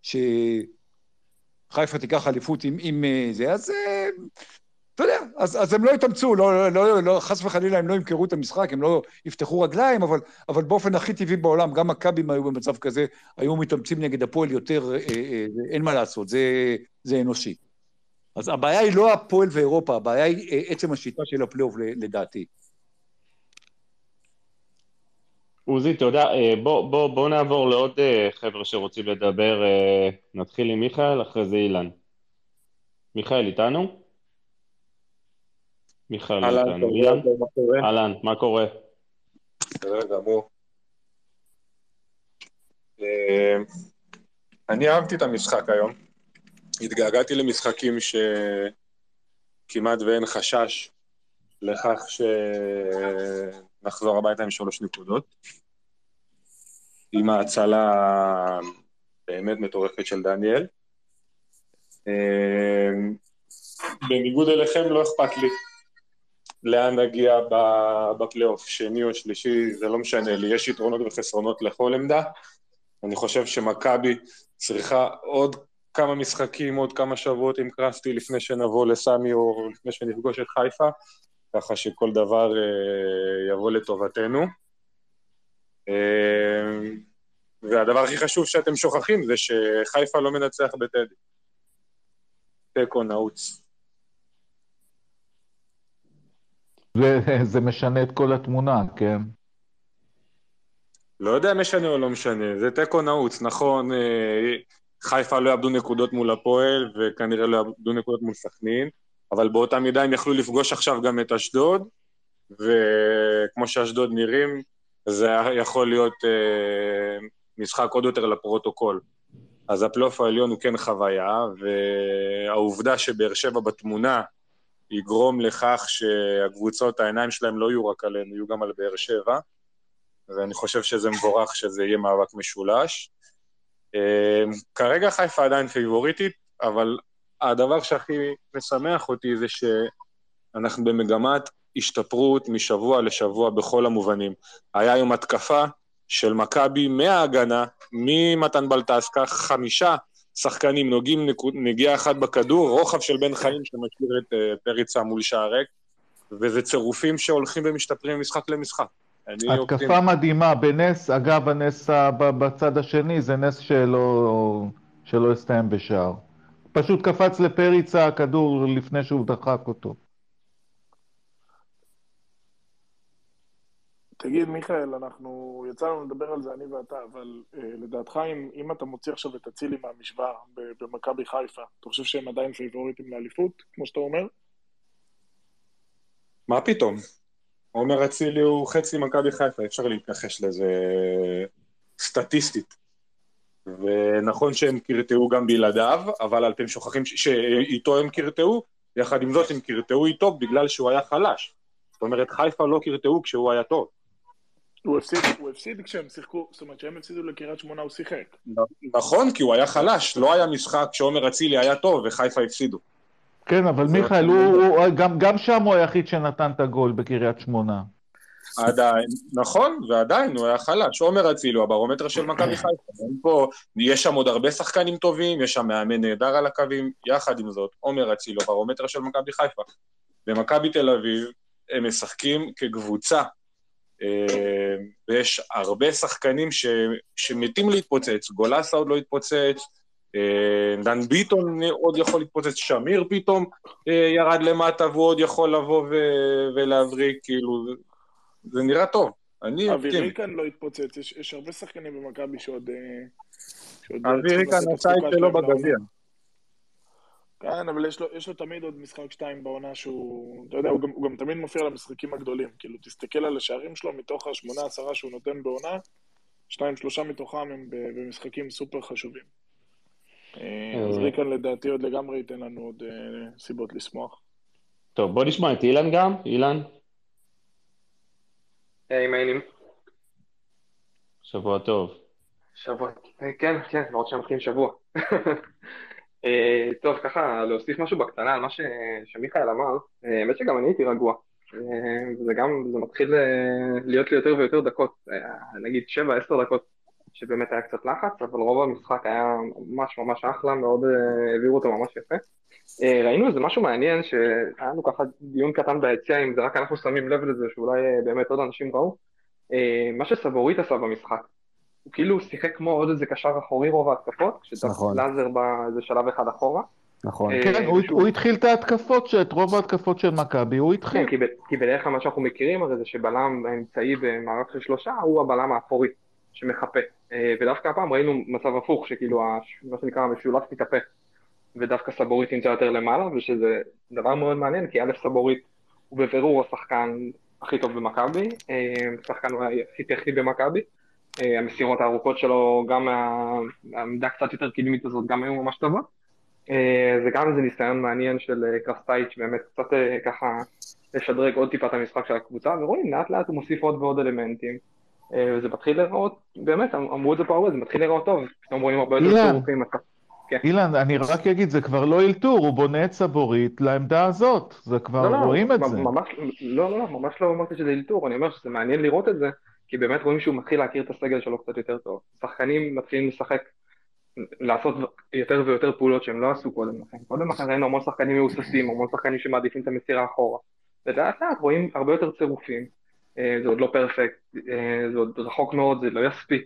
שחיפה תיקח אליפות עם, עם זה, אז אתה יודע, אז, אז הם לא יתאמצו, לא, לא, לא, חס וחלילה הם לא ימכרו את המשחק, הם לא יפתחו רגליים, אבל, אבל באופן הכי טבעי בעולם, גם מכבים היו במצב כזה, היו מתאמצים נגד הפועל יותר, אה, אה, אין מה לעשות, זה, זה אנושי. אז הבעיה היא לא הפועל ואירופה, הבעיה היא אה, עצם השיטה של הפלייאוף לדעתי. עוזי, תודה. בוא, בוא, בוא נעבור לעוד חבר'ה שרוצים לדבר. נתחיל עם מיכאל, אחרי זה אילן. מיכאל, איתנו? מיכאל, איתנו. אילן? אילן, מה קורה? בסדר גמור. אני אהבתי את המשחק היום. התגעגעתי למשחקים שכמעט ואין חשש לכך שנחזור הביתה עם שלוש נקודות. עם ההצלה באמת מטורפת של דניאל. בניגוד אליכם לא אכפת לי לאן נגיע בפלייאוף, שני או שלישי, זה לא משנה לי, יש יתרונות וחסרונות לכל עמדה. אני חושב שמכבי צריכה עוד כמה משחקים, עוד כמה שבועות עם קרסטי לפני שנבוא לסמי או לפני שנפגוש את חיפה, ככה שכל דבר יבוא לטובתנו. והדבר הכי חשוב שאתם שוכחים זה שחיפה לא מנצח בטדי. תיקו נעוץ. זה, זה משנה את כל התמונה, כן? לא יודע משנה או לא משנה, זה תיקו נעוץ, נכון, חיפה לא יאבדו נקודות מול הפועל, וכנראה לא יאבדו נקודות מול סכנין, אבל באותה מידה הם יכלו לפגוש עכשיו גם את אשדוד, וכמו שאשדוד נראים, זה יכול להיות אה, משחק עוד יותר לפרוטוקול. אז הפלייאוף העליון הוא כן חוויה, והעובדה שבאר שבע בתמונה יגרום לכך שהקבוצות, העיניים שלהם לא יהיו רק עלינו, יהיו גם על באר שבע, ואני חושב שזה מבורך שזה יהיה מאבק משולש. אה, כרגע חיפה עדיין פייבוריטית, אבל הדבר שהכי משמח אותי זה שאנחנו במגמת השתפרות משבוע לשבוע בכל המובנים. היה היום התקפה של מכבי מההגנה, ממתן בלטסקה, חמישה שחקנים נוגעים נגיעה אחת בכדור, רוחב של בן חיים שמשאיר את פריצה מול שערק, וזה צירופים שהולכים ומשתפרים משחק למשחק. התקפה מדהימה, בנס, אגב הנס בצד השני, זה נס שלא, שלא הסתיים בשער. פשוט קפץ לפריצה הכדור לפני שהוא דחק אותו. תגיד, מיכאל, אנחנו יצאנו לדבר על זה, אני ואתה, אבל אה, לדעתך, אם, אם אתה מוציא עכשיו את הצילי מהמשוואה במכבי חיפה, אתה חושב שהם עדיין פייבוריטים לאליפות, כמו שאתה אומר? מה פתאום? עומר אצילי הוא חצי מכבי חיפה, אפשר להתנחש לזה סטטיסטית. ונכון שהם קרטאו גם בלעדיו, אבל אתם שוכחים ש... שאיתו הם קרטאו, יחד עם זאת הם קרטאו איתו בגלל שהוא היה חלש. זאת אומרת, חיפה לא קרטאו כשהוא היה טוב. הוא הפסיד, הוא הפסיד כשהם שיחקו, זאת אומרת שהם הפסידו לקריית שמונה הוא שיחק. נכון, כי הוא היה חלש, לא היה משחק שעומר אצילי היה טוב וחיפה הפסידו. כן, אבל מיכאל, הוא, גם, גם שם הוא היחיד שנתן את הגול בקריית שמונה. עדיין, נכון, ועדיין הוא היה חלש. עומר אצילי הוא הברומטר של מכבי חיפה. פה, יש שם עוד הרבה שחקנים טובים, יש שם מאמן נהדר על הקווים, יחד עם זאת, עומר אצילי הוא הברומטר של מכבי חיפה. במכבי תל אביב הם משחקים כקבוצה, ויש הרבה שחקנים ש, שמתים להתפוצץ, גולסה עוד לא התפוצץ, דן ביטון עוד יכול להתפוצץ, שמיר פתאום ירד למטה והוא עוד יכול לבוא ו, ולהבריא, כאילו, זה נראה טוב. אבירי כאן לא התפוצץ, יש, יש הרבה שחקנים במכבי שעוד... אבירי כאן עשה את שלו בגביע. כן, אבל יש לו, יש לו תמיד עוד משחק שתיים בעונה שהוא, אתה יודע, הוא גם, הוא גם תמיד מופיע למשחקים הגדולים, כאילו, תסתכל על השערים שלו, מתוך השמונה עשרה שהוא נותן בעונה, שתיים, שלושה מתוכם הם במשחקים סופר חשובים. אז ריקן לדעתי עוד לגמרי ייתן לנו עוד סיבות לשמוח. טוב, בוא נשמע את אילן גם, אילן. היי, מה העניינים? שבוע טוב. שבוע, כן, כן, מאוד שמחים שבוע. טוב, ככה, להוסיף משהו בקטנה על מה שמיכאל אמר, האמת שגם אני הייתי רגוע, זה גם, זה מתחיל להיות לי יותר ויותר דקות, נגיד שבע, עשר דקות, שבאמת היה קצת לחץ, אבל רוב המשחק היה ממש ממש אחלה, מאוד העבירו אותו ממש יפה. ראינו איזה משהו מעניין, שהיה לנו ככה דיון קטן ביציאה, אם זה רק אנחנו שמים לב לזה, שאולי באמת עוד אנשים ראו, מה שסבורית עשה במשחק, הוא כאילו שיחק כמו עוד איזה קשר אחורי רוב ההתקפות, כשדווקא לזר באיזה שלב אחד אחורה. נכון. כן, הוא התחיל את ההתקפות, את רוב ההתקפות של מכבי, הוא התחיל. כי בדרך כלל מה שאנחנו מכירים, הרי זה שבלם האמצעי במערך של שלושה, הוא הבלם האחורי שמחפה. ודווקא הפעם ראינו מצב הפוך, שכאילו מה שנקרא המשולש מתהפך, ודווקא סבורית נמצא יותר למעלה, ושזה דבר מאוד מעניין, כי א' סבורית הוא בבירור השחקן הכי טוב במכבי, השחקן הוא הכי טכני במכבי, המסירות הארוכות שלו, גם העמדה קצת יותר קדמית הזאת, גם היו ממש טובה. זה גם איזה ניסיון מעניין של קרסטייץ' באמת קצת ככה לשדרג עוד טיפה את המשחק של הקבוצה, ורואים, לאט לאט הוא מוסיף עוד ועוד אלמנטים, וזה מתחיל לראות, באמת, אמרו את זה פה הרבה, זה מתחיל לראות טוב, פתאום רואים הרבה יותר צירופים. אילן, אני רק אגיד, זה כבר לא אילתור, הוא בונה את סבורית לעמדה הזאת, זה כבר רואים את זה. לא, לא, לא, ממש לא אמרתי שזה אילתור, אני אומר שזה מעניין לראות את זה, כי באמת רואים שהוא מתחיל להכיר את הסגל שלו קצת יותר טוב. שחקנים מתחילים לשחק, לעשות יותר ויותר פעולות שהם לא עשו קודם לכן. קודם לכן ראינו המון שחקנים מאוססים, המון שחקנים שמעדיפים את המסירה אחורה. ולאט לאט רואים הרבה יותר צירופים. זה עוד לא פרפקט, זה עוד רחוק מאוד, זה לא יספיק.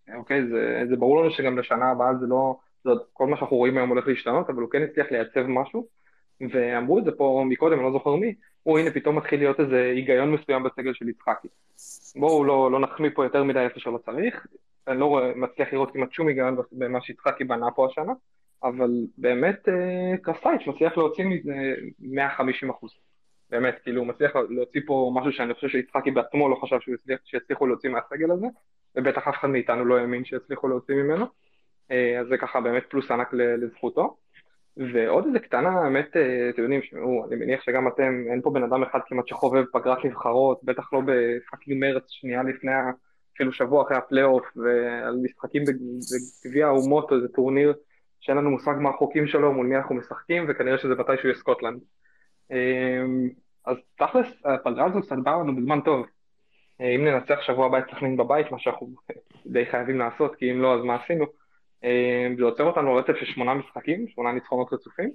אוקיי? זה, זה ברור לנו שגם לשנה הבאה זה לא, זה עוד- כל מה שאנחנו רואים היום הולך להשתנות, אבל הוא כן הצליח לייצב משהו, ואמרו את זה פה מקודם, אני לא זוכר מי, הוא הנה פתאום מתחיל להיות איזה היגיון מסוים בסגל של יצחקי. בואו לא, לא נחמיא פה יותר מדי איפה שלא צריך, אני לא רואה, מצליח לראות כמעט שום היגיון במה שיצחקי בנה פה השנה, אבל באמת אה, קרסטייץ' מצליח להוציא מזה מאה וחמישים אחוז. באמת, כאילו, הוא מצליח להוציא פה משהו שאני חושב שיצחקי בעצמו לא חשב שהוא יצליח, שיצליחו להוציא מהסגל הזה, ובטח אף אחד מאיתנו לא האמין שיצליחו להוציא ממנו, אה, אז זה ככה באמת פלוס ענק לזכותו. ועוד איזה קטנה, האמת, אה, אתם יודעים, שמעו, אני מניח שגם אתם, אין פה בן אדם אחד כמעט שחובב פגרת נבחרות, בטח לא בפאקינג מרץ שנייה לפני, ה- אפילו שבוע אחרי הפלייאוף, ועל משחקים בגביע האומות, או איזה טורניר, שאין לנו מושג מה החוקים שלו, מול מי אנחנו משחקים, וכנראה שזה מתישהו יהיה סקוטלנד. אה, אז תכלס, הפגרה הזו קצת באה לנו בזמן טוב. אה, אם ננצח שבוע הבא את סכנין בבית, מה שאנחנו די חייבים לעשות, כי אם לא, אז מה עשינו? אה, זה עוצר אותנו רצף של שמונה משחקים, שמונה ניצחונות רצופים.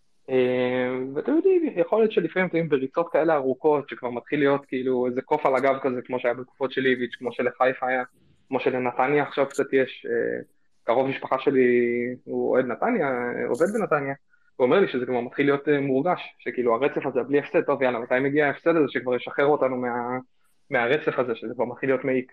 אה, ואתם יודעים, יכול להיות שלפעמים אתם יודעים, בריצות כאלה ארוכות, שכבר מתחיל להיות כאילו איזה קוף על הגב כזה, כמו שהיה בתקופות של איביץ', כמו שלחיפה היה, כמו שלנתניה עכשיו קצת יש, אה, קרוב משפחה שלי הוא אוהד נתניה, אה, עובד בנתניה, הוא אומר לי שזה כבר מתחיל להיות אה, מורגש, שכאילו הרצף הזה בלי הפסד, טוב יאללה, מתי מגיע ההפסד הזה שכבר ישחרר אותנו מה, מהרצף הזה, שזה כבר מתחיל להיות מעיק.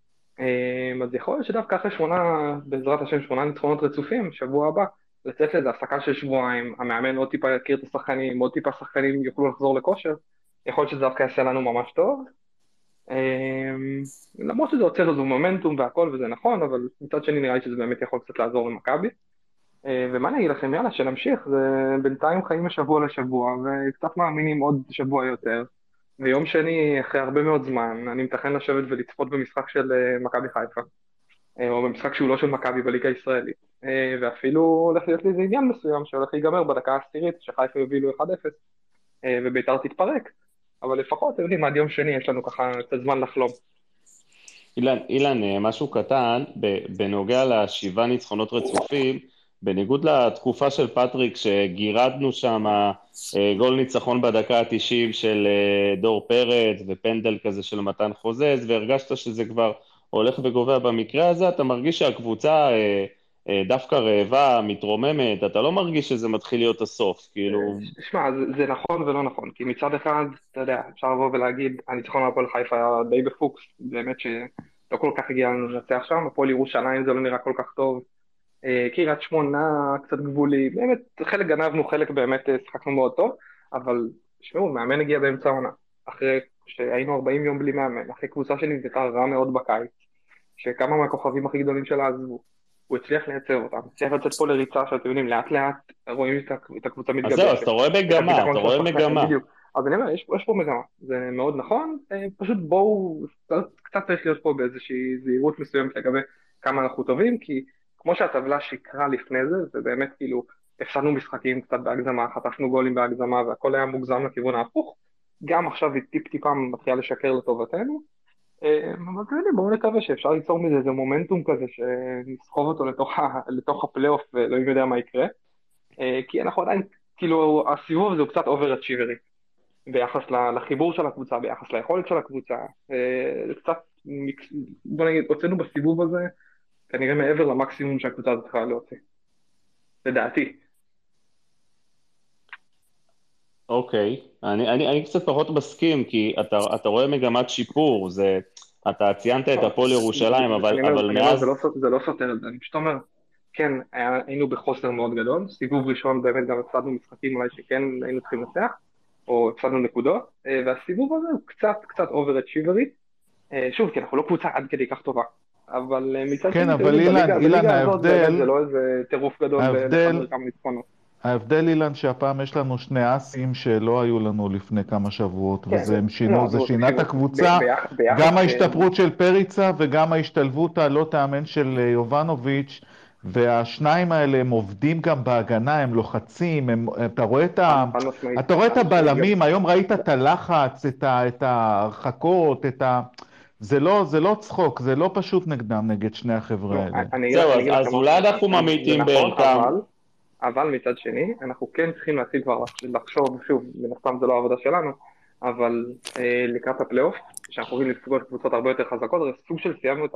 אה, אז יכול להיות שדווקא אחרי שמונה, בעזרת השם שמונה ניצחונות רצופים, שבוע הבא, לצאת לזה הפסקה של שבועיים, המאמן עוד טיפה יכיר את השחקנים, עוד טיפה שחקנים יוכלו לחזור לכושר, יכול להיות שזה דווקא יעשה לנו ממש טוב. אה, למרות שזה עוצר איזו מומנטום והכל וזה נכון, אבל מצד שני נראה לי שזה באמת יכול קצת לעזור למכבי. אה, ומה אני אגיד לכם, יאללה, שנמשיך, זה בינתיים חיים משבוע לשבוע, וקצת מאמינים עוד שבוע יותר. ויום שני, אחרי הרבה מאוד זמן, אני מתכן לשבת ולצפות במשחק של אה, מכבי חיפה, אה, או במשחק שהוא לא של מכבי בליגה הישראלית. אה, ואפילו הולך להיות לי איזה עניין מסוים שהולך להיגמר בדקה העשירית, שחיפה יובילו אחד אפס, אה, וביתר תתפרק. אבל לפחות, אתם יודעים, עד יום שני יש לנו ככה קצת זמן לחלום. אילן, אילן, אה, משהו קטן, ב- בנוגע לשבעה ניצחונות רצופים, בניגוד לתקופה של פטריק, שגירדנו שם אה, גול ניצחון בדקה ה-תשעים של אה, דור פרץ, ופנדל כזה של מתן חוזז, והרגשת שזה כבר הולך וגובע במקרה הזה, אתה מרגיש שהקבוצה אה, אה, דווקא רעבה, מתרוממת, אתה לא מרגיש שזה מתחיל להיות הסוף, כאילו... שמע, זה, זה נכון ולא נכון, כי מצד אחד, אתה יודע, אפשר לבוא ולהגיד, הניצחון מהפועל חיפה היה די בפוקס, באמת שלא כל כך הגיע לנו לנצח שם, הפועל ירושלים זה לא נראה כל כך טוב, אה, קריית שמונה קצת גבולי, באמת חלק גנבנו, חלק באמת אה, שחקנו מאוד טוב, אבל שמעו, מאמן הגיע באמצע העונה, אחרי שהיינו ארבעים יום בלי מאמן, אחרי קבוצה שנבדקה רע מאוד בקיץ, שכמה מהכוכבים הכי גדולים שלה עזבו, הוא הצליח לייצר אותם, הצליח לצאת פה לריצה שאתם יודעים, לאט לאט רואים את הק- את הקבוצה אז מתגבשת. זהו, אז אתה רואה את מגמה, הביטחון אתה של רואה השחקנים, מגמה. בדיוק. אז אני אומר, יש, יש פה מגמה, זה מאוד נכון, אה, פשוט בואו, קצת קצת צריך להיות פה באיזושהי זהירות מסוימת לגבי כמה אנחנו טובים, כי כמו שהטבלה שיקרה לפני זה, זה באמת כאילו, הפסדנו משחקים קצת בהגזמה, חטפנו גולים בהגזמה, והכל היה מוגזם לכיוון ההפוך, גם עכשיו היא טיפ טיפה מתחילה לשקר לטובתנו, אה, אבל אתם יודעים, בואו נקווה שאפשר ליצור מזה איזה מומנטום כזה שנסחוב אותו לתוך, ה, לתוך הפלייאוף ואלוהים יודע מה יקרה, אה, כי אנחנו עדיין, כאילו הסיבוב הזה הוא קצת אובר-אצ'יברי ביחס ל- לחיבור של הקבוצה, ביחס ליכולת של הקבוצה, אה, זה קצת, מיקס- בוא נגיד, הוצאנו בסיבוב הזה כנראה מעבר למקסימום שהקבוצה הזאת צריכה להוציא, לדעתי. אוקיי, אני, אני, אני קצת פחות מסכים, כי אתה, אתה רואה מגמת שיפור, זה, אתה ציינת את הפועל ירושלים, אבל, אני אומר, אבל אני אומר, מאז... זה לא סותר- זה לא סותר את זה, אני פשוט אומר, כן, היה- היינו בחוסר מאוד גדול, סיבוב ראשון באמת גם הפסדנו משחקים אולי שכן היינו צריכים לנצח, או הפסדנו נקודות, אה, והסיבוב הזה הוא קצת קצת אובר-אצ'יברי, אה, שוב, כי אנחנו לא קבוצה עד כדי כך טובה, אבל אה, מצד כן, שני, אבל אתם יודעים, אילן, בליגה- אילן, בליגה הזאת ההבדל- באמת זה לא איזה טירוף גדול ההבדל- לחבר כמה ניצחונות. ההבדל אילן שהפעם יש לנו שני אסים שלא היו לנו לפני כמה שבועות, כן, וזה הם לא, שינו, זה תראו, שינה את תקשיבו, הקבוצה, ב- ביח- ביחס גם ל- ההשתפרות של פריצה וגם ההשתלבות הלא תאמן של אה, יובנוביץ', והשניים האלה הם עובדים גם בהגנה, הם לוחצים, הם, אתה רואה את, ה, חד משמעית. אתה רואה את חד משמעית. הבלמים, היום ראית את הלחץ, את, ה, את ההרחקות, את ה... זה לא, זה לא צחוק, זה לא פשוט נגדם, נגד שני החבר'ה לא, האלה. אני אגיד זהו, לך- אני אז, אגיד לך אז משהו. אולי אנחנו זה ממעיטים נכון, בערכם. אבל, אבל מצד שני, אנחנו כן צריכים להתחיל כבר לחשוב, שוב, מן הסתם זה לא העבודה שלנו, אבל אה, לקראת הפלייאוף, שאנחנו הולכים לפגוש קבוצות הרבה יותר חזקות, זה סוג של סיימנו את, ה,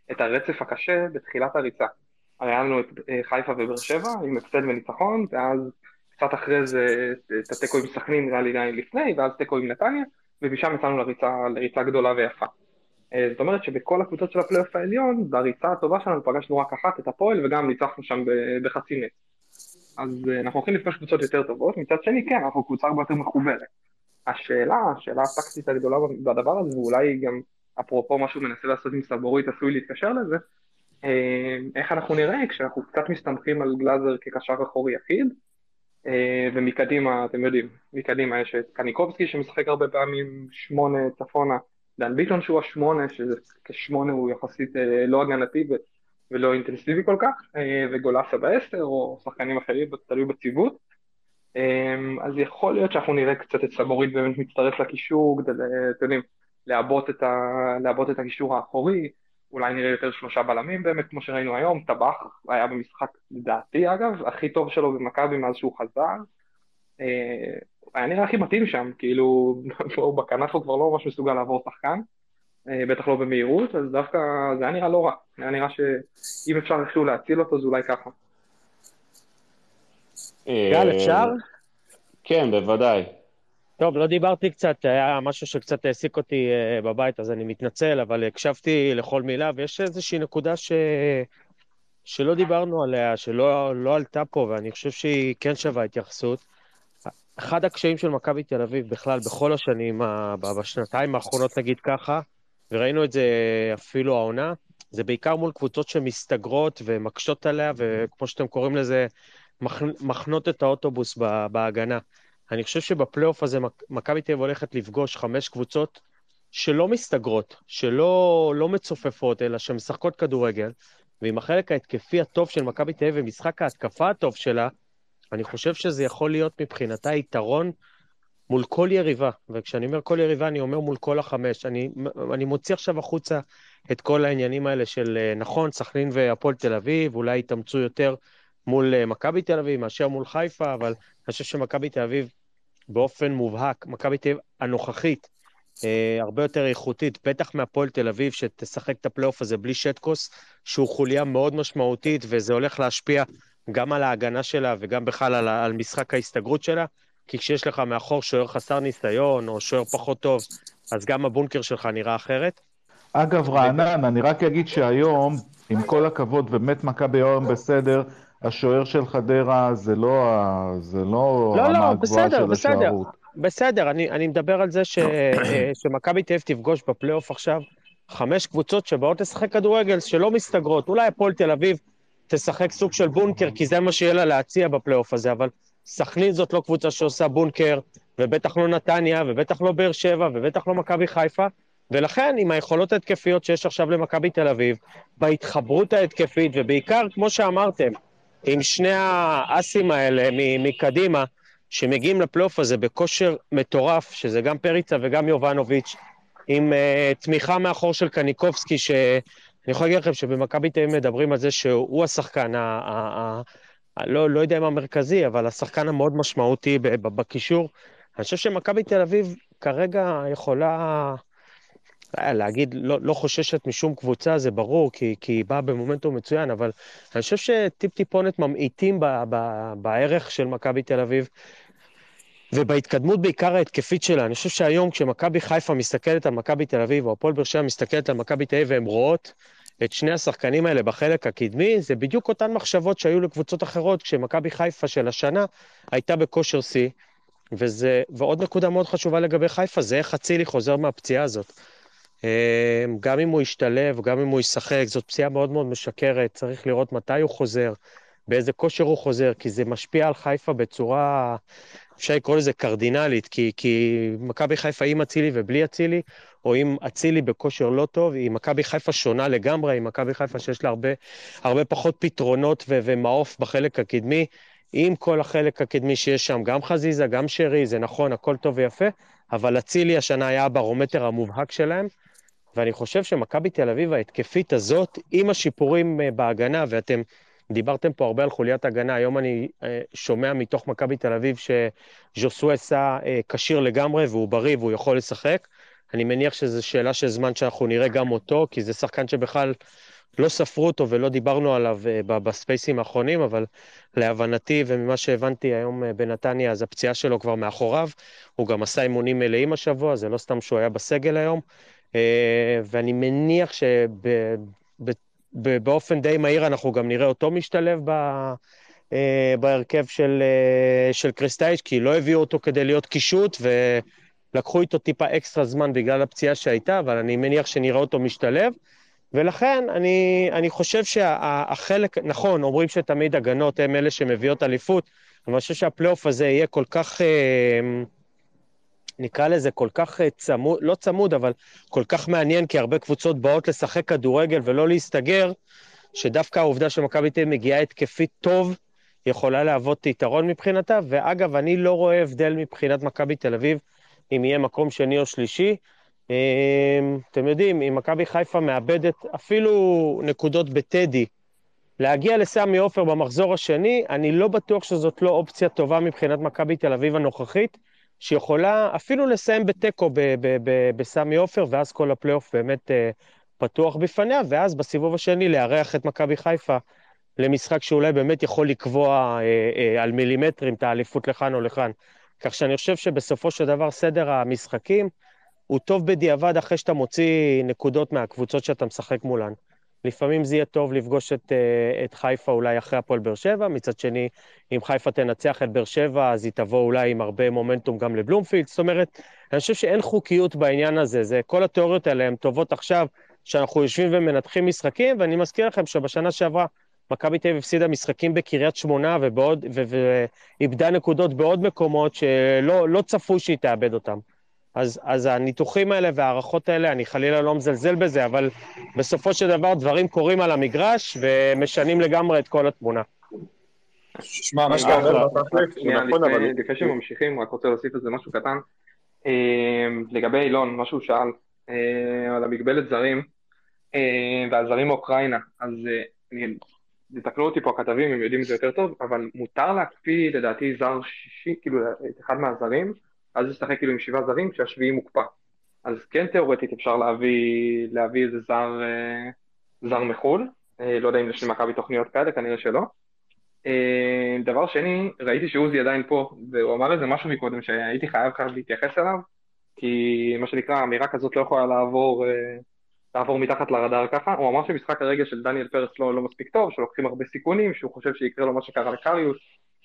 את הרצף הקשה בתחילת הריצה. הרי היה לנו את חיפה ובאר שבע עם הפסד וניצחון, ואז קצת אחרי זה את התיקו עם סכנין נראה לי לפני, ואז תיקו עם נתניה, ומשם יצאנו לריצה, לריצה גדולה ויפה. זאת אומרת שבכל הקבוצות של הפלייאוף העליון, בריצה הטובה שלנו פגשנו רק אחת את הפועל, וגם ניצחנו שם בחצי נץ. אז אנחנו הולכים לפגוש קבוצות יותר טובות, מצד שני כן, אנחנו קבוצה הרבה יותר מחוברת. השאלה, השאלה הטקטית הגדולה בדבר הזה, ואולי גם אפרופו משהו מנסה לעשות עם סבורית, עשוי להתקשר לזה, איך אנחנו נראה כשאנחנו קצת מסתמכים על גלאזר כקשר אחורי יחיד, ומקדימה, אתם יודעים, מקדימה יש את קניקובסקי שמשחק הרבה פעמים שמונה צפונה, דן ביטון שהוא השמונה, שכשמונה הוא יחסית לא הגנתי ולא אינטנסיבי כל כך, וגולסה בעשר או שחקנים אחרים, תלוי בציוות. אז יכול להיות שאנחנו נראה קצת את סבורית באמת מצטרף לקישור, כדי, אתם יודעים, לעבות את, ה... לעבות את הקישור האחורי, אולי נראה יותר שלושה בלמים באמת, כמו שראינו היום. טבח היה במשחק, לדעתי אגב, הכי טוב שלו במכבי מאז שהוא חזר. היה נראה הכי מתאים שם, כאילו, בכנף הוא כבר לא ממש מסוגל לעבור שחקן, בטח לא במהירות, אז דווקא זה היה נראה לא רע. היה נראה שאם אפשר איכשהו להציל אותו, זה אולי ככה. גל, אפשר? כן, בוודאי. טוב, לא דיברתי קצת, היה משהו שקצת העסיק אותי בבית, אז אני מתנצל, אבל הקשבתי לכל מילה, ויש איזושהי נקודה ש... שלא דיברנו עליה, שלא לא עלתה פה, ואני חושב שהיא כן שווה התייחסות. אחד הקשיים של מכבי תל אביב בכלל, בכל השנים, בשנתיים האחרונות נגיד ככה, וראינו את זה אפילו העונה, זה בעיקר מול קבוצות שמסתגרות ומקשות עליה, וכמו שאתם קוראים לזה, מחנות את האוטובוס בהגנה. אני חושב שבפלייאוף הזה מכבי תל אביב הולכת לפגוש חמש קבוצות שלא מסתגרות, שלא לא מצופפות, אלא שמשחקות כדורגל, ועם החלק ההתקפי הטוב של מכבי תל אביב ומשחק ההתקפה הטוב שלה, אני חושב שזה יכול להיות מבחינתה יתרון מול כל יריבה, וכשאני אומר כל יריבה אני אומר מול כל החמש. אני, אני מוציא עכשיו החוצה את כל העניינים האלה של נכון, סכנין והפועל תל אביב, אולי יתאמצו יותר מול מכבי תל אביב מאשר מול חיפה, אבל אני חושב שמכבי תל אביב באופן מובהק, מכבי תל אביב הנוכחית, אה, הרבה יותר איכותית, בטח מהפועל תל אביב שתשחק את הפלייאוף הזה בלי שטקוס, שהוא חוליה מאוד משמעותית, וזה הולך להשפיע גם על ההגנה שלה וגם בכלל על, על משחק ההסתגרות שלה, כי כשיש לך מאחור שוער חסר ניסיון או שוער פחות טוב, אז גם הבונקר שלך נראה אחרת. אגב, רענן, אני רק אגיד שהיום, עם כל הכבוד, באמת מכבי היום בסדר, השוער של חדרה זה לא, זה לא, לא, רמה לא, הגבוהה בסדר, של בסדר, השוערות. בסדר, אני, אני מדבר על זה ש, שמכבי תל אביב תפגוש בפלייאוף עכשיו חמש קבוצות שבאות לשחק כדורגל שלא מסתגרות, אולי הפועל תל אביב תשחק סוג של בונקר, כי זה מה שיהיה לה להציע בפלייאוף הזה, אבל סכנין זאת לא קבוצה שעושה בונקר, ובטח לא נתניה, ובטח לא באר שבע, ובטח לא מכבי חיפה, ולכן עם היכולות ההתקפיות שיש עכשיו למכבי תל אביב, בהתחברות ההתקפית, ובעיקר, כמו שאמרתם, עם שני האסים האלה מקדימה, שמגיעים לפלייאוף הזה בכושר מטורף, שזה גם פריצה וגם יובנוביץ', עם uh, תמיכה מאחור של קניקובסקי, שאני יכול להגיד לכם שבמכבי תל אביב מדברים על זה שהוא השחקן, ה- ה- ה- לא, לא יודע אם המרכזי, אבל השחקן המאוד משמעותי בקישור. אני חושב שמכבי תל אביב כרגע יכולה להגיד, לא, לא חוששת משום קבוצה, זה ברור, כי, כי היא באה במומנטום מצוין, אבל אני חושב שטיפ טיפונת ממעיטים ב, ב, בערך של מכבי תל אביב, ובהתקדמות בעיקר ההתקפית שלה. אני חושב שהיום כשמכבי חיפה מסתכלת על מכבי תל אביב, או הפועל באר שבע מסתכלת על מכבי תל אביב, והן רואות את שני השחקנים האלה בחלק הקדמי, זה בדיוק אותן מחשבות שהיו לקבוצות אחרות, כשמכבי חיפה של השנה הייתה בכושר שיא, וזה, ועוד נקודה מאוד חשובה לגבי חיפה, זה איך אצילי חוזר מהפציעה הזאת. גם אם הוא ישתלב, גם אם הוא ישחק, זאת פציעה מאוד מאוד משקרת, צריך לראות מתי הוא חוזר, באיזה כושר הוא חוזר, כי זה משפיע על חיפה בצורה, אפשר לקרוא לזה קרדינלית, כי, כי מכבי חיפה עם אצילי ובלי אצילי, או עם אצילי בכושר לא טוב, היא מכבי חיפה שונה לגמרי, היא מכבי חיפה שיש לה הרבה, הרבה פחות פתרונות ו- ומעוף בחלק הקדמי, עם כל החלק הקדמי שיש שם, גם חזיזה, גם שרי, זה נכון, הכל טוב ויפה, אבל אצילי השנה היה הברומטר המובהק שלהם, ואני חושב שמכבי תל אביב ההתקפית הזאת, עם השיפורים בהגנה, ואתם דיברתם פה הרבה על חוליית הגנה, היום אני שומע מתוך מכבי תל אביב שז'וסוי עשה כשיר לגמרי, והוא בריא והוא יכול לשחק. אני מניח שזו שאלה של זמן שאנחנו נראה גם אותו, כי זה שחקן שבכלל לא ספרו אותו ולא דיברנו עליו בספייסים האחרונים, אבל להבנתי וממה שהבנתי היום בנתניה, אז הפציעה שלו כבר מאחוריו, הוא גם עשה אימונים מלאים השבוע, זה לא סתם שהוא היה בסגל היום, ואני מניח שבאופן די מהיר אנחנו גם נראה אותו משתלב ב... בהרכב של, של קריסטייץ', כי לא הביאו אותו כדי להיות קישוט, ולקחו איתו טיפה אקסטרה זמן בגלל הפציעה שהייתה, אבל אני מניח שנראה אותו משתלב, ולכן אני, אני חושב שהחלק, נכון, אומרים שתמיד הגנות הם אלה שמביאות אליפות, אבל אני חושב שהפלייאוף הזה יהיה כל כך, נקרא לזה כל כך צמוד, לא צמוד, אבל כל כך מעניין, כי הרבה קבוצות באות לשחק כדורגל ולא להסתגר, שדווקא העובדה שמכבי תל אביב מגיעה התקפית טוב, יכולה להוות יתרון מבחינתה, ואגב, אני לא רואה הבדל מבחינת מכבי תל אביב, אם יהיה מקום שני או שלישי. אתם יודעים, אם מכבי חיפה מאבדת אפילו נקודות בטדי, להגיע לסמי עופר במחזור השני, אני לא בטוח שזאת לא אופציה טובה מבחינת מכבי תל אביב הנוכחית, שיכולה אפילו לסיים בטקו בסמי עופר, ואז כל הפלייאוף באמת פתוח בפניה, ואז בסיבוב השני לארח את מכבי חיפה, למשחק שאולי באמת יכול לקבוע אה, אה, על מילימטרים את האליפות לכאן או לכאן. כך שאני חושב שבסופו של דבר סדר המשחקים הוא טוב בדיעבד אחרי שאתה מוציא נקודות מהקבוצות שאתה משחק מולן. לפעמים זה יהיה טוב לפגוש את, אה, את חיפה אולי אחרי הפועל באר שבע, מצד שני, אם חיפה תנצח את באר שבע, אז היא תבוא אולי עם הרבה מומנטום גם לבלומפילד. זאת אומרת, אני חושב שאין חוקיות בעניין הזה, זה, כל התיאוריות האלה הן טובות עכשיו, שאנחנו יושבים ומנתחים משחקים, ואני מזכיר לכם שבשנה שעברה, מכבי תל אביב הפסידה משחקים בקריית שמונה, ובעוד, ואיבדה נקודות בעוד מקומות שלא לא צפו שהיא תאבד אותם. אז, אז הניתוחים האלה והערכות האלה, אני חלילה לא מזלזל בזה, אבל בסופו של דבר דברים קורים על המגרש, ומשנים לגמרי את כל התמונה. שמע, מה שאתה אומר, לפני שממשיכים, רק רוצה להוסיף איזה משהו קטן. לגבי אילון, מה שהוא שאל, על המגבלת זרים, ועל זרים מאוקראינה, אז אני... תתקנו אותי פה הכתבים, הם יודעים את זה יותר טוב, אבל מותר להקפיא לדעתי זר שישי, כאילו את אחד מהזרים, אז לשחק כאילו עם שבעה זרים, כשהשביעי מוקפא. אז כן תיאורטית אפשר להביא, להביא איזה זר, זר מחול, לא יודע אם יש למכבי תוכניות כאלה, כנראה שלא. דבר שני, ראיתי שעוזי עדיין פה, והוא אמר איזה משהו מקודם שהייתי חייב חייב להתייחס אליו, כי מה שנקרא, אמירה כזאת לא יכולה לעבור... לעבור מתחת לרדאר ככה. הוא אמר שמשחק הרגע של דניאל פרץ לא, לא מספיק טוב, שלוקחים הרבה סיכונים, שהוא חושב שיקרה לו מה שקרה לקריוס.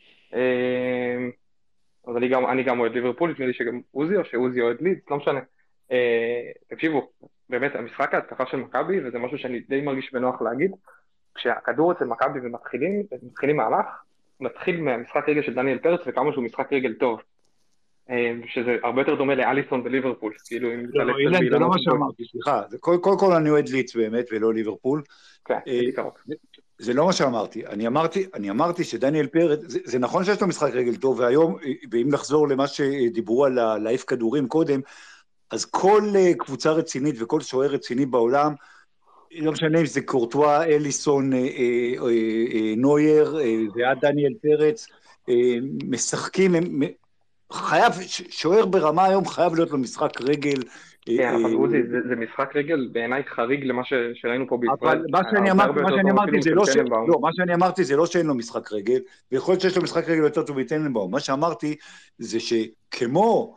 אז אני גם, אני גם אוהד ליברפול, נדמה לי שגם עוזי, או שעוזי אוהד לידס, לא משנה. תקשיבו, באמת, המשחק ההתקפה של מכבי, וזה משהו שאני די מרגיש בנוח להגיד, כשהכדור אצל מכבי ומתחילים, מתחילים מהלך, מתחיל מהמשחק רגע של דניאל פרץ, וכמה שהוא משחק רגל טוב. שזה הרבה יותר דומה לאליסון בליברפול, כאילו אם... לא, אילן, זה לא מה שאמרתי, סליחה, קודם כל אני אוהד ליץ באמת ולא ליברפול. כן, זה לא מה שאמרתי, אני אמרתי, אני אמרתי שדניאל פרץ, זה נכון שיש לו משחק רגל טוב, והיום, ואם נחזור למה שדיברו על להעיף כדורים קודם, אז כל קבוצה רצינית וכל שוער רציני בעולם, לא משנה אם זה קורטואה, אליסון, נויר, ועד דניאל פרץ, משחקים, חייב, שוער ברמה היום חייב להיות לו משחק רגל. כן, אבל עוזי, זה משחק רגל בעיניי חריג למה שראינו פה בישראל. אבל מה שאני אמרתי זה לא ש... לא, מה שאני אמרתי זה לא שאין לו משחק רגל, ויכול להיות שיש לו משחק רגל יותר טוב בטננבאום. מה שאמרתי זה שכמו,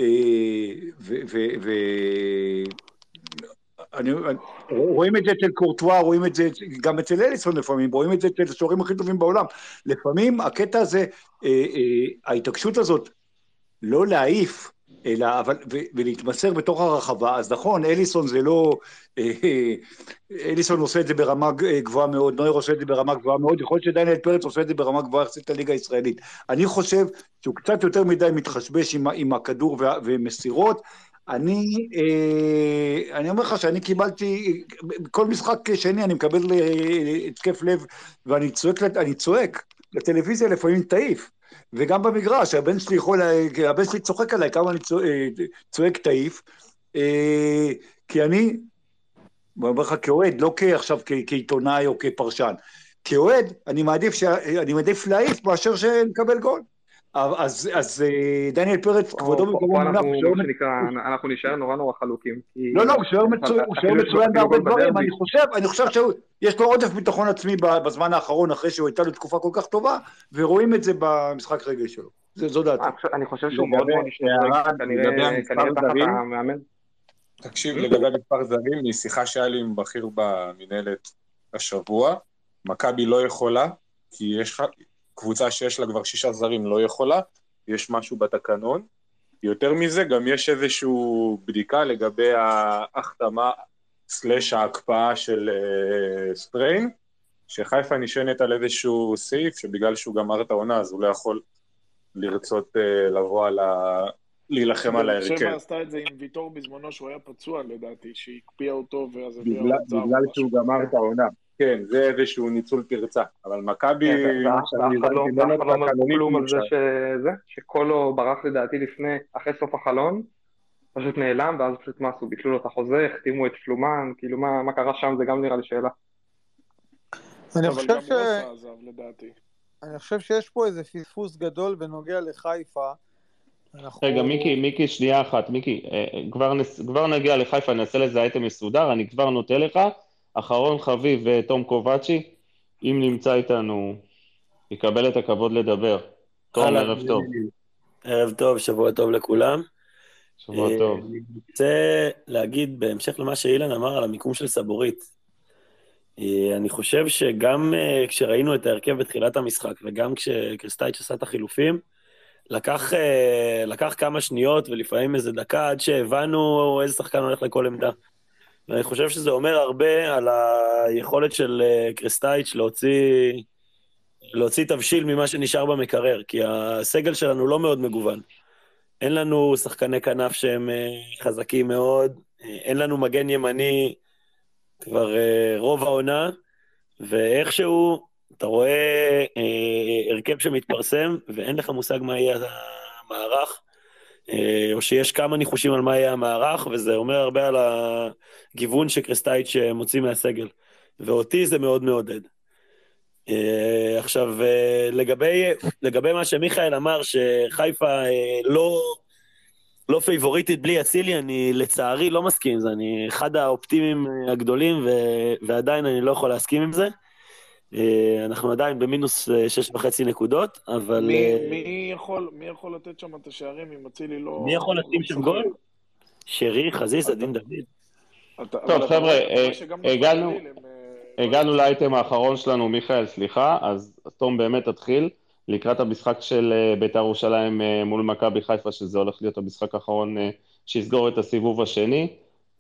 ו... רואים את זה אצל קורטואה, רואים את זה גם אצל אליסון לפעמים, רואים את זה אצל השוערים הכי טובים בעולם. לפעמים הקטע הזה, ההתעקשות הזאת, לא להעיף, אלא, אבל, ו, ולהתמסר בתוך הרחבה, אז נכון, אליסון זה לא, אליסון עושה את זה ברמה גבוהה מאוד, נויר עושה את זה ברמה גבוהה מאוד, יכול להיות שדניאל פרץ עושה את זה ברמה גבוהה, יחסית לליגה הישראלית. אני חושב שהוא קצת יותר מדי מתחשבש עם, עם הכדור ו, ומסירות, אני, אני אומר לך שאני קיבלתי, כל משחק שני אני מקבל התקף לב, ואני צועק, אני צועק לטלוויזיה לפעמים תעיף, וגם במגרש, הבן שלי יכול, הבן שלי צוחק עליי, כמה אני צועק תעיף, כי אני, אני אומר לך כאוהד, לא עכשיו כעיתונאי או כפרשן, כאוהד, אני מעדיף, אני מעדיף להעיף מאשר שנקבל גול. אז, אז דניאל פרץ, כבודו במקומו מונח, אנחנו נשאר נורא נורא חלוקים. לא, לא, הוא שוער מצוין בהרבה דברים, אני חושב, אני חושב שיש לו עודף ביטחון עצמי בזמן האחרון, אחרי שהוא הייתה לו תקופה כל כך טובה, ורואים את זה במשחק רגל שלו. זו דעתי. אני חושב שהוא מאוד מאוד השתדרג, כנראה תחת המאמן. תקשיב, לגבי מספר זרים, משיחה שהיה לי עם בכיר במנהלת השבוע, מכבי לא יכולה, כי יש קבוצה שיש לה כבר שישה זרים לא יכולה, יש משהו בתקנון. יותר מזה, גם יש איזושהי בדיקה לגבי ההחתמה סלש ההקפאה של uh, סטריין, שחיפה נשענת על איזשהו סעיף, שבגלל שהוא גמר את העונה, אז הוא לא יכול לרצות uh, לבוא על ה... להילחם על ההרכב. שבע עשתה את זה עם ויטור בזמנו, שהוא היה פצוע לדעתי, שהקפיאה אותו ואז הביאה בגלל, בגלל שהוא גמר את העונה. כן, זה איזשהו ניצול פרצה, אבל מכבי... ואף אחד לא אומר כלום על זה שזה, שקולו ברח לדעתי לפני, אחרי סוף החלון, פשוט נעלם, ואז פשוט מה עשו, ביטלו לו את החוזה, החתימו את שלומן, כאילו מה קרה שם, זה גם נראה לי שאלה. אני חושב ש... אני חושב שיש פה איזה פספוס גדול בנוגע לחיפה. רגע, מיקי, מיקי, שנייה אחת, מיקי, כבר נגיע לחיפה, נעשה לזה אייטם מסודר, אני כבר נוטה לך, אחרון חביב תום קובצ'י, אם נמצא איתנו, יקבל את הכבוד לדבר. תום, ערב טוב. ערב טוב, שבוע טוב לכולם. שבוע טוב. אני רוצה להגיד, בהמשך למה שאילן אמר על המיקום של סבורית, אני חושב שגם כשראינו את ההרכב בתחילת המשחק, וגם כשקריסטייץ' עשה את החילופים, לקח, לקח כמה שניות ולפעמים איזה דקה עד שהבנו איזה שחקן הולך לכל עמדה. ואני חושב שזה אומר הרבה על היכולת של קריסטייץ' להוציא, להוציא תבשיל ממה שנשאר במקרר, כי הסגל שלנו לא מאוד מגוון. אין לנו שחקני כנף שהם חזקים מאוד, אין לנו מגן ימני כבר רוב העונה, ואיכשהו אתה רואה הרכב שמתפרסם, ואין לך מושג מה יהיה המערך, או שיש כמה ניחושים על מה יהיה המערך, וזה אומר הרבה על הגיוון שקריסטייץ' מוציא מהסגל. ואותי זה מאוד מעודד. עכשיו, לגבי, לגבי מה שמיכאל אמר, שחיפה לא, לא פייבוריטית בלי אצילי, אני לצערי לא מסכים עם זה. אני אחד האופטימיים הגדולים, ו, ועדיין אני לא יכול להסכים עם זה. אנחנו עדיין במינוס שש וחצי נקודות, אבל... מי, מי, יכול, מי יכול לתת שם את השערים אם אצילי לא... מי יכול לשים שם גול? שרי, חזיז, עדין דוד. טוב, חבר'ה, הגענו... הגענו לאייטם האחרון שלנו, מיכאל, סליחה, אז תום באמת תתחיל לקראת המשחק של בית"ר ירושלים מול מכבי חיפה, שזה הולך להיות המשחק האחרון שיסגור את הסיבוב השני.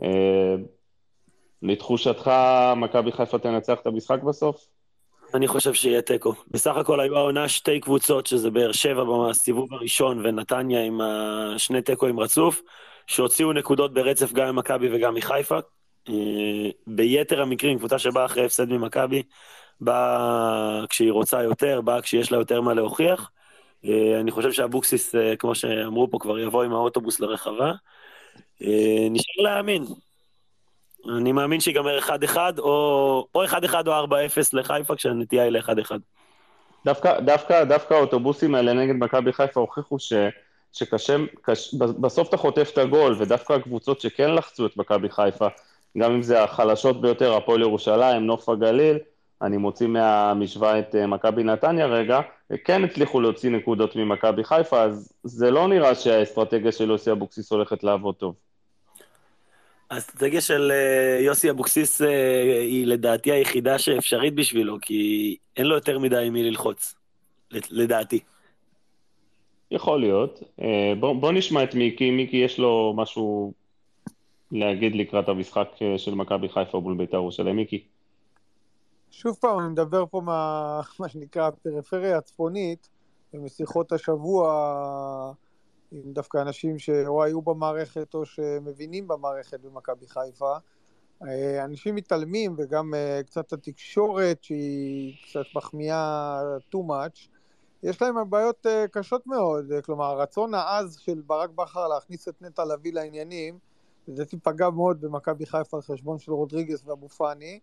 לתחושתך, מכבי חיפה תנצח את המשחק בסוף? אני חושב שיהיה טקו. בסך הכל היו העונה שתי קבוצות, שזה באר שבע בסיבוב הראשון, ונתניה עם שני טקו עם רצוף, שהוציאו נקודות ברצף גם ממכבי וגם מחיפה. ביתר המקרים, קבוצה שבאה אחרי הפסד ממכבי, באה כשהיא רוצה יותר, באה כשיש לה יותר מה להוכיח. אני חושב שהבוקסיס, כמו שאמרו פה, כבר יבוא עם האוטובוס לרחבה. נשאר להאמין. אני מאמין שיגמר אחד אחד, או, או אחד אחד או ארבע אפס לחיפה, כשהנטייה היא ל-אחד אחד. דווקא, דווקא, דווקא האוטובוסים האלה נגד מכבי חיפה הוכיחו ש... שקשה, קש... בסוף אתה חוטף את הגול, ודווקא הקבוצות שכן לחצו את מכבי חיפה, גם אם זה החלשות ביותר, הפועל ירושלים, נוף הגליל, אני מוציא מהמשוואה את מכבי נתניה רגע, וכן הצליחו להוציא נקודות ממכבי חיפה, אז זה לא נראה שהאסטרטגיה של יוסי אבוקסיס הולכת לעבוד טוב. האסטרטגיה של יוסי אבוקסיס היא לדעתי היחידה שאפשרית בשבילו, כי אין לו יותר מדי מי ללחוץ, לדעתי. יכול להיות. בוא, בוא נשמע את מיקי, מיקי יש לו משהו להגיד לקראת המשחק של מכבי חיפה מול בית"ר ירושלים, מיקי. שוב פעם, אני מדבר פה מה, מה שנקרא הפריפריה הצפונית, ומשיחות השבוע עם דווקא אנשים שאו היו במערכת או שמבינים במערכת במכבי חיפה. אנשים מתעלמים, וגם קצת התקשורת שהיא קצת מחמיאה too much, יש להם בעיות קשות מאוד, כלומר הרצון העז של ברק בכר להכניס את נטע לביא לעניינים, זה פגע מאוד במכבי חיפה על חשבון של רודריגס ואבו פאני,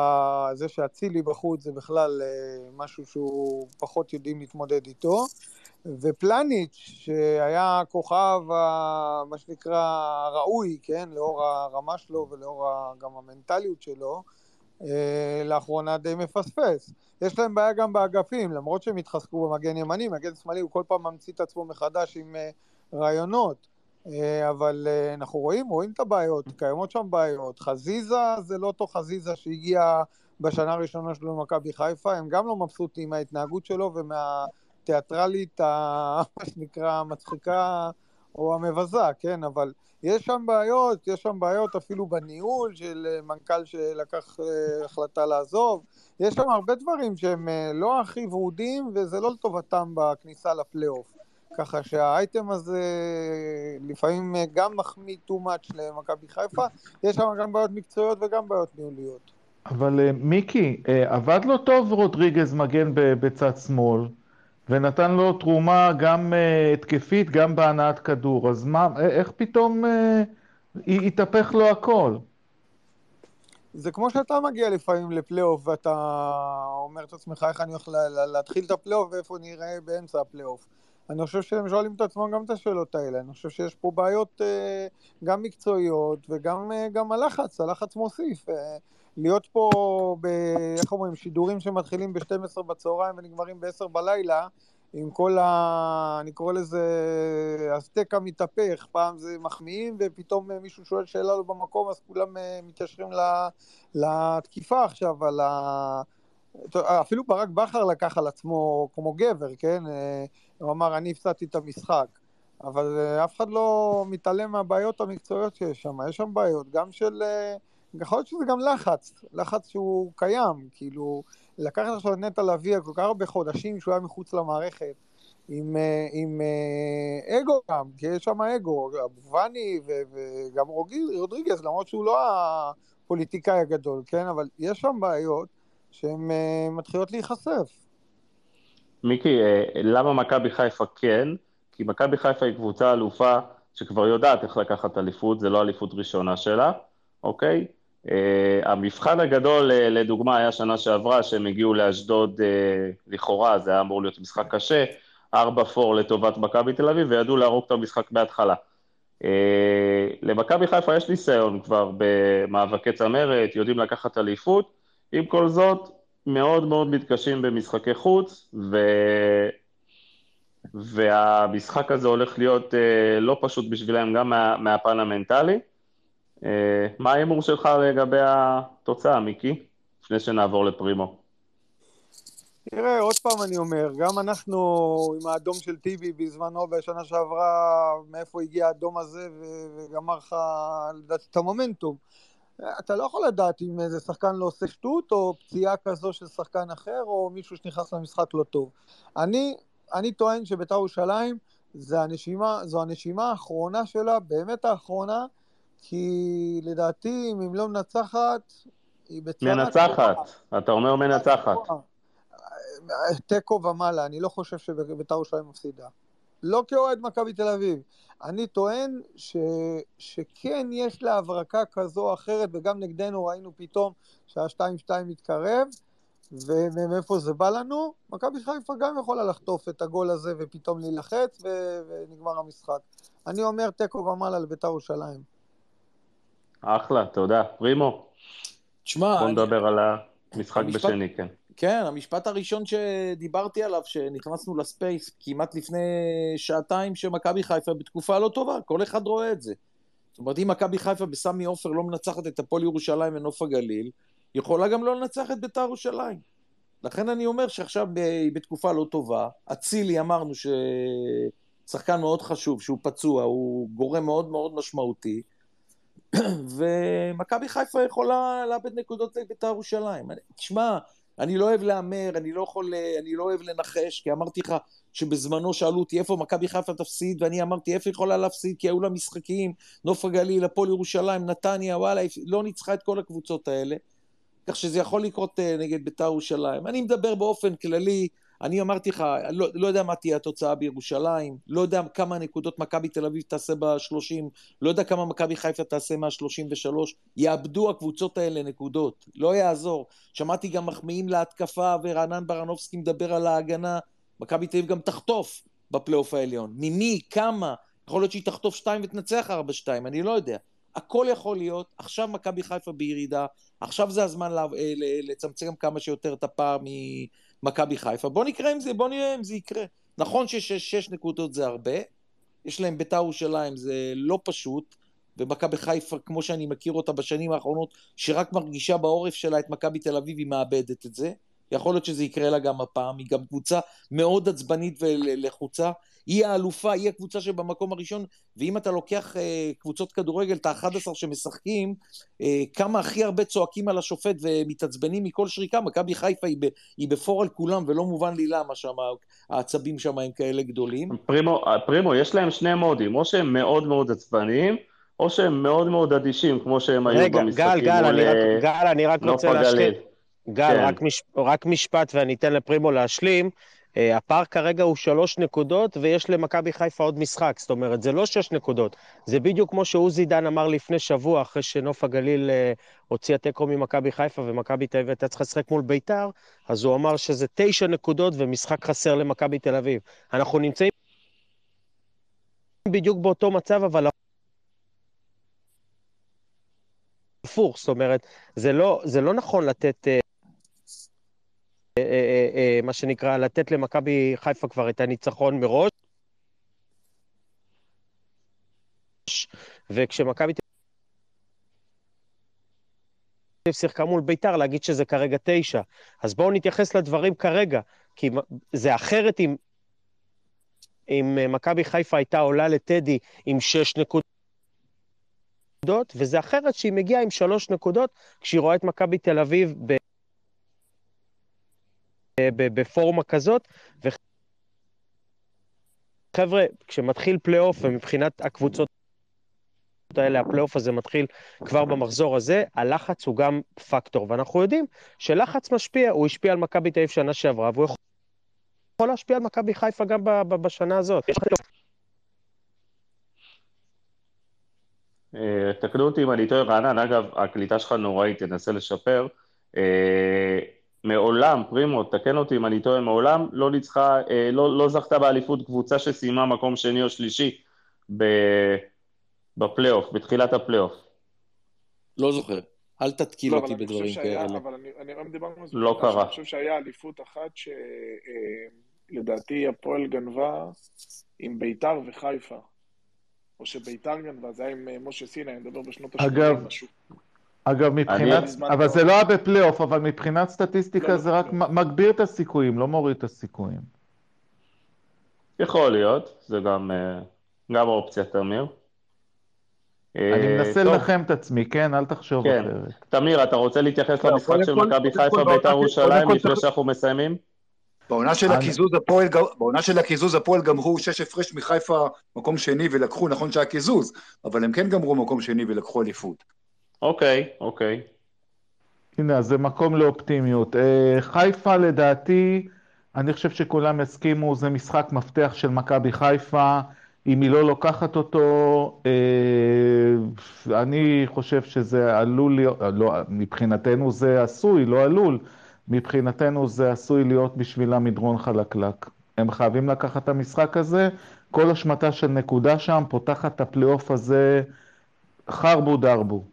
וזה שהצילי בחוץ זה בכלל משהו שהוא פחות יודעים להתמודד איתו. ופלניץ' שהיה כוכב, מה שנקרא, ראוי, כן, לאור הרמה שלו ולאור גם המנטליות שלו, לאחרונה די מפספס. יש להם בעיה גם באגפים, למרות שהם התחזקו במגן ימני, מגן שמאלי הוא כל פעם ממציא את עצמו מחדש עם רעיונות, אבל אנחנו רואים, רואים את הבעיות, קיימות שם בעיות. חזיזה זה לא אותו חזיזה שהגיע בשנה הראשונה שלו במכבי חיפה, הם גם לא מבסוטים מההתנהגות שלו ומהתיאטרלית, מה שנקרא, המצחיקה או המבזה, כן, אבל יש שם בעיות, יש שם בעיות אפילו בניהול של מנכ"ל שלקח החלטה לעזוב, יש שם הרבה דברים שהם לא הכי ורודים וזה לא לטובתם בכניסה לפלייאוף, ככה שהאייטם הזה לפעמים גם מחמיא too much למכבי חיפה, יש שם גם בעיות מקצועיות וגם בעיות ניהוליות. אבל מיקי, עבד לו טוב רודריגז מגן בצד שמאל, ונתן לו תרומה גם התקפית, גם בהנעת כדור, אז מה, איך פתאום יתהפך לו הכל? זה כמו שאתה מגיע לפעמים לפלייאוף, ואתה אומר את עצמך איך אני הולך להתחיל את הפלייאוף, ואיפה נראה באמצע הפלייאוף. אני חושב שהם שואלים את עצמם גם את השאלות האלה, אני חושב שיש פה בעיות גם מקצועיות, וגם גם הלחץ, הלחץ מוסיף. להיות פה, ב, איך אומרים, שידורים שמתחילים ב-שתים עשרה בצהריים ונגמרים ב-עשר בלילה, עם כל ה... אני קורא לזה, הסטק המתהפך, פעם זה מחמיאים, ופתאום מישהו שואל שאלה לא במקום, אז כולם מתיישרים לתקיפה עכשיו, על ה... אפילו ברק בכר לקח על עצמו כמו גבר, כן? הוא אמר, אני הפסדתי את המשחק, אבל אף אחד לא מתעלם מהבעיות המקצועיות שיש שם, יש שם בעיות, גם של... יכול להיות שזה גם לחץ, לחץ שהוא קיים, כאילו, לקחת עכשיו נטע לביא כל כך הרבה חודשים שהוא היה מחוץ למערכת, עם, עם אגו גם, כי יש שם אגו, אבובני וגם רודריגז, למרות שהוא לא הפוליטיקאי הגדול, כן, אבל יש שם בעיות שהן מתחילות להיחשף. מיקי, למה מכבי חיפה כן? כי מכבי חיפה היא קבוצה אלופה שכבר יודעת איך לקחת אליפות, זה לא אליפות ראשונה שלה, אוקיי? Uh, המבחן הגדול uh, לדוגמה היה שנה שעברה שהם הגיעו לאשדוד uh, לכאורה, זה היה אמור להיות משחק קשה, ארבע פור לטובת מכבי תל אביב וידעו להרוג את המשחק בהתחלה. Uh, למכבי חיפה יש ניסיון כבר במאבקי צמרת, יודעים לקחת אליפות, עם כל זאת מאוד מאוד מתקשים במשחקי חוץ, ו... והמשחק הזה הולך להיות uh, לא פשוט בשבילם גם מה... מהפן המנטלי. מה האימור שלך לגבי התוצאה, מיקי? לפני שנעבור לפרימו. תראה, עוד פעם אני אומר, גם אנחנו עם האדום של טיבי בזמנו בשנה שעברה, מאיפה הגיע האדום הזה וגמר לך את המומנטום. אתה לא יכול לדעת אם איזה שחקן לא עושה שטות, או פציעה כזו של שחקן אחר, או מישהו שנכנס למשחק לא טוב. אני, אני טוען שבית"ר ירושלים זו הנשימה, זו הנשימה האחרונה שלה, באמת האחרונה, כי לדעתי אם היא לא מנצחת, היא בצרה... מנצחת, אתה אומר מנצחת. תיקו ומעלה, אני לא חושב שבית"ר ירושלים מפסידה. לא כאוהד מכבי תל אביב. אני טוען ש... שכן יש לה הברקה כזו או אחרת, וגם נגדנו ראינו פתאום שהשתיים שתיים מתקרב, ומאיפה זה בא לנו, מכבי חיפה גם יכולה לחטוף את הגול הזה ופתאום להילחץ, ו... ונגמר המשחק. אני אומר תיקו ומעלה לבית"ר ירושלים. אחלה, תודה. פרימו, תשמע, בוא נדבר על המשחק המשפט... בשני, כן. כן, המשפט הראשון שדיברתי עליו, שנכנסנו לספייס כמעט לפני שעתיים, שמכבי חיפה בתקופה לא טובה, כל אחד רואה את זה. זאת אומרת, אם מכבי חיפה בסמי עופר לא מנצחת את הפועל ירושלים ונוף הגליל, יכולה גם לא לנצח את בית"ר ירושלים. לכן אני אומר שעכשיו היא בתקופה לא טובה, אצילי אמרנו ששחקן מאוד חשוב, שהוא פצוע, הוא גורם מאוד מאוד משמעותי, ומכבי חיפה יכולה לאבד נקודות לבית"ר ירושלים. תשמע, אני לא אוהב לאמר, אני לא יכול, אני לא אוהב לנחש, כי אמרתי לך שבזמנו שאלו אותי איפה מכבי חיפה תפסיד, ואני אמרתי איפה יכולה להפסיד, כי היו לה משחקים, נוף הגליל, הפועל ירושלים, נתניה, וואלה, לא ניצחה את כל הקבוצות האלה, כך שזה יכול לקרות נגד בית"ר ירושלים. אני מדבר באופן כללי, אני אמרתי לך, לא, לא יודע מה תהיה התוצאה בירושלים, לא יודע כמה נקודות מכבי תל אביב תעשה ב-שלושים, לא יודע כמה מכבי חיפה תעשה מה-שלושים ושלוש, יאבדו הקבוצות האלה נקודות, לא יעזור. שמעתי גם מחמיאים להתקפה, ורענן ברנובסקי מדבר על ההגנה, מכבי תל אביב גם תחטוף בפלייאוף העליון. ממי, כמה, יכול להיות שהיא תחטוף שתיים ותנצח ארבע שתיים, אני לא יודע. הכל יכול להיות, עכשיו מכבי חיפה בירידה, עכשיו זה הזמן לצמצם כמה שיותר את הפער ממכבי חיפה. בוא נקרא אם זה, בוא נראה אם זה יקרה. נכון ששש נקודות זה הרבה, יש להם בית"ר ירושלים, זה לא פשוט, ומכבי חיפה, כמו שאני מכיר אותה בשנים האחרונות, שרק מרגישה בעורף שלה את מכבי תל אביב, היא מאבדת את זה. יכול להיות שזה יקרה לה גם הפעם, היא גם קבוצה מאוד עצבנית ולחוצה, היא האלופה, היא הקבוצה שבמקום הראשון, ואם אתה לוקח אה, קבוצות כדורגל, את ה-אחד עשר שמשחקים, אה, כמה הכי הרבה צועקים על השופט ומתעצבנים מכל שריקה, מכבי חיפה היא, ב, היא בפור על כולם, ולא מובן לי למה שם, העצבים שם הם כאלה גדולים. פרימו, פרימו, יש להם שני מודים, או שהם מאוד מאוד עצבניים, או שהם מאוד מאוד אדישים, כמו שהם היו רגע, במשחקים. גל, גל, אני רק, גל, אני רק רוצה להשלים. גל, כן. רק, מש, רק משפט ואני אתן לפרימו להשלים. Uh, הפער כרגע הוא שלוש נקודות, ויש למכבי חיפה עוד משחק. זאת אומרת, זה לא שש נקודות. זה בדיוק כמו שעוזי דן אמר לפני שבוע, אחרי שנוף הגליל uh, הוציא התיקו ממכבי חיפה, ומכבי תל אביב הייתה צריכה לשחק מול בית"ר, אז הוא אמר שזה תשע נקודות ומשחק חסר למכבי תל אביב. אנחנו נמצאים בדיוק באותו מצב, אבל הפוך. זאת אומרת, זה לא, זה לא נכון לתת... Uh, מה שנקרא, לתת למכבי חיפה כבר את הניצחון מראש, וכשמכבי שיחקה מול בית"ר, להגיד שזה כרגע תשע. אז בואו נתייחס לדברים כרגע, כי זה אחרת אם, אם מכבי חיפה הייתה עולה לטדי עם שש נקודות, וזה אחרת שהיא מגיעה עם שלוש נקודות, כשהיא רואה את מכבי תל אביב ב... בפורמה כזאת, וחבר'ה, כשמתחיל פלייאוף, ומבחינת הקבוצות האלה, הפלייאוף הזה מתחיל כבר במחזור הזה, הלחץ הוא גם פקטור, ואנחנו יודעים שלחץ משפיע, הוא השפיע על מכבי תל אביב שנה שעברה, והוא יכול להשפיע על מכבי חיפה גם בשנה הזאת. תקנו אותי אם אני טועה, רענן, אגב, הקליטה שלך נוראית, תנסה לשפר, מעולם, פרימו, תקן אותי אם אני טועה, מעולם לא ניצחה, לא, לא זכתה באליפות קבוצה שסיימה מקום שני או שלישי בפלייאוף, בתחילת הפלייאוף. לא זוכר, אל תתקיל אותי בדברים כאלה. אבל אני רק דיברנו על זה. לא קרה. אני חושב שהיה אליפות אחת שלדעתי הפועל גנבה עם בית"ר וחיפה. או שבית"ר גנבה, זה היה עם משה סיני, אני מדבר בשנות ה-שמונים משהו. אגב, מבחינת, אבל זה לא היה בפלייאוף, אבל מבחינת סטטיסטיקה זה רק מגביר את הסיכויים, לא מוריד את הסיכויים. יכול להיות, זה גם, גם אופציה, תמיר. אני מנסה לנחם את עצמי, כן? אל תחשוב אחרת. תמיר, אתה רוצה להתייחס למשחק של מכבי חיפה בית"ר ירושלים לפני שאנחנו מסיימים? בעונה של הקיזוז הפועל, בעונה של הקיזוז הפועל גמרו שש הפרש מחיפה מקום שני ולקחו, נכון שהיה קיזוז, אבל הם כן גמרו מקום שני ולקחו אליפות. אוקיי, אוקיי. הנה, זה מקום לאופטימיות. חיפה לדעתי, אני חושב שכולם הסכימו, זה משחק מפתח של מכבי חיפה, אם היא לא לוקחת אותו, אני חושב שזה עלול להיות, לא, מבחינתנו זה עשוי, לא עלול, מבחינתנו זה עשוי להיות בשבילה מדרון חלקלק. הם חייבים לקחת את המשחק הזה, כל השמטה של נקודה שם פותחת את הפלייאוף הזה חרבו דרבו.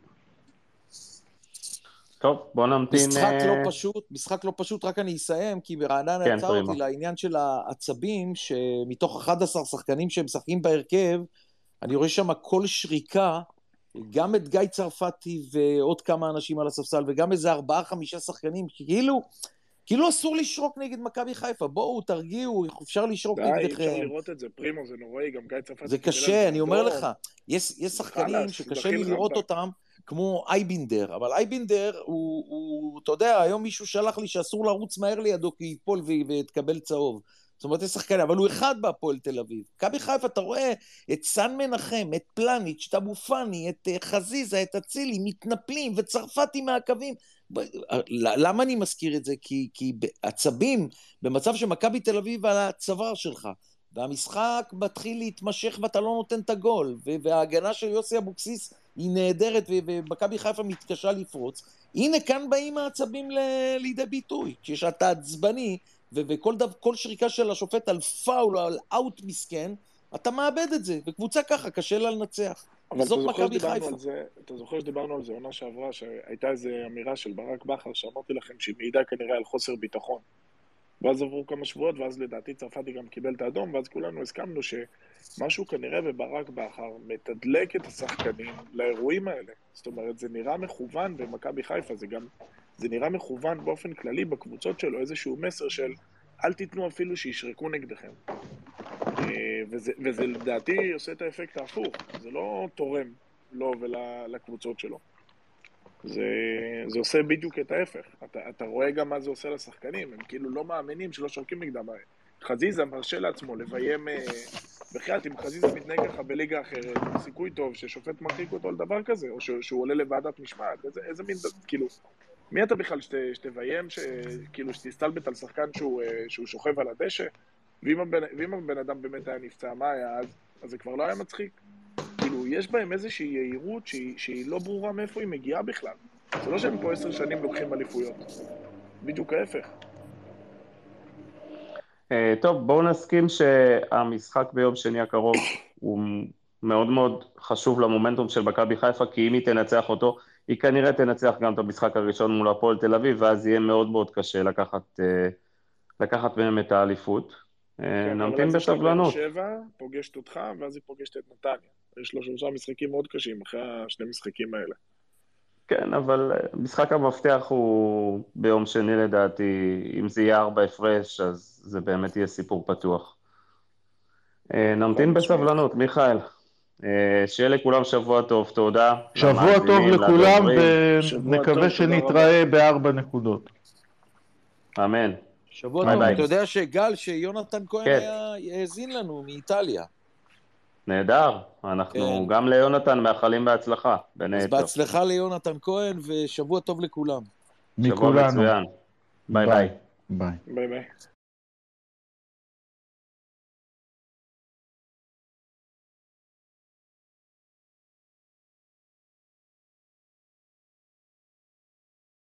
טוב, בוא נמתין. משחק לא פשוט, משחק לא פשוט, רק אני אסיים, כי ברענן כן, יצא אותי פרימו. לעניין של העצבים, שמתוך אחד עשר שחקנים שהם משחקים בהרכב, אני רואה שם כל שריקה, גם את גיא צרפתי ועוד כמה אנשים על הספסל, וגם איזה ארבעה, חמישה שחקנים, כאילו, כאילו אסור לשרוק נגד מכבי חיפה, בואו, תרגיעו, אפשר לשרוק נגדכם. די, אפשר לראות את זה, פרימו, זה נוראי, גם גיא צרפתי. זה קשה, אני אומר לך, יש, יש שחקנים שקשה לי לראות אותם, כמו אייבינדר, אבל אייבינדר הוא, הוא, אתה יודע, היום מישהו שלח לי שאסור לרוץ מהר לידו כי ייפול ותקבל צהוב. זאת אומרת, יש שחקנים, אבל הוא אחד בהפועל תל אביב. מכבי חיפה, אתה רואה את סן מנחם, את פלניץ', את אבו פאני, את חזיזה, את אצילי, מתנפלים וצרפתי מהקווים. למה אני מזכיר את זה? כי, כי בעצבים, במצב שמכבי תל אביב על הצוואר שלך, והמשחק מתחיל להתמשך ואתה לא נותן את הגול, וההגנה של יוסי אבוקסיס היא נהדרת, ומכבי חיפה מתקשה לפרוץ. הנה כאן באים העצבים לידי ביטוי, כשאתה עצבני, ו- וכל דו, כל שריקה של השופט על פאול או על אאוט מסכן, אתה מאבד את זה, וקבוצה ככה, קשה לה לנצח. אבל זאת אתה זוכר מכבי שדיברנו חיפה. על זה, אתה זוכר שדיברנו על זה עונה שעברה, שהייתה איזו אמירה של ברק בכר, שאמרתי לכם שהיא מעידה כנראה על חוסר ביטחון. ואז עברו כמה שבועות, ואז לדעתי צרפתי גם קיבל את האדום, ואז כולנו הסכמנו שמשהו כנראה בברק בכר מתדלק את השחקנים לאירועים האלה. זאת אומרת, זה נראה מכוון במכבי חיפה, זה גם, זה נראה מכוון באופן כללי בקבוצות שלו, איזשהו מסר של אל תיתנו אפילו שישרקו נגדכם. וזה, וזה לדעתי עושה את האפקט ההפוך, זה לא תורם לו ולקבוצות שלו. זה, זה עושה בדיוק את ההפך. אתה, אתה רואה גם מה זה עושה לשחקנים, הם כאילו לא מאמינים שלא שורקים נגדם. חזיזה מרשה לעצמו לביים, בחייאת, אם חזיזה מתנהג ככה בליגה אחרת, סיכוי טוב ששופט מרחיק אותו על דבר כזה, או ש, שהוא עולה לוועדת משמעת, איזה, איזה מין, כאילו, מי אתה בכלל שת, שתביים, ש, כאילו, שתסתלבט על שחקן שהוא, שהוא שוכב על הדשא? ואם הבן, ואם הבן אדם באמת היה נפצע, מה היה אז? אז זה כבר לא היה מצחיק. כאילו, יש בהם איזושהי יהירות שהיא, שהיא לא ברורה מאיפה היא מגיעה בכלל. זה לא שהם פה עשר שנים לוקחים אליפויות. בדיוק ההפך. טוב, בואו נסכים שהמשחק ביום שני הקרוב הוא מאוד מאוד חשוב למומנטום של מכבי חיפה, כי אם היא תנצח אותו, היא כנראה תנצח גם את המשחק הראשון מול הפועל תל אביב, ואז יהיה מאוד מאוד קשה לקחת, לקחת מהם את האליפות. כן, נמתין בסבלנות. באר שבע פוגשת אותך, ואז היא פוגשת את נתניה. יש לו שלושה משחקים מאוד קשים אחרי השני משחקים האלה. כן, אבל משחק המפתח הוא ביום שני לדעתי, אם זה יהיה ארבע הפרש, אז זה באמת יהיה סיפור פתוח. נמתין בסבלנות, מיכאל. שיהיה לכולם שבוע טוב, תודה. שבוע טוב לכולם, ונקווה שנתראה בארבע נקודות. אמן. שבוע טוב, אתה יודע שגל, שיונתן כהן היה האזין לנו מאיטליה. נהדר, אנחנו גם ליונתן מאחלים בהצלחה. אז בהצלחה ליונתן כהן, ושבוע טוב לכולם. שבוע מצוין. ביי ביי. ביי. ביי ביי.